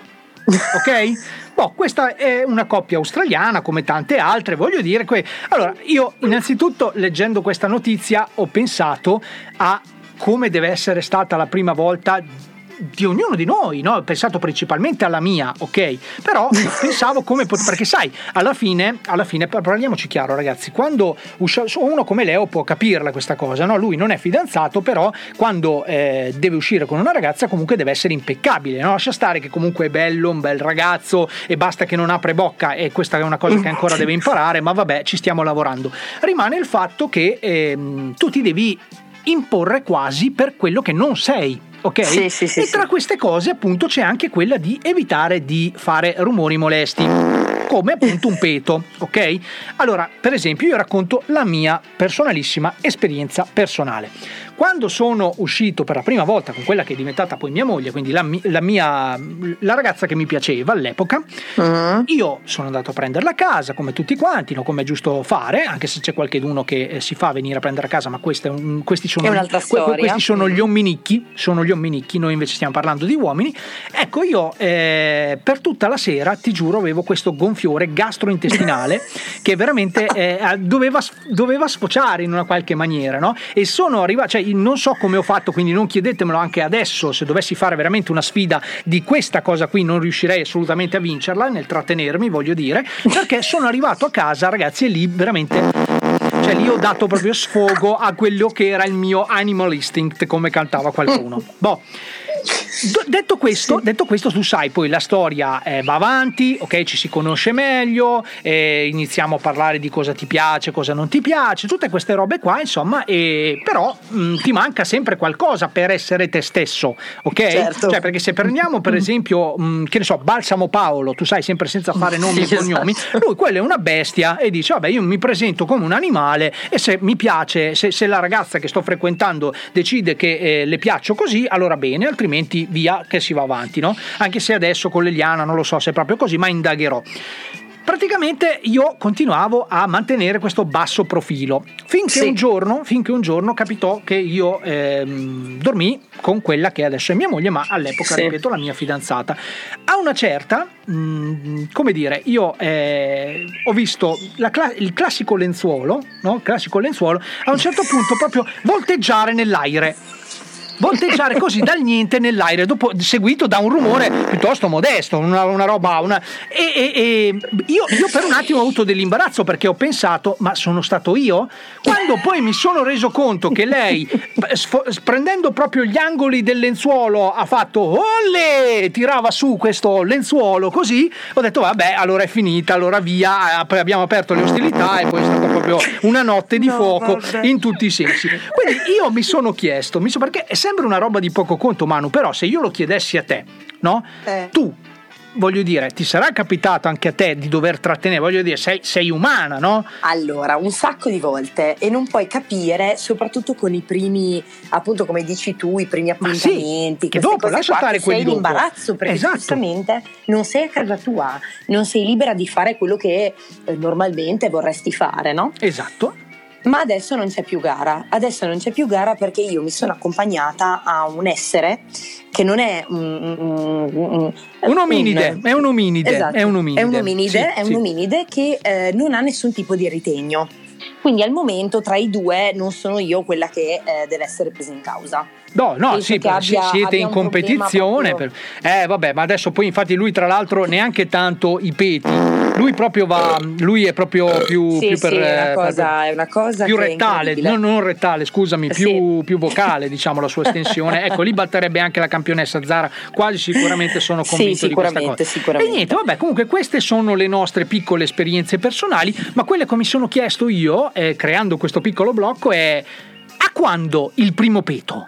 Ok? Boh, questa è una coppia australiana come tante altre, voglio dire que- allora io innanzitutto leggendo questa notizia ho pensato a come deve essere stata la prima volta di ognuno di noi, no? Ho pensato principalmente alla mia, ok? Però pensavo come pot- perché sai, alla fine, alla fine parliamoci chiaro ragazzi, quando usci- uno come Leo può capirla questa cosa, no? Lui non è fidanzato, però quando eh, deve uscire con una ragazza comunque deve essere impeccabile, no? Lascia stare che comunque è bello, un bel ragazzo e basta che non apre bocca, e questa è una cosa che ancora deve imparare, ma vabbè, ci stiamo lavorando. Rimane il fatto che ehm, tu ti devi imporre quasi per quello che non sei. Ok? Sì, sì, sì, e tra sì. queste cose appunto c'è anche quella di evitare di fare rumori molesti, come appunto un peto, ok? Allora, per esempio, io racconto la mia personalissima esperienza personale. Quando sono uscito per la prima volta con quella che è diventata poi mia moglie, quindi la, la mia la ragazza che mi piaceva all'epoca, uh-huh. io sono andato a prenderla a casa come tutti quanti, no? Come è giusto fare, anche se c'è qualcheduno che eh, si fa venire a prendere a casa, ma queste, un, questi sono è un'altra storia. Que, questi sono gli omminicchi, sono gli omminicchi, noi invece stiamo parlando di uomini. Ecco, io eh, per tutta la sera, ti giuro, avevo questo gonfiore gastrointestinale che veramente eh, doveva, doveva sfociare in una qualche maniera, no? E sono arrivato, cioè non so come ho fatto, quindi non chiedetemelo anche adesso. Se dovessi fare veramente una sfida di questa cosa qui non riuscirei assolutamente a vincerla, nel trattenermi, voglio dire, perché sono arrivato a casa ragazzi e lì veramente, cioè lì ho dato proprio sfogo a quello che era il mio animal instinct, come cantava qualcuno. Boh, Detto questo, detto questo, tu sai, poi la storia eh, va avanti, ok, ci si conosce meglio, eh, iniziamo a parlare di cosa ti piace, cosa non ti piace, tutte queste robe qua, insomma, e però mh, ti manca sempre qualcosa per essere te stesso, ok? Certo. Cioè, perché se prendiamo per esempio, mh, che ne so, Balsamo Paolo, tu sai, sempre senza fare nomi e cognomi, lui quello è una bestia e dice, vabbè, io mi presento come un animale e se mi piace, se, se la ragazza che sto frequentando decide che eh, le piaccio così, allora bene, altrimenti via che si va avanti, no? Anche se adesso con l'Eliana non lo so se è proprio così, ma indagherò. Praticamente io continuavo a mantenere questo basso profilo finché sì. un giorno finché un giorno capitò che io ehm, dormì con quella che adesso è mia moglie, ma all'epoca sì. ripeto la mia fidanzata. A una certa mh, come dire, io eh, ho visto la cla- il classico lenzuolo, no? Il classico lenzuolo a un certo punto proprio volteggiare nell'aire. volteggiare così dal niente nell'aire, dopo seguito da un rumore piuttosto modesto, una, una roba una... E, e, e io, io per un attimo ho avuto dell'imbarazzo perché ho pensato, ma sono stato io? Quando poi mi sono reso conto che lei sf- prendendo proprio gli angoli del lenzuolo ha fatto olle, tirava su questo lenzuolo così, ho detto vabbè, allora è finita, allora via, poi abbiamo aperto le ostilità e poi è stata proprio una notte di no, fuoco vabbè. in tutti i sensi. Quindi io mi sono chiesto, mi so, perché sembra una roba di poco conto, Manu, però se io lo chiedessi a te, no? Eh. Tu, voglio dire, ti sarà capitato anche a te di dover trattenere, voglio dire, sei, sei umana, no? Allora, un sacco di volte, e non puoi capire, soprattutto con i primi, appunto come dici tu, i primi appuntamenti, sì, che dopo, lascia stare quelli sei dopo. in imbarazzo, perché esatto. giustamente non sei a casa tua, non sei libera di fare quello che eh, normalmente vorresti fare, no? Esatto. Ma adesso non c'è più gara, adesso non c'è più gara perché io mi sono accompagnata a un essere che non è un, un, un, un ominide, un, è un ominide, esatto, è un ominide, è un ominide, sì, è un sì. ominide che eh, non ha nessun tipo di ritegno. Quindi al momento tra i due non sono io quella che eh, deve essere presa in causa. No, no, sì, abbia, siete in competizione. Per... Eh, vabbè, ma adesso poi infatti lui tra l'altro neanche tanto i peti. Lui proprio va, lui è proprio più, sì, più per, sì, è una cosa, per, è una cosa più che rettale, non, non rettale, scusami, più, sì. più vocale, diciamo, la sua estensione. Ecco, lì batterebbe anche la campionessa Zara, quasi sicuramente sono convinto sì, di questa cosa. Sicuramente. E niente, vabbè, comunque queste sono le nostre piccole esperienze personali, ma quelle che mi sono chiesto io, eh, creando questo piccolo blocco, è: a quando il primo peto?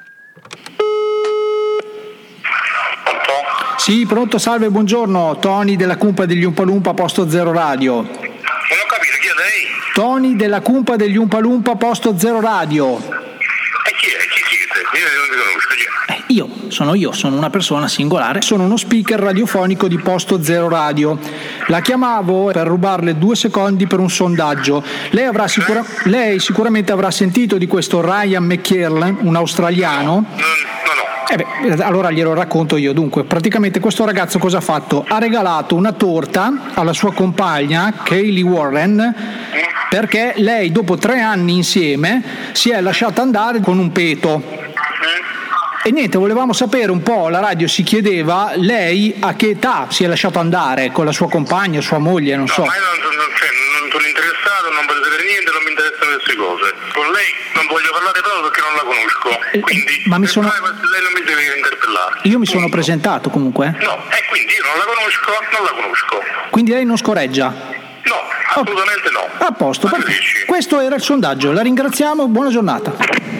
Sì, pronto, salve, buongiorno, Tony della Cumpa degli Umpalumpa, posto Zero Radio. Non ho capito, chi è lei? Tony della Cumpa degli Umpalumpa, posto Zero Radio. E chi è? Chi siete? Io non vi conosco, chi è? Eh, io, sono io, sono una persona singolare, sono uno speaker radiofonico di posto Zero Radio. La chiamavo per rubarle due secondi per un sondaggio. Lei, avrà sicura- lei sicuramente avrà sentito di questo Ryan McKerlan, un australiano. No, no, no. Eh beh, allora glielo racconto io. Dunque, praticamente questo ragazzo cosa ha fatto? Ha regalato una torta alla sua compagna Kaylee Warren perché lei dopo tre anni insieme si è lasciata andare con un peto. E niente, volevamo sapere un po', la radio si chiedeva, lei a che età si è lasciato andare con la sua compagna, sua moglie, non no, so. Ma io non, non, cioè, non sono interessato, non voglio sapere niente, non mi interessano queste cose. Con lei non voglio parlare proprio perché non la conosco. Quindi ma mi sono... lei non mi deve interpellare. Io mi sono presentato comunque. No, e quindi io non la conosco, non la conosco. Quindi lei non scorreggia? No, assolutamente no. A posto, questo era il sondaggio, la ringraziamo, buona giornata.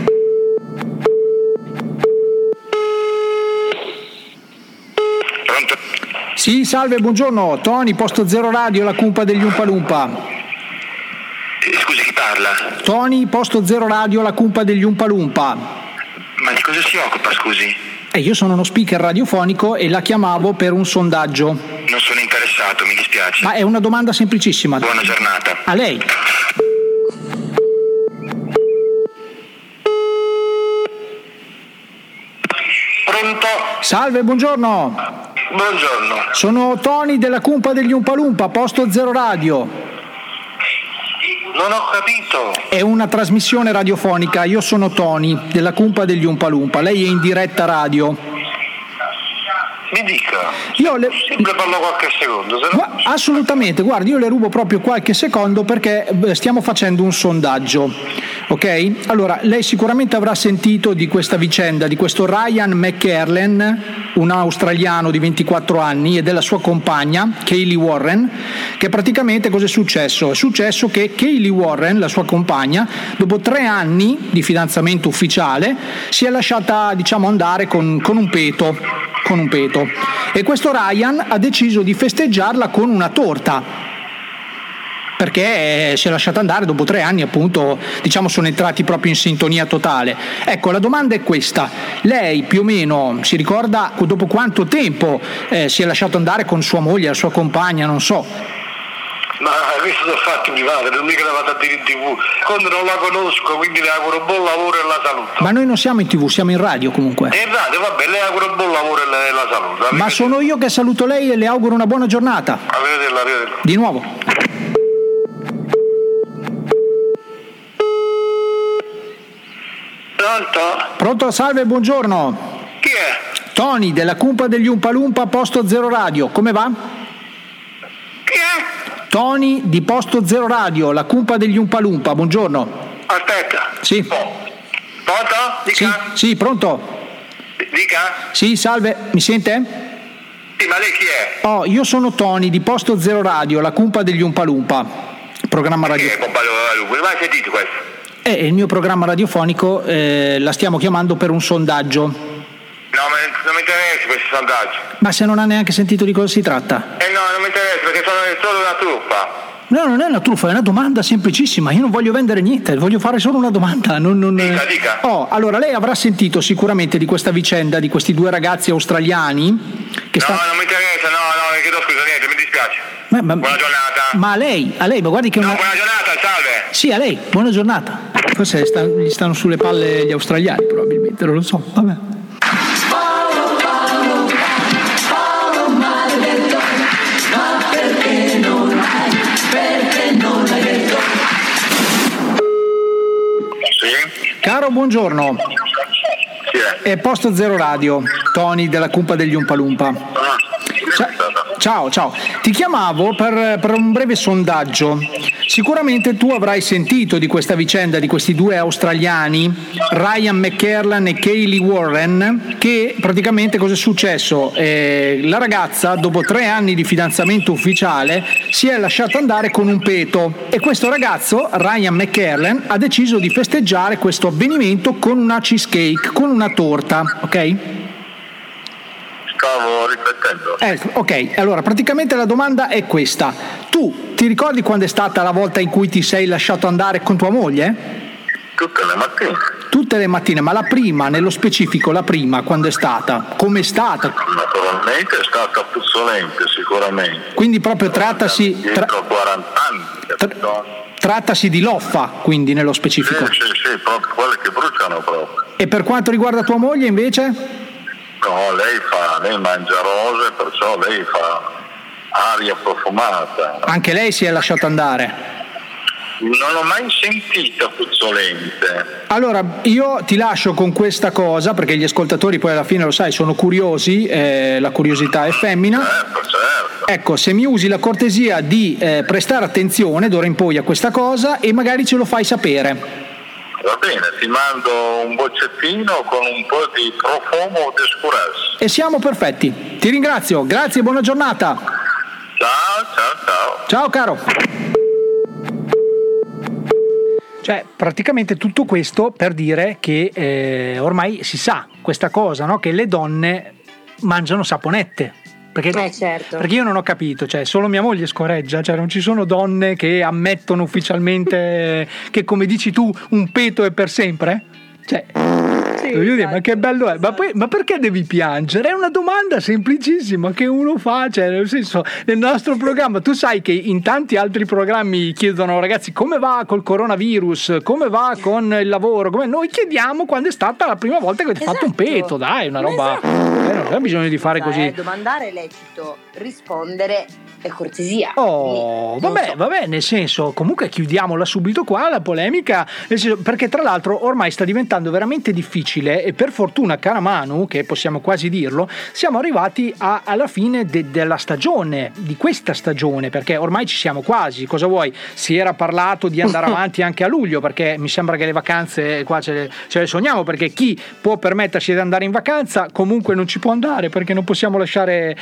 Pronto? Sì, salve, buongiorno, Tony, posto Zero Radio, la Cumpa degli Umpalumpa. Eh, scusi, chi parla? Tony, posto Zero Radio, la Cumpa degli Umpalumpa. Ma di cosa si occupa, scusi? Eh, io sono uno speaker radiofonico e la chiamavo per un sondaggio. Non sono interessato, mi dispiace. Ma è una domanda semplicissima. Buona giornata. A lei. Pronto? Salve, buongiorno. Buongiorno. Sono Tony della Cumpa degli Umpalumpa, posto Zero Radio. Non ho capito. È una trasmissione radiofonica, io sono Tony della Cumpa degli Umpalumpa, lei è in diretta radio. Mi dica. Io le... Sempre parlo qualche secondo. Se no... Assolutamente, guardi, io le rubo proprio qualche secondo perché stiamo facendo un sondaggio. ok? Allora, lei sicuramente avrà sentito di questa vicenda di questo Ryan McKerlen, un australiano di ventiquattro anni, e della sua compagna Kaylee Warren, che praticamente cosa è successo? È successo che Kaylee Warren, la sua compagna, dopo tre anni di fidanzamento ufficiale, si è lasciata, diciamo, andare con, con un peto, con un peto. E questo Ryan ha deciso di festeggiarla con una torta, perché si è lasciata andare dopo tre anni, appunto, diciamo, sono entrati proprio in sintonia totale. Ecco, la domanda è questa: lei più o meno si ricorda dopo quanto tempo eh, si è lasciato andare con sua moglie, la sua compagna, non so? Ma questo sono fatti privati, non mica la vado a dire in tv, quando non la conosco, quindi le auguro buon lavoro e la saluto. Ma noi non siamo in tv, siamo in radio comunque. In radio, vabbè, le auguro buon lavoro e la, e la saluto. Ma sono io che saluto lei e le auguro una buona giornata. Arrivederla, arrivederla. Di nuovo. Pronto? Pronto, salve, buongiorno. Chi è? Tony della Cumpa degli Umpalumpa, Posto Zero Radio, come va? Chi è? Tony di Posto Zero Radio, la Cumpa degli Umpalumpa, buongiorno. Aspetta. Sì. Pronto? Dica? Sì, sì, pronto. Dica? Sì, salve, mi sente? Sì, ma lei chi è? Oh, io sono Tony di Posto Zero Radio, la Cumpa degli Umpalumpa, programma radio. Chi è Cumpa degli Umpalumpa? Mai sentito questo? È il mio programma radiofonico, eh, la stiamo chiamando per un sondaggio. No, ma non mi interessa questo sondaggio. Ma se non ha neanche sentito di cosa si tratta? Eh no, non mi interessa perché sono solo una truffa. No, non è una truffa, è una domanda semplicissima. Io non voglio vendere niente, voglio fare solo una domanda. Non, non... Dica, dica. Oh, allora lei avrà sentito sicuramente di questa vicenda di questi due ragazzi australiani che No, sta... non mi interessa, no, no, mi chiedo scusa, niente, mi dispiace. Ma, ma... Buona giornata. Ma a lei, a lei, ma guardi che... No, una... buona giornata, salve. Sì, a lei, buona giornata. Forse sta- gli stanno sulle palle gli australiani, probabilmente, non lo so, vabbè. Caro, buongiorno. Chi è? È Posto Zero Radio, Tony della Cumpa degli Umpalumpa. Ciao, ciao, ciao. Ti chiamavo per, per un breve sondaggio. Sicuramente tu avrai sentito di questa vicenda di questi due australiani, Ryan McKerlen e Kaylee Warren, che praticamente cosa è successo? Eh, la ragazza, dopo tre anni di fidanzamento ufficiale, si è lasciata andare con un peto e questo ragazzo, Ryan McKerlen, ha deciso di festeggiare questo avvenimento con una cheesecake, con una torta, ok? Stavo riflettendo. Eh, ok, allora praticamente la domanda è questa: tu ti ricordi quando è stata la volta in cui ti sei lasciato andare con tua moglie? Tutte le mattine. Tutte le mattine, ma la prima, nello specifico la prima, quando è stata? Com'è stata? Naturalmente è stata puzzolente, sicuramente. Quindi proprio trattasi... Tra, Dietro quaranta anni, tra, trattasi di loffa, quindi nello specifico. Sì, sì, sì, proprio quelle che bruciano proprio. E per quanto riguarda tua moglie invece? No, lei fa, lei mangia rose, perciò lei fa aria profumata. Anche lei si è lasciata andare? Non l'ho mai sentita puzzolente. Allora, io ti lascio con questa cosa, perché gli ascoltatori poi alla fine, lo sai, sono curiosi, eh, la curiosità è femmina. Certo, certo. Ecco, se mi usi la cortesia di eh, prestare attenzione d'ora in poi a questa cosa e magari ce lo fai sapere. Va bene, ti mando un boccettino con un po' di profumo di scurezza. E siamo perfetti. Ti ringrazio, grazie e buona giornata. Ciao, ciao, ciao. Ciao caro. Cioè, praticamente tutto questo per dire che eh, ormai si sa questa cosa, no? Che le donne mangiano saponette. Perché, eh certo. perché io non ho capito, cioè solo mia moglie scorreggia, cioè non ci sono donne che ammettono ufficialmente che, come dici tu, un peto è per sempre? Cioè, sì, voglio dire, ma che bello è, ma, poi, ma perché devi piangere? È una domanda semplicissima che uno fa, cioè nel senso, nel nostro programma, tu sai che in tanti altri programmi chiedono, ragazzi, come va col coronavirus, come va con il lavoro, come noi chiediamo quando è stata la prima volta che ti hai esatto. fatto un peto, dai, una roba, esatto. eh, non c'è bisogno di fare così. Domandare è lecito, rispondere è cortesia. Oh, vabbè, so. vabbè, nel senso, comunque chiudiamola subito qua la polemica, nel senso, perché tra l'altro ormai sta diventando veramente difficile e per fortuna, cara Manu, che possiamo quasi dirlo, siamo arrivati a, alla fine de, della stagione, di questa stagione, perché ormai ci siamo quasi. Cosa vuoi? Si era parlato di andare avanti anche a luglio, perché mi sembra che le vacanze qua ce le, ce le sogniamo, perché chi può permettersi di andare in vacanza comunque non ci può andare, perché non possiamo lasciare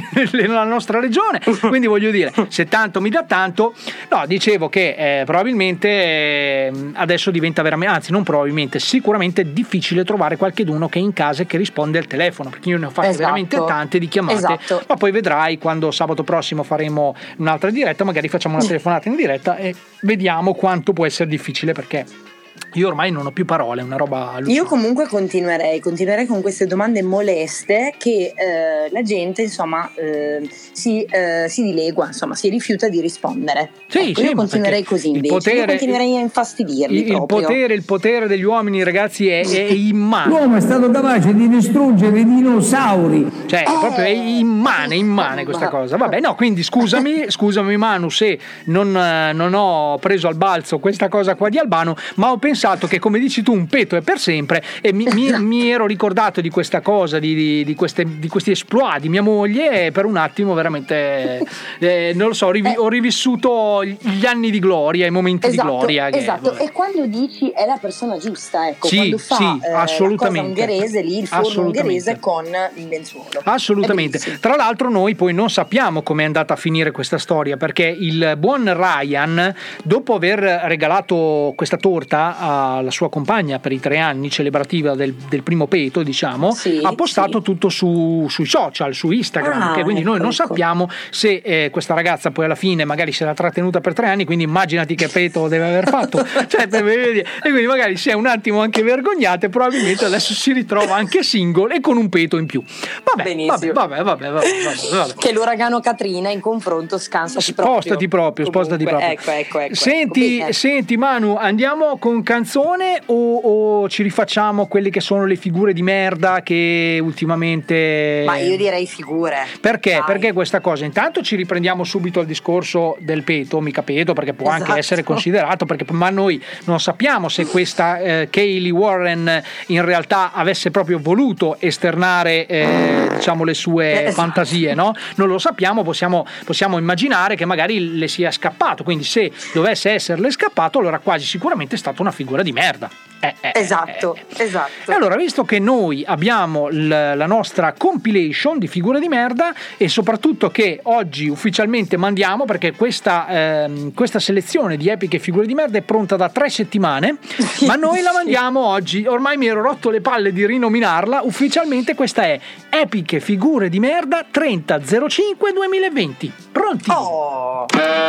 la nostra regione, quindi voglio dire, se tanto mi dà tanto. No, dicevo che eh, probabilmente eh, adesso diventa veramente, anzi non probabilmente, sicuramente difficile trovare qualcheduno che è in casa e che risponde al telefono, perché io ne ho fatte esatto. veramente tante di chiamate, esatto. ma poi vedrai quando sabato prossimo faremo un'altra diretta, magari facciamo una telefonata in diretta e vediamo quanto può essere difficile, perché io ormai non ho più parole, è una roba allucinante. Io comunque continuerei, continuerei con queste domande moleste che eh, la gente insomma eh, si, eh, si dilegua, insomma si rifiuta di rispondere. Sì, ecco, sì, io continuerei così invece, potere, io continuerei a infastidirli il, il potere, il potere degli uomini, ragazzi, è, è immane. L'uomo è stato capace di distruggere i dinosauri. Cioè, eh, proprio è immane, immane questa cosa. Vabbè, no, quindi scusami, scusami Manu se non, non ho preso al balzo questa cosa qua di Albano, ma ho pensato che, come dici tu, un peto è per sempre, e mi, mi, mi ero ricordato di questa cosa, di, di, di, queste, di questi esploit di mia moglie, e per un attimo veramente eh, non lo so, rivi, ho rivissuto gli anni di gloria, i momenti esatto, di gloria che, esatto, vabbè. E quando dici è la persona giusta, ecco, sì, quando fa sì, eh, la cosa ungherese lì, il forno ungherese con il lenzuolo, assolutamente. Tra l'altro noi poi non sappiamo come è andata a finire questa storia, perché il buon Ryan, dopo aver regalato questa torta alla sua compagna per i tre anni celebrativa del, del primo peto, diciamo, sì, ha postato sì. tutto su, sui social, su Instagram, ah, quindi ecco, noi non ecco. sappiamo se eh, questa ragazza poi alla fine magari si era trattenuta per tre anni, quindi immaginati che peto deve aver fatto. Cioè, e quindi magari si è un attimo anche vergognata e probabilmente adesso si ritrova anche single e con un peto in più. Vabbè, vabbè, vabbè, vabbè, vabbè, vabbè. Che l'uragano Katrina in confronto scansati spostati proprio, proprio spostati proprio. Ecco, ecco, ecco, senti, ecco. senti Manu, andiamo con canzone o, o ci rifacciamo quelle che sono le figure di merda che ultimamente... Ma io direi figure. Perché? Dai. Perché questa cosa? Intanto ci riprendiamo subito al discorso del peto, mica peto, perché può esatto. anche essere considerato, perché ma noi non sappiamo se questa eh, Kaylee Warren in realtà avesse proprio voluto esternare eh, diciamo le sue esatto. fantasie, no? Non lo sappiamo, possiamo, possiamo immaginare che magari le sia scappato, quindi se dovesse esserle scappato allora quasi sicuramente è stata una figura di merda. Eh, eh, esatto, eh. esatto. E allora, visto che noi abbiamo l- la nostra compilation di figure di merda, e soprattutto che oggi ufficialmente mandiamo, perché questa, ehm, questa selezione di epiche figure di merda è pronta da tre settimane, ma noi la mandiamo oggi. Ormai mi ero rotto le palle di rinominarla. Ufficialmente questa è Epiche figure di merda trenta zero cinque duemilaventi. Pronti? Oh.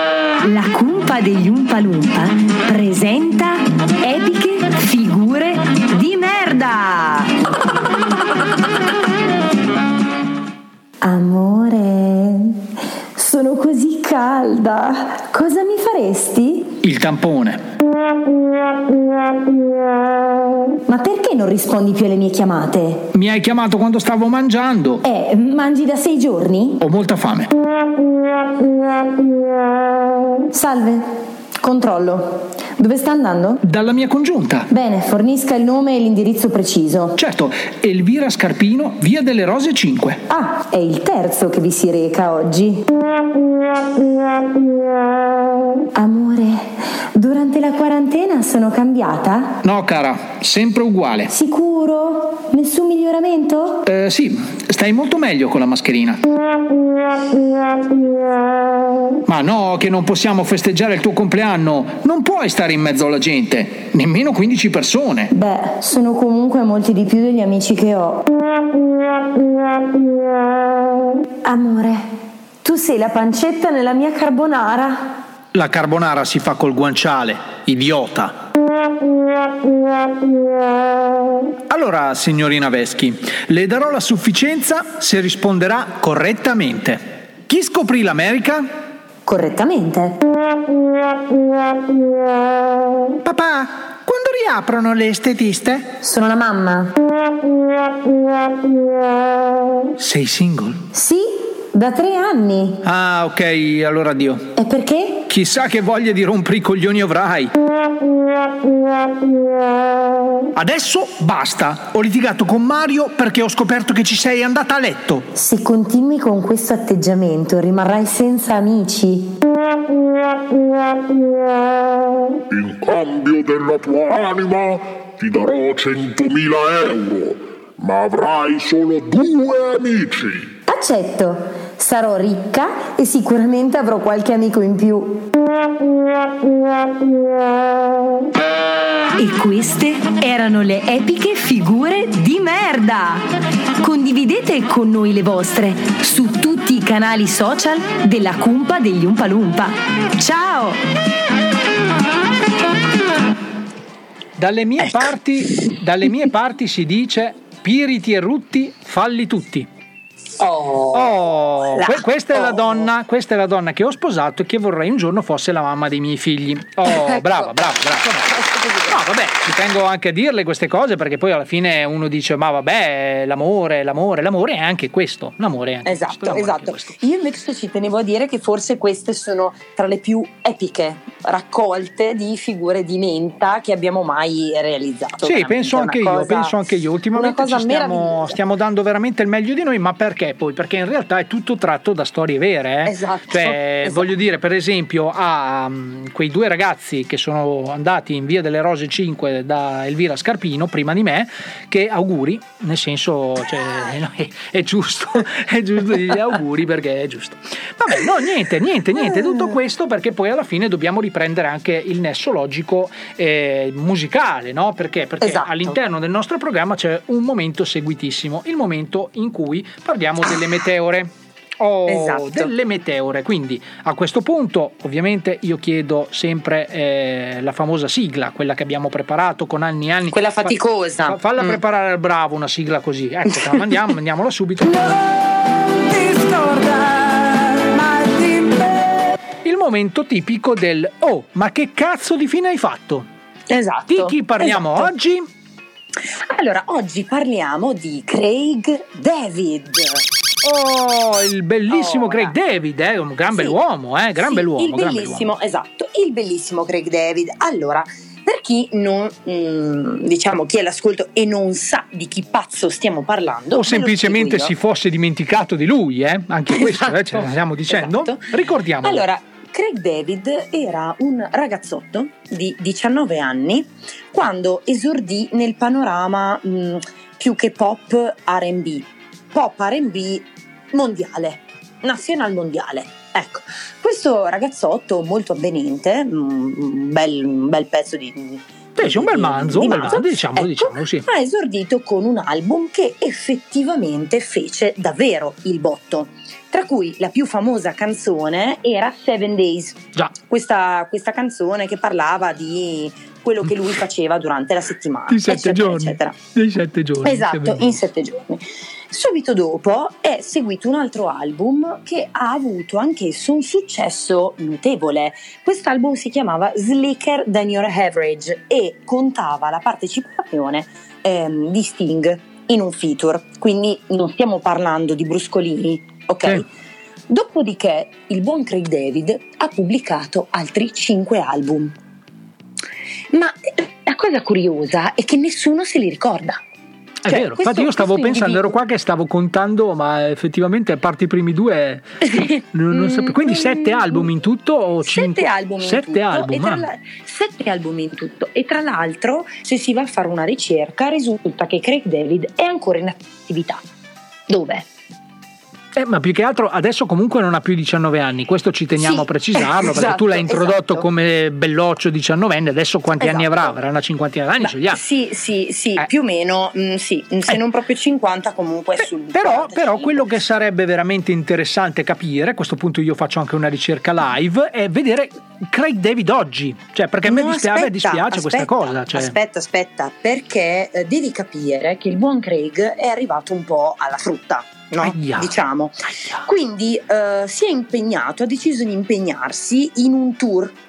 La cumpa degli Umpa Lumpa presenta Epiche figure di merda. Amore, sono così calda. Cosa mi faresti? Il tampone. Ma perché non rispondi più alle mie chiamate? Mi hai chiamato quando stavo mangiando. Eh, mangi da sei giorni? Ho molta fame. Salve, controllo. Dove sta andando? Dalla mia congiunta. Bene, fornisca il nome e l'indirizzo preciso. Certo, Elvira Scarpino, via delle Rose cinque. Ah, è il terzo che vi si reca oggi. Amore, durante la quarantena sono cambiata? No, cara, sempre uguale. Sicuro? Nessun miglioramento? Eh, sì, stai molto meglio con la mascherina. Ma no, che non possiamo festeggiare il tuo compleanno. Non puoi stare in mezzo alla gente, nemmeno quindici persone. Beh, sono comunque molti di più degli amici che ho. Amore, tu sei la pancetta nella mia carbonara. La carbonara si fa col guanciale, idiota. Allora, signorina Veschi, le darò la sufficienza se risponderà correttamente. Chi scoprì l'America? Correttamente. Papà, quando riaprono le estetiste? Sono la mamma. Sei single? Sì, Da tre anni. Ah, ok, allora addio. E perché? Chissà che voglia di rompere i coglioni avrai. Adesso basta. Ho litigato con Mario perché ho scoperto che ci sei andata a letto. Se continui con questo atteggiamento rimarrai senza amici. In cambio della tua anima ti darò centomila euro, ma avrai solo due amici. Accetto. Sarò ricca e sicuramente avrò qualche amico in più. E queste erano le epiche figure di merda. Condividete con noi le vostre su tutti i canali social della Cumpa degli Umpa Lumpa. Ciao! Dalle mie, ecco. parti, dalle mie parti si dice piriti e rutti, falli tutti. Oh, oh que- questa è la donna, questa è la donna che ho sposato e che vorrei un giorno fosse la mamma dei miei figli. Oh, brava, brava, brava. No, vabbè, ci tengo anche a dirle queste cose perché poi alla fine uno dice ma vabbè, l'amore, l'amore, l'amore è anche questo, l'amore è anche esatto, questo, esatto. Io invece ci tenevo a dire che forse queste sono tra le più epiche raccolte di figure di menta che abbiamo mai realizzato. Sì, penso anche io, cosa, penso anche io. Ultimamente ci stiamo, stiamo dando veramente il meglio di noi, ma perché poi? Perché in realtà è tutto tratto da storie vere, eh? Esatto. Cioè, esatto. voglio dire, per esempio, a um, quei due ragazzi che sono andati in Via delle Rose cinque da Elvira Scarpino prima di me, che auguri, nel senso, cioè, no, è, è giusto, è giusto dire auguri perché è giusto. Vabbè, no, niente, niente, niente, tutto questo perché poi alla fine dobbiamo riprendere anche il nesso logico eh, musicale, no? Perché? Perché esatto. all'interno del nostro programma c'è un momento seguitissimo, il momento in cui parliamo delle meteore. Oh, esatto. delle meteore. Quindi a questo punto ovviamente io chiedo sempre eh, la famosa sigla, quella che abbiamo preparato con anni e anni, quella faticosa. Fa, falla mm. preparare al bravo una sigla così, ecco, te la mandiamo, mandiamola subito. Il momento tipico del oh, ma che cazzo di fine hai fatto? Esatto. Di chi parliamo esatto. oggi? Allora, oggi parliamo di Craig David. Oh, il bellissimo oh, Craig David, eh, un gran sì, bell'uomo, eh, gran sì, bell'uomo. Il gran bellissimo, bell'uomo. esatto, il bellissimo Craig David. Allora, per chi non, mh, diciamo, chi è all'ascolto e non sa di chi pazzo stiamo parlando, o semplicemente si fosse dimenticato di lui, eh, anche questo, esatto, eh, ce ne stiamo dicendo. Esatto. Ricordiamolo. Allora, Craig David era un ragazzotto di diciannove anni quando esordì nel panorama mh, più che pop R and B, pop R and B mondiale, nazional mondiale. Ecco, questo ragazzotto molto avvenente, un bel, un bel pezzo di... Sì, un bel manzo, di un bel manzo, manzo, diciamo, ecco, diciamo, sì. Ha esordito con un album che effettivamente fece davvero il botto, tra cui la più famosa canzone era Seven Days. Già. Questa, questa canzone che parlava di quello che lui faceva durante la settimana. Di sette eccetera, giorni. Eccetera. Di sette giorni. Esatto, in sette giorni. Subito dopo è seguito un altro album che ha avuto anch'esso un successo notevole. Quest'album si chiamava Slicker Than Your Average e contava la partecipazione ehm, di Sting in un feature, quindi non stiamo parlando di bruscolini, ok? Sì. Dopodiché il buon Craig David ha pubblicato altri cinque album. Ma la cosa curiosa è che nessuno se li ricorda. È cioè, vero, questo, infatti io stavo pensando, individuo... ero qua che stavo contando, ma effettivamente a parte i primi due non, non sapevo. Quindi sette album in tutto o cinque? Sette album in sette tutto. Album, e tra ah. la... Sette album in tutto. E tra l'altro, se si va a fare una ricerca, risulta che Craig David è ancora in attività. Dove? Eh, ma più che altro adesso comunque non ha più diciannove anni, questo ci teniamo sì, a precisarlo, esatto, perché tu l'hai introdotto esatto. come belloccio diciannovenne, adesso quanti esatto. anni avrà? Avrà una cinquantina d'anni, Beh, ce li ha. Sì, sì, sì, eh. più o meno, mh, sì, se eh. non proprio cinquanta comunque è sul però, però quello che sarebbe veramente interessante capire, a questo punto io faccio anche una ricerca live, è vedere Craig David oggi, cioè perché a me no, dispiace, aspetta, dispiace aspetta, questa cosa. Cioè. Aspetta, aspetta, perché eh, devi capire che il buon Craig è arrivato un po' alla frutta. No, Aia. diciamo Aia. Quindi uh, si è impegnato, ha deciso di impegnarsi in un tour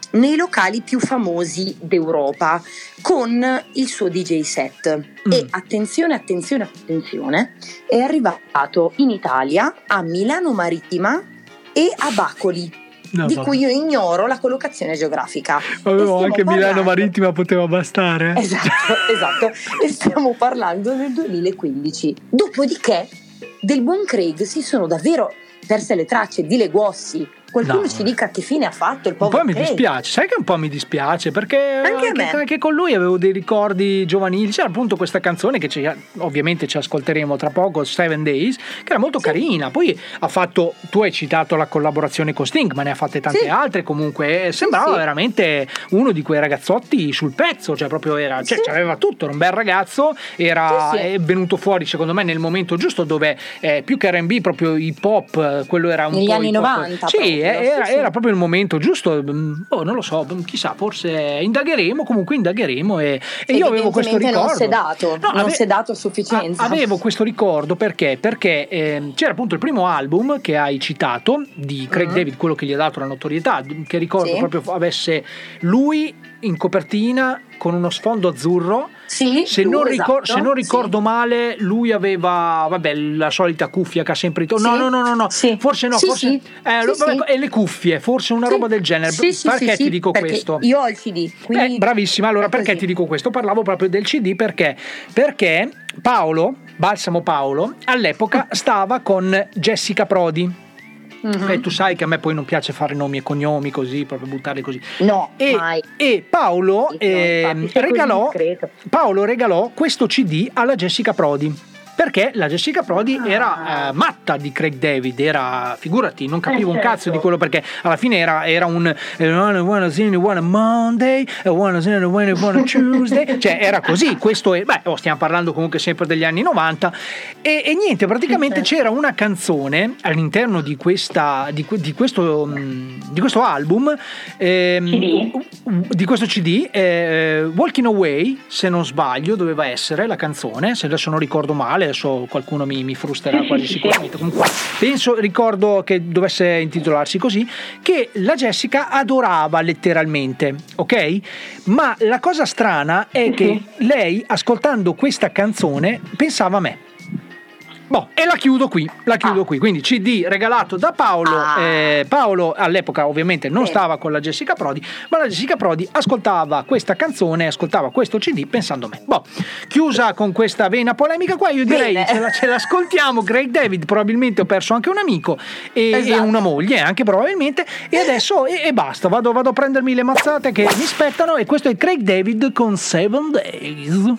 nei locali più famosi d'Europa con il suo D J set. Mm. E attenzione, attenzione, attenzione, è arrivato in Italia a Milano Marittima e a Bacoli. No, di cui io ignoro la collocazione geografica. Avevo anche parlando... Milano Marittima poteva bastare. Esatto, esatto. E stiamo parlando del duemilaquindici. Dopodiché del buon Craig si sono davvero perse le tracce. Dile Guossi, qualcuno no. ci dica che fine ha fatto il povero Un po' mi Craig. dispiace, sai che un po' mi dispiace perché anche, anche, anche con lui avevo dei ricordi giovanili. C'era appunto questa canzone che ci, ovviamente ci ascolteremo tra poco, Seven Days, che era molto sì. carina. Poi ha fatto, tu hai citato la collaborazione con Sting, ma ne ha fatte tante sì. altre comunque. Sembrava sì, sì. veramente uno di quei ragazzotti sul pezzo, cioè proprio era, cioè sì. aveva tutto, era un bel ragazzo, era sì, sì. è venuto fuori secondo me nel momento giusto dove eh, più che R and B proprio hip hop, quello era un negli po' anni novanta. Sì, Era, sì, sì. era proprio il momento giusto. Oh, non lo so, chissà, forse indagheremo. Comunque indagheremo. E, e io avevo questo ricordo. Non sedato, no, non ave- sedato a sufficienza. Avevo questo ricordo perché? Perché eh, c'era appunto il primo album che hai citato di Craig uh-huh. David, quello che gli ha dato la notorietà. Che ricordo sì. proprio avesse lui in copertina con uno sfondo azzurro. Sì, se, tu, non ricor- esatto, se non ricordo sì. male, lui aveva vabbè la solita cuffia che ha sempre detto. No, sì. no, no, no, no. Sì. Forse no, sì, forse sì. Eh, sì, lo, sì. E le cuffie, forse una sì. roba del genere. Sì, sì, perché sì, ti sì, dico perché questo? Io ho il C D. Quindi... Eh, bravissima. Allora, perché ti dico questo? Parlavo proprio del C D perché perché Paolo, Balsamo Paolo, all'epoca stava con Jessica Prodi. Mm-hmm. E tu sai che a me poi non piace fare nomi e cognomi così, proprio buttare così. No, e, mai. E Paolo, no, eh, regalò, Paolo regalò questo C D alla Jessica Prodi. Perché la Jessica Prodi ah. era eh, matta di Craig David, era, figurati, non capivo eh, un cazzo certo. di quello, perché alla fine era, era un one Monday, one Tuesday, cioè era così, questo è, beh, oh, stiamo parlando comunque sempre degli anni novanta e, e niente, praticamente certo. c'era una canzone all'interno di questa di, di questo di questo album ehm, di questo C D eh, Walking Away, se non sbaglio doveva essere la canzone, se adesso non ricordo male, adesso qualcuno mi, mi frusterà quasi sicuramente, comunque penso, ricordo che dovesse intitolarsi così, che la Jessica adorava letteralmente, ok? Ma la cosa strana è che lei, ascoltando questa canzone, pensava a me. Boh, e la chiudo qui, la chiudo ah. qui. Quindi C D regalato da Paolo. Ah. Eh, Paolo all'epoca ovviamente non sì. stava con la Jessica Prodi, ma la Jessica Prodi ascoltava questa canzone, ascoltava questo C D pensando a me. Boh, chiusa con questa vena polemica qua, io direi ce, la, ce l'ascoltiamo. Craig David, probabilmente ho perso anche un amico e, esatto. e una moglie, anche probabilmente. E adesso e, e basta, vado, vado a prendermi le mazzate che mi spettano. E questo è Craig David con Seven Days.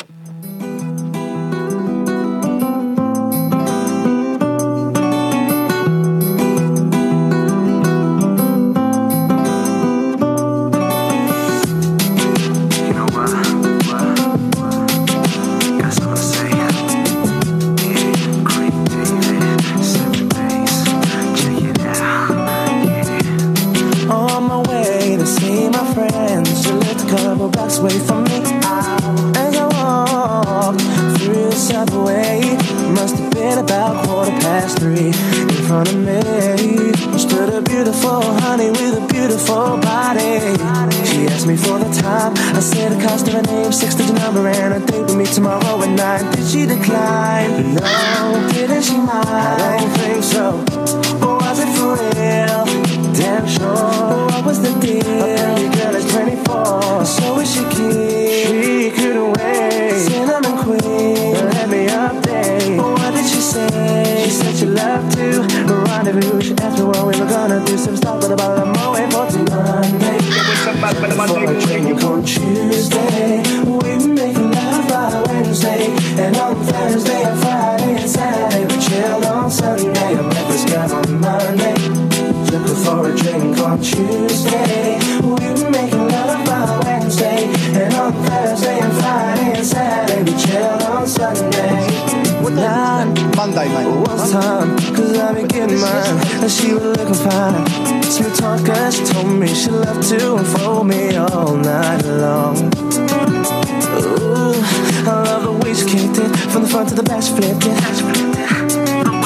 Away from me as I walked through the subway. Must have been about quarter past three. In front of me stood a beautiful honey with a beautiful body. She asked me for the time. I said the cost of her name, six-digit number, and a date with me tomorrow at nine. Did she decline? No. Didn't she mind? I don't think so. Or was it for real? Damn sure. What was the deal? A pretty girl is twenty-four, so is she cute? She couldn't wait. Cinnamon queen, let me update. What did she say? She said she loved to rendezvous. She asked me what we were gonna do. Some stuff, but about I'm away for Monday. For a drink on Tuesday, we were making love by Wednesday, and on Thursday and Friday and Saturday we chilled on Sunday. I met this guy on Monday. Looking for a drink on Tuesday. We were making love by Wednesday, and on Thursday and Friday and Saturday we chilled on Sunday. Now Monday, mate. One time, cause I been getting mine, and she was looking fine. Smooth talker, she told me she loved to unfold me all night long. Ooh, I love the way she kicked it, from the front to the back she flipped it. The way she kicked it.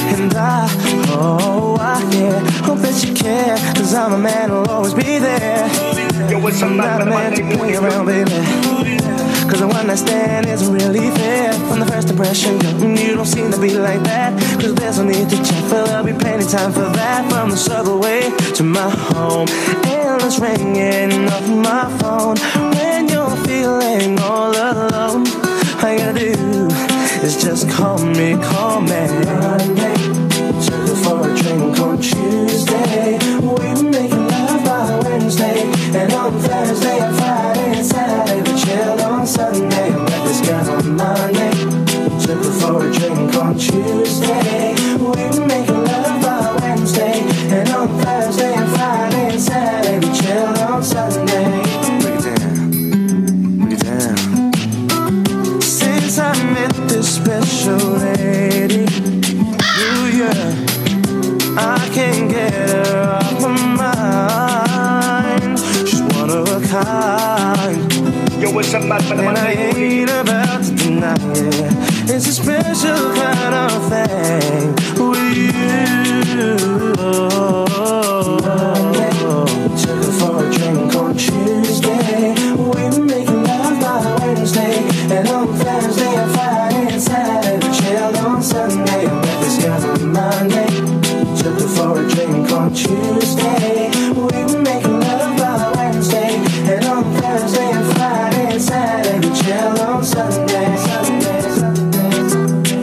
And I, oh, I, yeah, hope that you care, cause I'm a man who'll always be there. I'm not a man to play around, baby, cause the one I stand isn't really fair. From the first impression, you don't seem to be like that, cause there's no need to check, but there'll be plenty time for that. From the subway to my home, endless ringing off my phone. When you're feeling all alone, all you gotta do is just call me, call me. Monday, took her for a drink on Tuesday. We were making love by Wednesday, and on Thursday and Friday and Saturday we chilled on Sunday. I met this girl on Monday, took her for a drink on Tuesday. We were making love by Wednesday, and on Thursday and Friday and Saturday we chilled on Sunday. Break it down, break it down. Since I met this special lady, ooh yeah, I can't get her off my mind. She's one of a kind. Yo, what's up, man? And I ain't about to deny it. It's a special kind of thing with you. Monday, took her for a drink on Tuesday. We were making love by Wednesday, and on Thursday and Friday and Saturday we chilled on Sunday. I met this girl on Monday, took her for a drink on Tuesday. We were making love by Wednesday, and on Thursday and Friday and Saturday we chilled on Sunday. Sunday, Sunday, Sunday.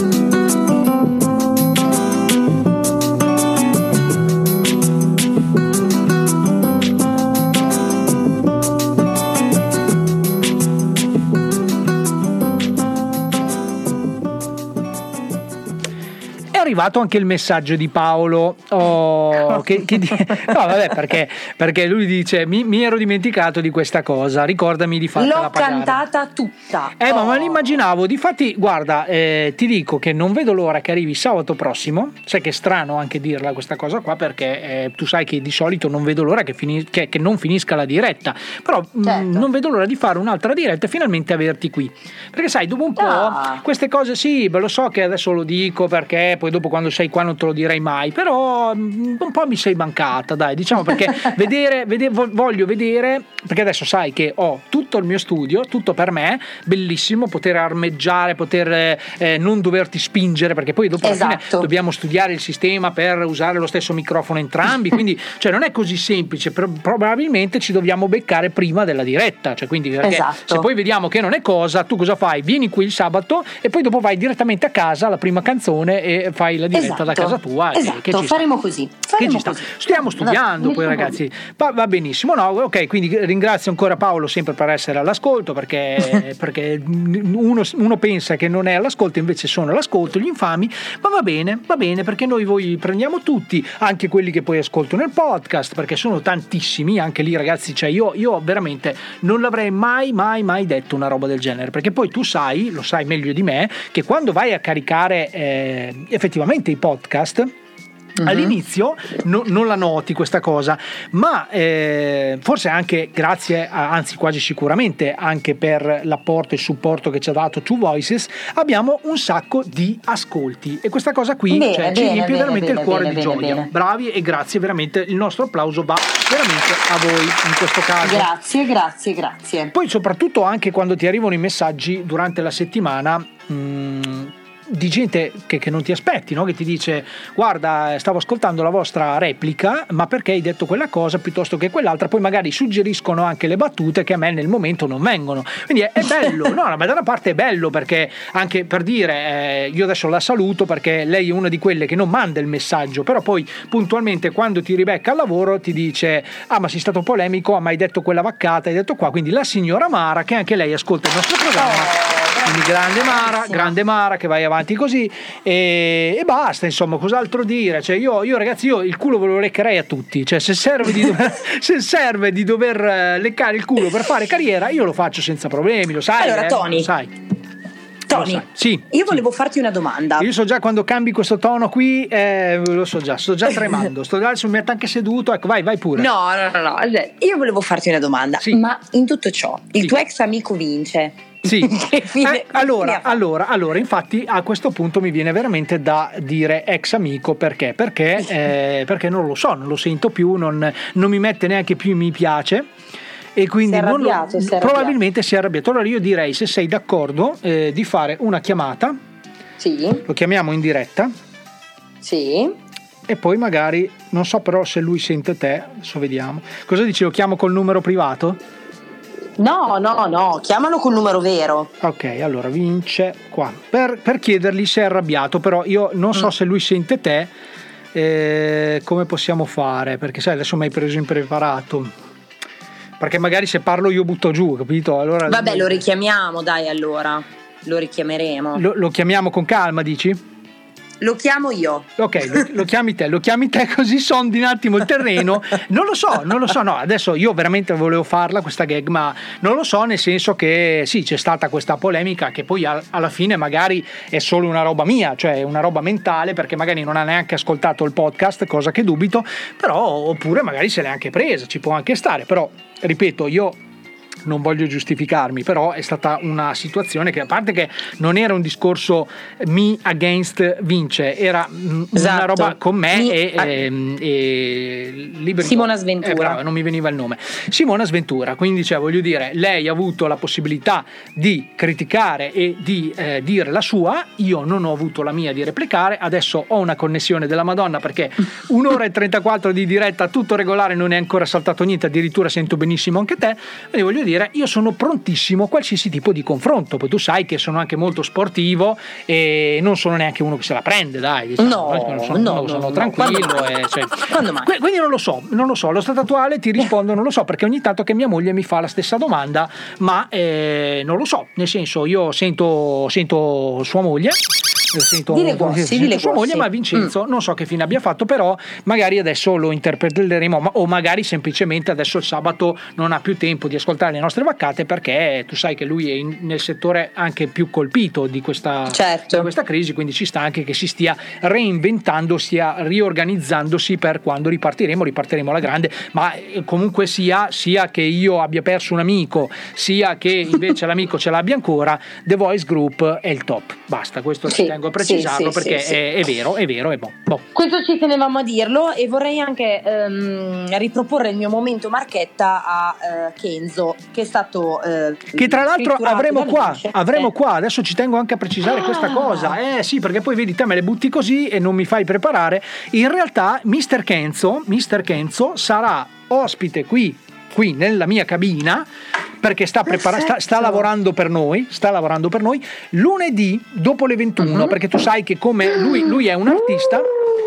È arrivato anche il messaggio di Paolo, oh, che, che di... no vabbè perché, perché lui dice mi, mi ero dimenticato di questa cosa, ricordami di farla l'ho pagare. cantata tutta eh oh. ma me l'immaginavo, difatti guarda eh, ti dico che non vedo l'ora che arrivi sabato prossimo, sai che è strano anche dirla questa cosa qua perché eh, tu sai che di solito non vedo l'ora che, fini... che, che non finisca la diretta, però certo. mh, non vedo l'ora di fare un'altra diretta e finalmente averti qui, perché sai dopo un po' ah. queste cose sì, beh, lo so che adesso lo dico perché poi dopo quando sei qua non te lo direi mai, però un po' mi sei mancata, dai, diciamo, perché vedere, vedere, voglio vedere, perché adesso sai che ho tutto il mio studio, tutto per me, bellissimo, poter armeggiare, poter eh, non doverti spingere, perché poi dopo alla esatto. fine dobbiamo studiare il sistema per usare lo stesso microfono entrambi, quindi cioè non è così semplice, pro- probabilmente ci dobbiamo beccare prima della diretta, cioè quindi perché esatto. se poi vediamo che non è cosa, tu cosa fai? Vieni qui il sabato e poi dopo vai direttamente a casa alla prima canzone e fai la diretta esatto. da casa tua. Esatto, che ci faremo sta. così. Faremo che così. Sta. Stiamo studiando, poi ragazzi. Va, va benissimo, no? Ok, quindi ringrazio ancora Paolo sempre per essere all'ascolto, perché, perché uno, uno pensa che non è all'ascolto, invece sono all'ascolto, gli infami, ma va bene, va bene, perché noi voi prendiamo tutti, anche quelli che poi ascoltano il podcast, perché sono tantissimi, anche lì ragazzi, cioè io, io veramente non l'avrei mai, mai, mai detto una roba del genere, perché poi tu sai, lo sai meglio di me, che quando vai a caricare eh, effettivamente i podcast, Uh-huh. all'inizio no, non la noti questa cosa, ma eh, forse anche grazie a, anzi quasi sicuramente anche per l'apporto e il supporto che ci ha dato Two Voices abbiamo un sacco di ascolti e questa cosa qui bene, cioè, bene, ci riempie bene, veramente bene, il cuore bene, di bene, gioia bene. Bravi e grazie, veramente il nostro applauso va veramente a voi in questo caso. Grazie, grazie, grazie. Poi soprattutto anche quando ti arrivano i messaggi durante la settimana mh, di gente che, che non ti aspetti, no? Che ti dice guarda stavo ascoltando la vostra replica ma perché hai detto quella cosa piuttosto che quell'altra, poi magari suggeriscono anche le battute che a me nel momento non vengono, quindi è, è bello no, ma da una parte è bello perché anche per dire eh, io adesso la saluto perché lei è una di quelle che non manda il messaggio, però poi puntualmente quando ti ribecca al lavoro ti dice ah ma sei stato polemico, ma hai detto quella vaccata, hai detto qua, quindi la signora Mara che anche lei ascolta il nostro programma. Quindi grande Mara, grande Mara che vai avanti così e, e basta, insomma, cos'altro dire? Cioè io, io ragazzi io il culo ve lo leccherei a tutti, cioè se serve di dover, se serve di dover leccare il culo per fare carriera io lo faccio senza problemi, lo sai. Allora eh? Tony, lo sai. Tony, sì, io volevo sì. farti una domanda. Io so già quando cambi questo tono qui, eh, lo so già, sto già tremando, sto già mi metto anche seduto, ecco vai, vai pure. No, no, no, no, io volevo farti una domanda, sì. Ma in tutto ciò, il sì. tuo ex amico Vince Sì. eh, allora, allora, allora, infatti a questo punto mi viene veramente da dire ex amico, perché? Perché, eh, perché non lo so, non lo sento più, non, non mi mette neanche più mi piace. E quindi non lo, si probabilmente si è arrabbiato. Allora io direi, se sei d'accordo, eh, di fare una chiamata. Sì. Lo chiamiamo in diretta. Sì. E poi magari, non so però se lui sente te, adesso vediamo. Cosa dici, lo chiamo col numero privato? No, no, no, chiamalo col numero vero. Ok, allora vince qua. Per, per chiedergli se è arrabbiato, però io non so mm. se lui sente te, eh, come possiamo fare? Perché sai, adesso mi hai preso impreparato. Perché magari se parlo io butto giù, capito? Allora, vabbè, lo richiamiamo, dai, allora. Lo richiameremo. Lo, lo chiamiamo con calma, dici? Lo chiamo io. Ok, lo, lo chiami te, lo chiami te così sondi un attimo il terreno. Non lo so, non lo so, no, adesso io veramente volevo farla questa gag, ma non lo so, nel senso che sì, c'è stata questa polemica che poi al, alla fine magari è solo una roba mia, cioè una roba mentale, perché magari non ha neanche ascoltato il podcast, cosa che dubito, però oppure magari se l'è anche presa, ci può anche stare, però ripeto, io non voglio giustificarmi, però è stata una situazione che, a parte che non era un discorso me against Vince, era esatto. una roba con me mi, e, a... e, e Liberty. Simona Sventura, eh, brava, non mi veniva il nome, Simona Sventura, quindi cioè, voglio dire, lei ha avuto la possibilità di criticare e di eh, dire la sua, io non ho avuto la mia di replicare, adesso ho una connessione della Madonna perché un'ora e trentaquattro di diretta tutto regolare, non è ancora saltato niente, addirittura sento benissimo anche te, quindi voglio dire, io sono prontissimo a qualsiasi tipo di confronto, poi tu sai che sono anche molto sportivo e non sono neanche uno che se la prende, dai, diciamo. no, sono, no, no, sono no, tranquillo no. E, cioè, mai? Quindi non lo so, non lo so, allo stato attuale ti rispondo non lo so, perché ogni tanto che mia moglie mi fa la stessa domanda, ma eh, non lo so, nel senso io sento, sento sua moglie, sento, dile Gossi, sento dile sua Gossi. moglie, ma Vincenzo mm. non so che fine abbia fatto, però magari adesso lo interpreteremo, ma, o magari semplicemente adesso il sabato non ha più tempo di ascoltare le nostre vaccate, perché tu sai che lui è in, nel settore anche più colpito di questa, certo. di questa crisi, quindi ci sta anche che si stia reinventando, stia riorganizzandosi per quando ripartiremo, ripartiremo alla grande, ma comunque sia, sia che io abbia perso un amico, sia che invece l'amico ce l'abbia ancora, The Voice Group è il top, basta, questo sì. ci tengo a precisarlo, sì, sì, perché sì, è, sì. è vero, è vero, è boh, boh. Questo ci tenevamo a dirlo, e vorrei anche ehm, riproporre il mio momento marchetta a eh, Kenzo, che è stato eh, che tra l'altro avremo qua, Vince. avremo eh. qua, adesso ci tengo anche a precisare ah. questa cosa, eh sì, perché poi vedi te me le butti così e non mi fai preparare, in realtà mister Kenzo, mister Kenzo sarà ospite qui qui nella mia cabina, perché sta, prepara- sta, sta lavorando per noi, sta lavorando per noi lunedì dopo le ventuno, uh-huh. perché tu sai che come lui, lui è un artista,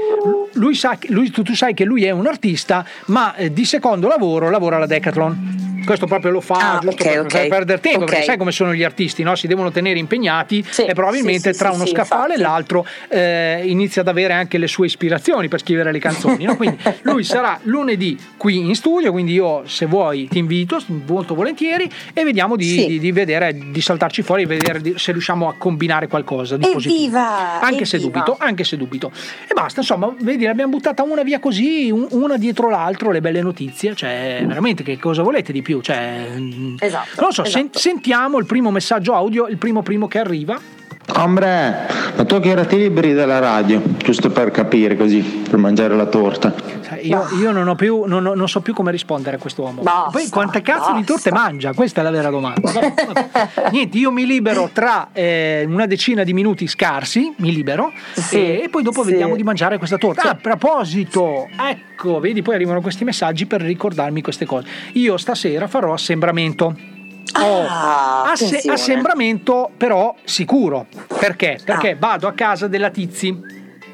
lui sa, lui, tu, tu sai che lui è un artista, ma eh, di secondo lavoro lavora alla Decathlon. Questo proprio lo fa ah, giusto okay, per, okay. per perdere tempo, okay. perché sai come sono gli artisti, no? Si devono tenere impegnati sì, e probabilmente sì, tra sì, uno sì, scaffale infatti. e l'altro eh, inizia ad avere anche le sue ispirazioni per scrivere le canzoni, no? Quindi lui sarà lunedì qui in studio, quindi io se vuoi ti invito molto volentieri e vediamo di, sì. di, di vedere, di saltarci fuori e vedere di, se riusciamo a combinare qualcosa di positivo. Evviva, anche se evviva. dubito, anche se dubito. E basta, insomma, vedi, l'abbiamo buttata una via così, un, una dietro l'altro, le belle notizie, cioè veramente che cosa volete di più? Cioè, esatto, non lo so, esatto. sen- sentiamo il primo messaggio audio, il primo primo che arriva. Ombre, ma tu che ora ti liberi dalla radio, giusto per capire così, per mangiare la torta. Io, io non ho più, non, ho, non so più come rispondere a quest'uomo. Basta, Poi quante cazzo basta. di torte mangia? Questa è la vera domanda. Niente, io mi libero tra eh, una decina di minuti scarsi, mi libero, sì, e, e poi dopo sì. vediamo di mangiare questa torta. Sì. Ah, a proposito, ecco, vedi, poi arrivano questi messaggi per ricordarmi queste cose. Io stasera farò assembramento. Oh, ah, asse- assembramento però sicuro, perché? Perché ah. vado a casa della Tizi,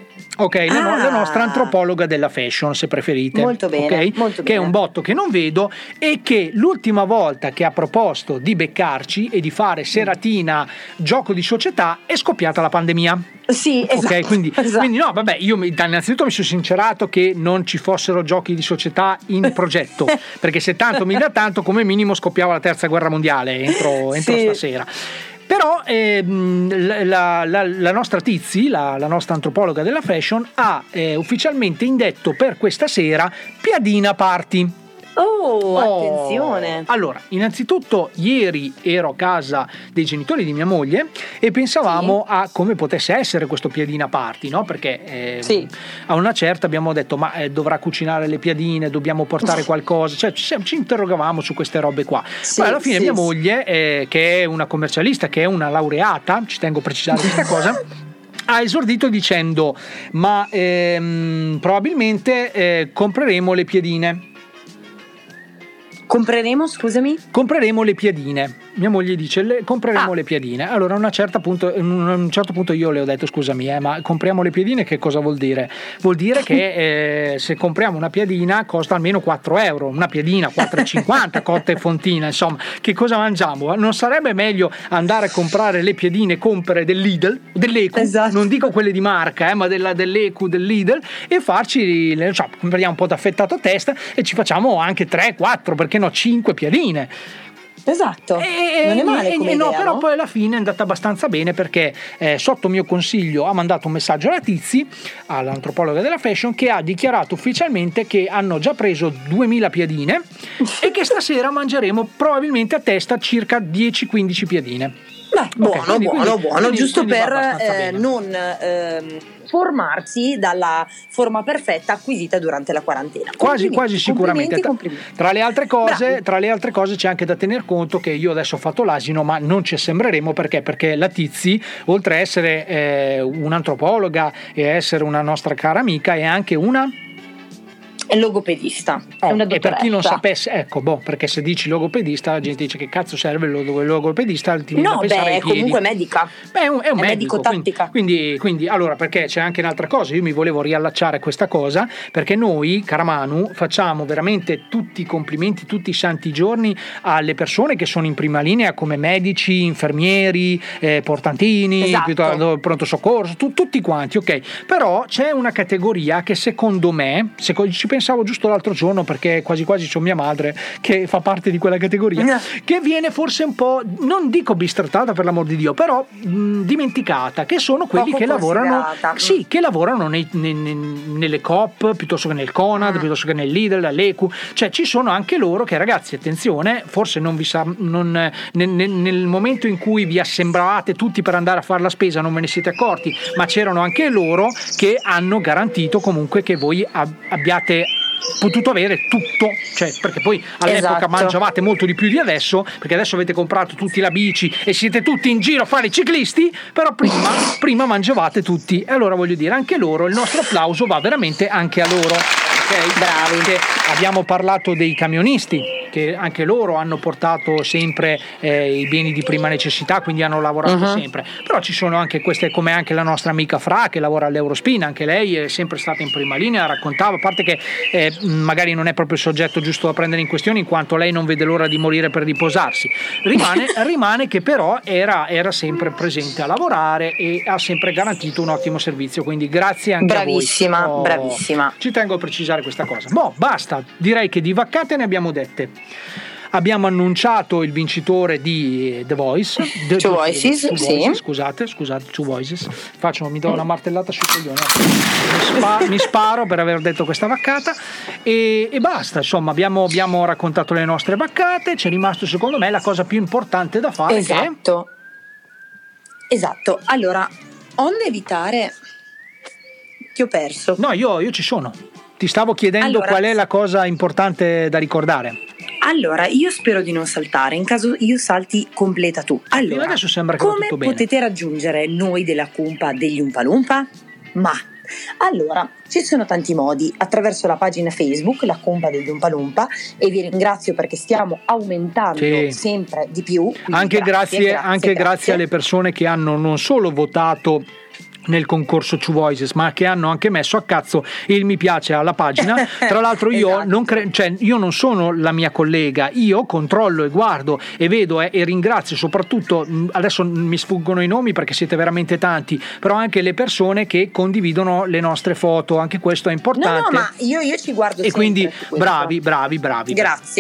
ok, la, no- ah. la nostra antropologa della fashion, se preferite, molto bene, okay? molto che bene. è un botto che non vedo, e che l'ultima volta che ha proposto di beccarci e di fare seratina gioco di società è scoppiata la pandemia. Sì, esatto, ok, quindi, esatto. quindi no, vabbè, io mi, innanzitutto mi sono sincerato che non ci fossero giochi di società in progetto, perché se tanto mi dà tanto, come minimo scoppiava la terza guerra mondiale entro, entro sì. stasera. Però ehm, la, la, la nostra Tizi, la, la nostra antropologa della fashion, ha eh, ufficialmente indetto per questa sera Piadina Party. Oh, Oh, attenzione. Allora, innanzitutto ieri ero a casa dei genitori di mia moglie e pensavamo a come potesse essere questo piadina party, no? Perché eh, Sì. a una certa abbiamo detto ma eh, dovrà cucinare le piadine, dobbiamo portare qualcosa, cioè ci, ci interrogavamo su queste robe qua. Sì, Poi alla fine sì, mia sì. moglie, eh, che è una commercialista, che è una laureata, ci tengo a precisare questa cosa, ha esordito dicendo ma ehm, probabilmente eh, compreremo le piadine. Compreremo, scusami? Compreremo le piadine. Mia moglie dice le, compreremo Ah. le piadine. Allora a una certa punto, a un certo punto io le ho detto scusami eh, ma compriamo le piadine che cosa vuol dire? Vuol dire che eh, se compriamo una piadina costa almeno quattro euro, una piadina quattro e cinquanta cotta e fontina, insomma che cosa mangiamo? Non sarebbe meglio andare a comprare le piadine compere del Lidl, dell'Ecu, Esatto. non dico quelle di marca eh, ma della, dell'Ecu, del Lidl, e farci, le- cioè, compriamo un po' d'affettato a testa e ci facciamo anche tre, quattro, perché no cinque piadine. Esatto, E, non è male e- come e no, idea, però no? poi alla fine è andata abbastanza bene perché eh, sotto mio consiglio ha mandato un messaggio alla Tizi, all'antropologa della fashion, che ha dichiarato ufficialmente che hanno già preso duemila piadine e che stasera mangeremo probabilmente a testa circa dieci quindici piadine. Beh, buono, Ok, quindi- buono, quindi- buono, quindi- giusto quindi va per abbastanza eh, bene. non ehm, formarsi dalla forma perfetta acquisita durante la quarantena. Quasi, Complimenti, quasi sicuramente. complimenti, complimenti. Tra le altre cose, Bravi. tra le altre cose c'è anche da tener conto che io adesso ho fatto l'asino, ma non ci assembreremo perché? Perché la Tizi, oltre a essere eh, un'antropologa e essere una nostra cara amica, è anche una È logopedista, è Oh, una e per dottoressa. chi non sapesse, ecco, boh, perché se dici logopedista la gente dice che cazzo serve il log- il logopedista, ti viene No, da pensare beh, ai è piedi. comunque medica. Beh, è un, è un È medico, quindi, medico-tattica. quindi, quindi allora perché c'è anche un'altra cosa, io mi volevo riallacciare a questa cosa perché noi, cara Manu, facciamo veramente tutti i complimenti tutti i santi giorni alle persone che sono in prima linea come medici, infermieri, eh, portantini, Esatto. piuttosto- pronto soccorso, tu- tutti quanti, ok? Però c'è una categoria che secondo me, secondo, ci pensavo giusto l'altro giorno perché quasi quasi c'ho mia madre che fa parte di quella categoria, che viene forse un po', non dico bistrattata per l'amor di Dio, però mh, dimenticata, che sono quelli Poco che lavorano, considerata. sì, che lavorano nei- nei- nei- nelle Coop piuttosto che nel Conad, Mm. piuttosto che nel Lidl, all'Ecu, cioè ci sono anche loro che, ragazzi, attenzione, forse non vi sa, non, nel, nel- nel momento in cui vi assembravate tutti per andare a fare la spesa non ve ne siete accorti, ma c'erano anche loro che hanno garantito comunque che voi ab- abbiate potuto avere tutto, cioè perché poi all'epoca Esatto. mangiavate molto di più di adesso, perché adesso avete comprato tutti la bici e siete tutti in giro a fare i ciclisti, però prima, prima mangiavate tutti, e allora voglio dire anche loro, il nostro applauso va veramente anche a loro. Ok, bravi. Che abbiamo parlato dei camionisti, che anche loro hanno portato sempre eh, i beni di prima necessità, quindi hanno lavorato Uh-huh. sempre. Però ci sono anche queste, come anche la nostra amica Fra che lavora all'Eurospin, anche lei è sempre stata in prima linea, raccontava, a parte che eh, magari non è proprio il soggetto giusto da prendere in questione in quanto lei non vede l'ora di morire per riposarsi, rimane, rimane che però era, era sempre presente a lavorare e ha sempre garantito un ottimo servizio, quindi grazie anche Bravissima, a voi. Oh, bravissima. Ci tengo a precisare questa cosa. Boh, basta, direi che di vaccate ne abbiamo dette. Abbiamo annunciato il vincitore di The Voice, The, Two Voices, Two sì. Voices, scusate, scusate, Two Voices. Faccio, mi do una martellata sui coglioni. Mi, spa- mi sparo per aver detto questa vaccata e, e basta. Insomma, abbiamo, abbiamo raccontato le nostre vaccate. C'è rimasto, secondo me, la cosa più importante da fare. Esatto. Esatto. Allora, onde evitare. Ti ho perso. No, io, io ci sono. Ti stavo chiedendo Allora- qual è la cosa importante da ricordare. Allora, io spero di non saltare, in caso io salti completa tu. Allora, adesso sembra che va come tutto bene. potete raggiungere noi della Cumpa degli Umpalumpa? Ma, allora, ci sono tanti modi, attraverso la pagina Facebook, la Cumpa degli Umpalumpa, e vi ringrazio perché stiamo aumentando Sì. sempre di più. quindi Anche grazie, grazie, anche grazie alle persone che hanno non solo votato nel concorso Two Voices, ma che hanno anche messo a cazzo il mi piace alla pagina. Tra l'altro io, Esatto. non cre- cioè, io non sono la mia collega, io controllo e guardo e vedo eh, e ringrazio soprattutto, mh, adesso mi sfuggono i nomi perché siete veramente tanti, però anche le persone che condividono le nostre foto, anche questo è No, importante. no, ma io, io ci guardo e sempre quindi su questo. bravi, bravi, bravi. Grazie.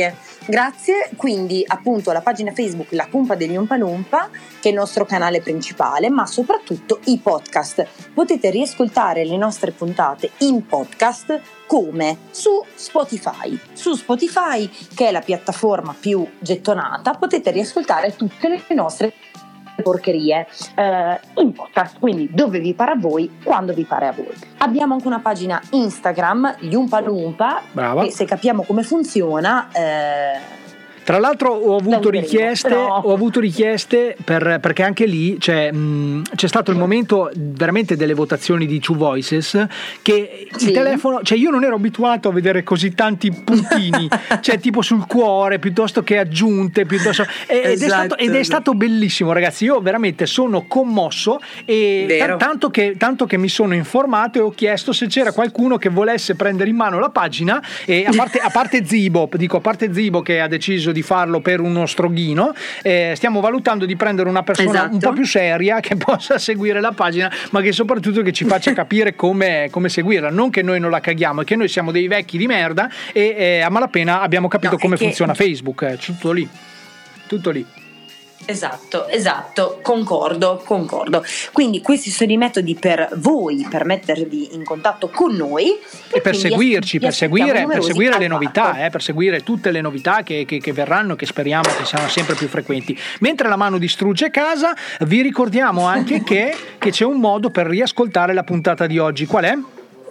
Grazie, quindi appunto alla pagina Facebook La Cumpa degli Umpa Lumpa, che è il nostro canale principale, ma soprattutto i podcast. Potete riascoltare le nostre puntate in podcast come su Spotify. Su Spotify, che è la piattaforma più gettonata, potete riascoltare tutte le nostre porcherie eh, in podcast, quindi dove vi pare a voi, quando vi pare a voi. Abbiamo anche una pagina Instagram, gli Umpa Lumpa, Brava. che se capiamo come funziona eh, Tra l'altro ho avuto Lauderino, richieste, però... ho avuto richieste per, perché anche lì c'è, mh, c'è stato il momento veramente delle votazioni di Two Voices, che Sì. il telefono, cioè io non ero abituato a vedere così tanti puntini, cioè tipo sul cuore piuttosto che aggiunte, piuttosto, ed, è Esatto, stato, ed è esatto. stato bellissimo, ragazzi. Io veramente sono commosso e Vero. t- tanto, che, tanto che mi sono informato e ho chiesto se c'era qualcuno che volesse prendere in mano la pagina, e a parte, a parte Zibo, dico a parte Zibo che ha deciso di farlo per uno stroghino, eh, stiamo valutando di prendere una persona Esatto. un po' più seria che possa seguire la pagina, ma che soprattutto che ci faccia capire come, come seguirla, non che noi non la caghiamo, è che noi siamo dei vecchi di merda e eh, a malapena abbiamo capito No, è come che- funziona Facebook, eh, tutto lì, tutto lì. Esatto, esatto, concordo, concordo. Quindi questi sono i metodi per voi, per mettervi in contatto con noi E per quindi seguirci, vi per aspettiamo seguire, per numerosi seguire le al novità, parco. eh, per seguire tutte le novità che, che, che verranno, che speriamo che siano sempre più frequenti. Mentre la Manu distrugge casa, vi ricordiamo anche che, che c'è un modo per riascoltare la puntata di oggi. Qual è?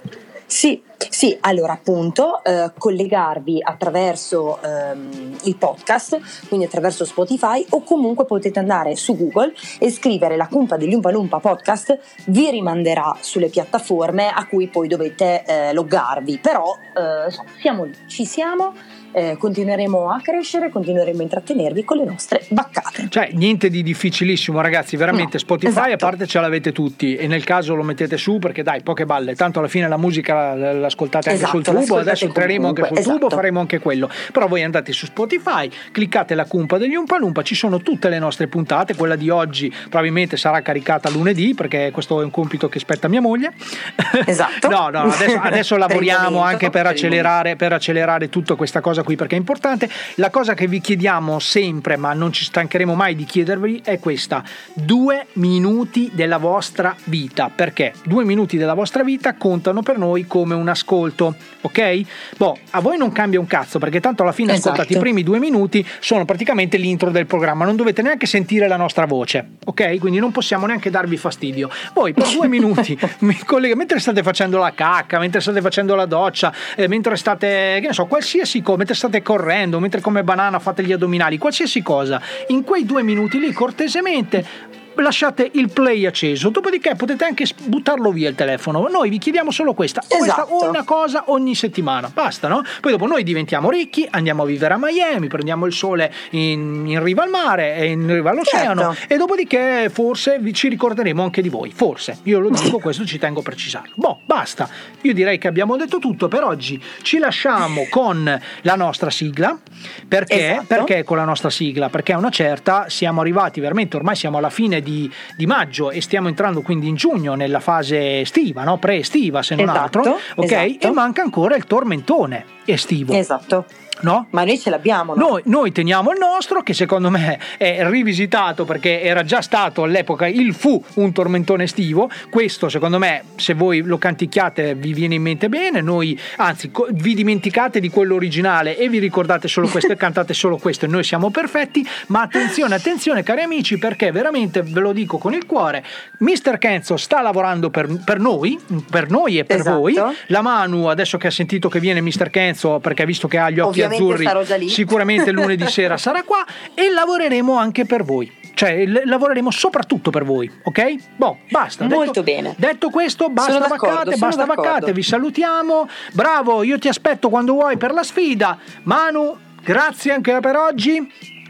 Sì, sì, allora appunto eh, collegarvi attraverso ehm, il podcast, quindi attraverso Spotify, o comunque potete andare su Google e scrivere La Cumpa degli Umpa Lumpa Podcast, vi rimanderà sulle piattaforme a cui poi dovete eh, loggarvi, però eh, insomma, siamo lì, ci siamo. Eh, continueremo a crescere, continueremo a intrattenervi con le nostre baccate. Cioè niente di difficilissimo, ragazzi, veramente. No, Spotify esatto. a parte ce l'avete tutti, e nel caso lo mettete su, perché dai, poche balle, tanto alla fine la musica l'ascoltate anche Esatto, sul tubo, l'ascoltate adesso entreremo anche sul comunque, tubo, esatto. faremo anche quello, però voi andate su Spotify, cliccate La Cumpa degli Umpa Lumpa, ci sono tutte le nostre puntate, quella di oggi probabilmente sarà caricata lunedì, perché questo è un compito che spetta a mia moglie. Esatto. no, no, adesso, adesso Per il lavoriamo momento, anche per per il accelerare, per accelerare tutta questa cosa qui, perché è importante. La cosa che vi chiediamo sempre, ma non ci stancheremo mai di chiedervi, è questa: due minuti della vostra vita. Perché due minuti della vostra vita contano per noi come un ascolto, ok? Boh, a voi non cambia un cazzo, perché tanto alla fine Esatto. ascoltate i primi due minuti, sono praticamente l'intro del programma, non dovete neanche sentire la nostra voce, ok? Quindi non possiamo neanche darvi fastidio. Voi per due minuti mi collega, mentre state facendo la cacca, mentre state facendo la doccia, eh, mentre state, che ne so, qualsiasi cosa, mentre state correndo, mentre come banana fate gli addominali, qualsiasi cosa, in quei due minuti lì cortesemente lasciate il play acceso, dopodiché potete anche buttarlo via il telefono. Noi vi chiediamo solo questa, Esatto. questa una cosa ogni settimana, basta, no? Poi dopo noi diventiamo ricchi, andiamo a vivere a Miami, prendiamo il sole in, in riva al mare e in riva all'oceano, Certo. e dopodiché forse vi ci ricorderemo anche di voi, forse, io lo dico, questo ci tengo a precisarlo. Boh, basta, io direi che abbiamo detto tutto per oggi. Ci lasciamo con la nostra sigla. Perché? Esatto. Perché con la nostra sigla? Perché a una certa siamo arrivati veramente, ormai siamo alla fine di, di maggio e stiamo entrando quindi in giugno nella fase estiva, no? Pre-estiva se non Esatto, altro, ok? esatto. E manca ancora il tormentone estivo. Esatto. No? Ma noi ce l'abbiamo, no? Noi, noi teniamo il nostro, che secondo me è rivisitato, perché era già stato all'epoca, il fu un tormentone estivo. Questo secondo me, se voi lo canticchiate, vi viene in mente bene. Noi anzi co- vi dimenticate di quello originale e vi ricordate solo questo e cantate solo questo, e noi siamo perfetti. Ma attenzione, attenzione cari amici, perché veramente ve lo dico con il cuore, mister Kenzo sta lavorando per, per noi per noi e per Esatto. voi. La Manu, adesso che ha sentito che viene mister Kenzo, perché visto che ha gli occhi Ovviamente azzurri, sarò già lì. sicuramente lunedì sera sarà qua, e lavoreremo anche per voi, cioè l- lavoreremo soprattutto per voi, ok? Boh, basta. Molto detto, bene. Detto questo, basta Sono d'accordo, vaccate, sono basta d'accordo. vaccate, vi salutiamo. Bravo, io ti aspetto quando vuoi per la sfida. Manu, grazie anche per oggi.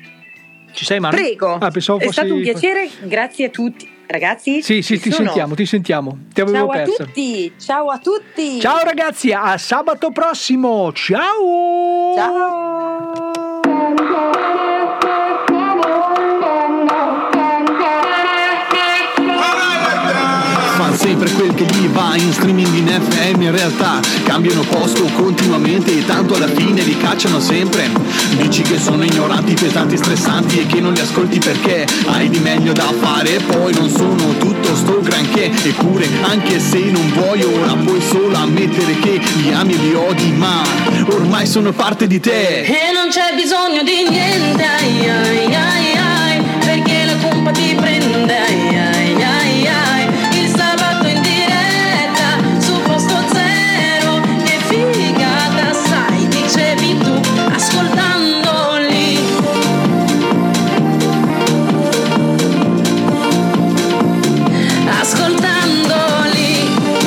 Ci sei, Manu? Prego, Ah, pensavo è fossi- stato un piacere, grazie a tutti. Ragazzi, Sì, sì, ci ti sono. sentiamo, ti sentiamo. Ti avevo Ciao a perso. tutti, ciao a tutti. Ciao ragazzi, a sabato prossimo. Ciao. Ciao. Fancy sempre quel che gli va, in streaming, in F M, in realtà cambiano posto continuamente e tanto alla fine li cacciano sempre. Dici che sono ignoranti, pesanti, stressanti e che non li ascolti perché hai di meglio da fare, poi non sono tutto sto granché, eppure anche se non vuoi ora puoi solo ammettere che li ami e li odi, ma ormai sono parte di te e non c'è bisogno di niente, ai ai ai ai, perché la colpa ti prende, ai ai ai ai, il sabato in diretta su Posto Zero, che figata sai, dicevi tu ascoltando lì. Ascoltando lì.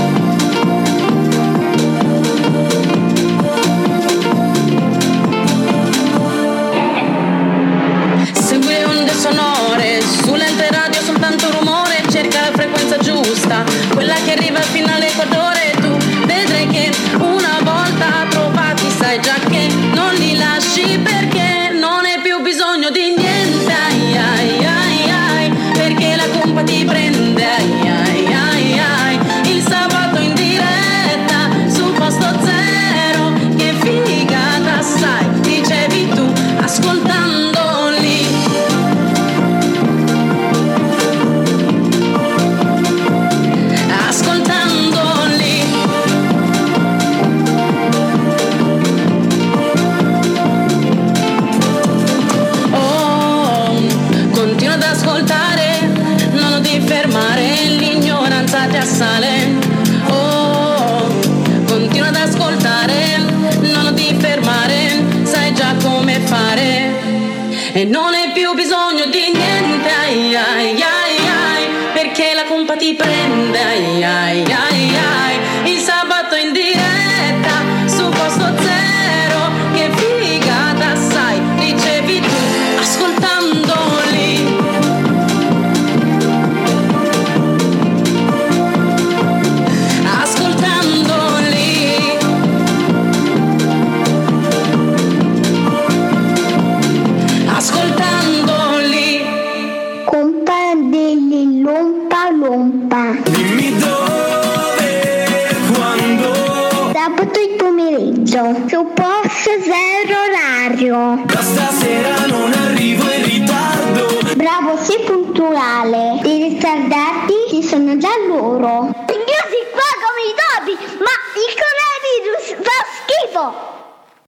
Segui le onde sonore, sull'ente radio soltanto rumore, cerca la frequenza giusta, quella che arriva fino all'equatore. Tu vedrai che una volta trovati sai già che non li lasci, perché non hai più bisogno di niente, ai ai ai ai, perché la colpa ti prende, ai ai ai ai, il sabato in diretta su Posto Zero, che figata sai, dicevi tu ascoltando lì. Ascoltando lì. Oh, continua ad ascoltare, non ti fermare, l'ignoranza ti assale. Oh, continua ad ascoltare, non ti fermare, sai già come fare. E non hai più bisogno di niente, ai ai ai ai, perché la colpa ti prende, ai ai ai ai, il sabato in diretta su Posto Zero, che figata sai, dicevi tu ascoltando lì. Ascoltando lì. Ascoltando lì. Compa degli Lompa Lompa. Dimmi dove, quando. Sabato il pomeriggio, su Posto Zero orario. Da stasera non arrivo in ritardo. Bravo, sei puntuale. I ritardati ci sono già loro.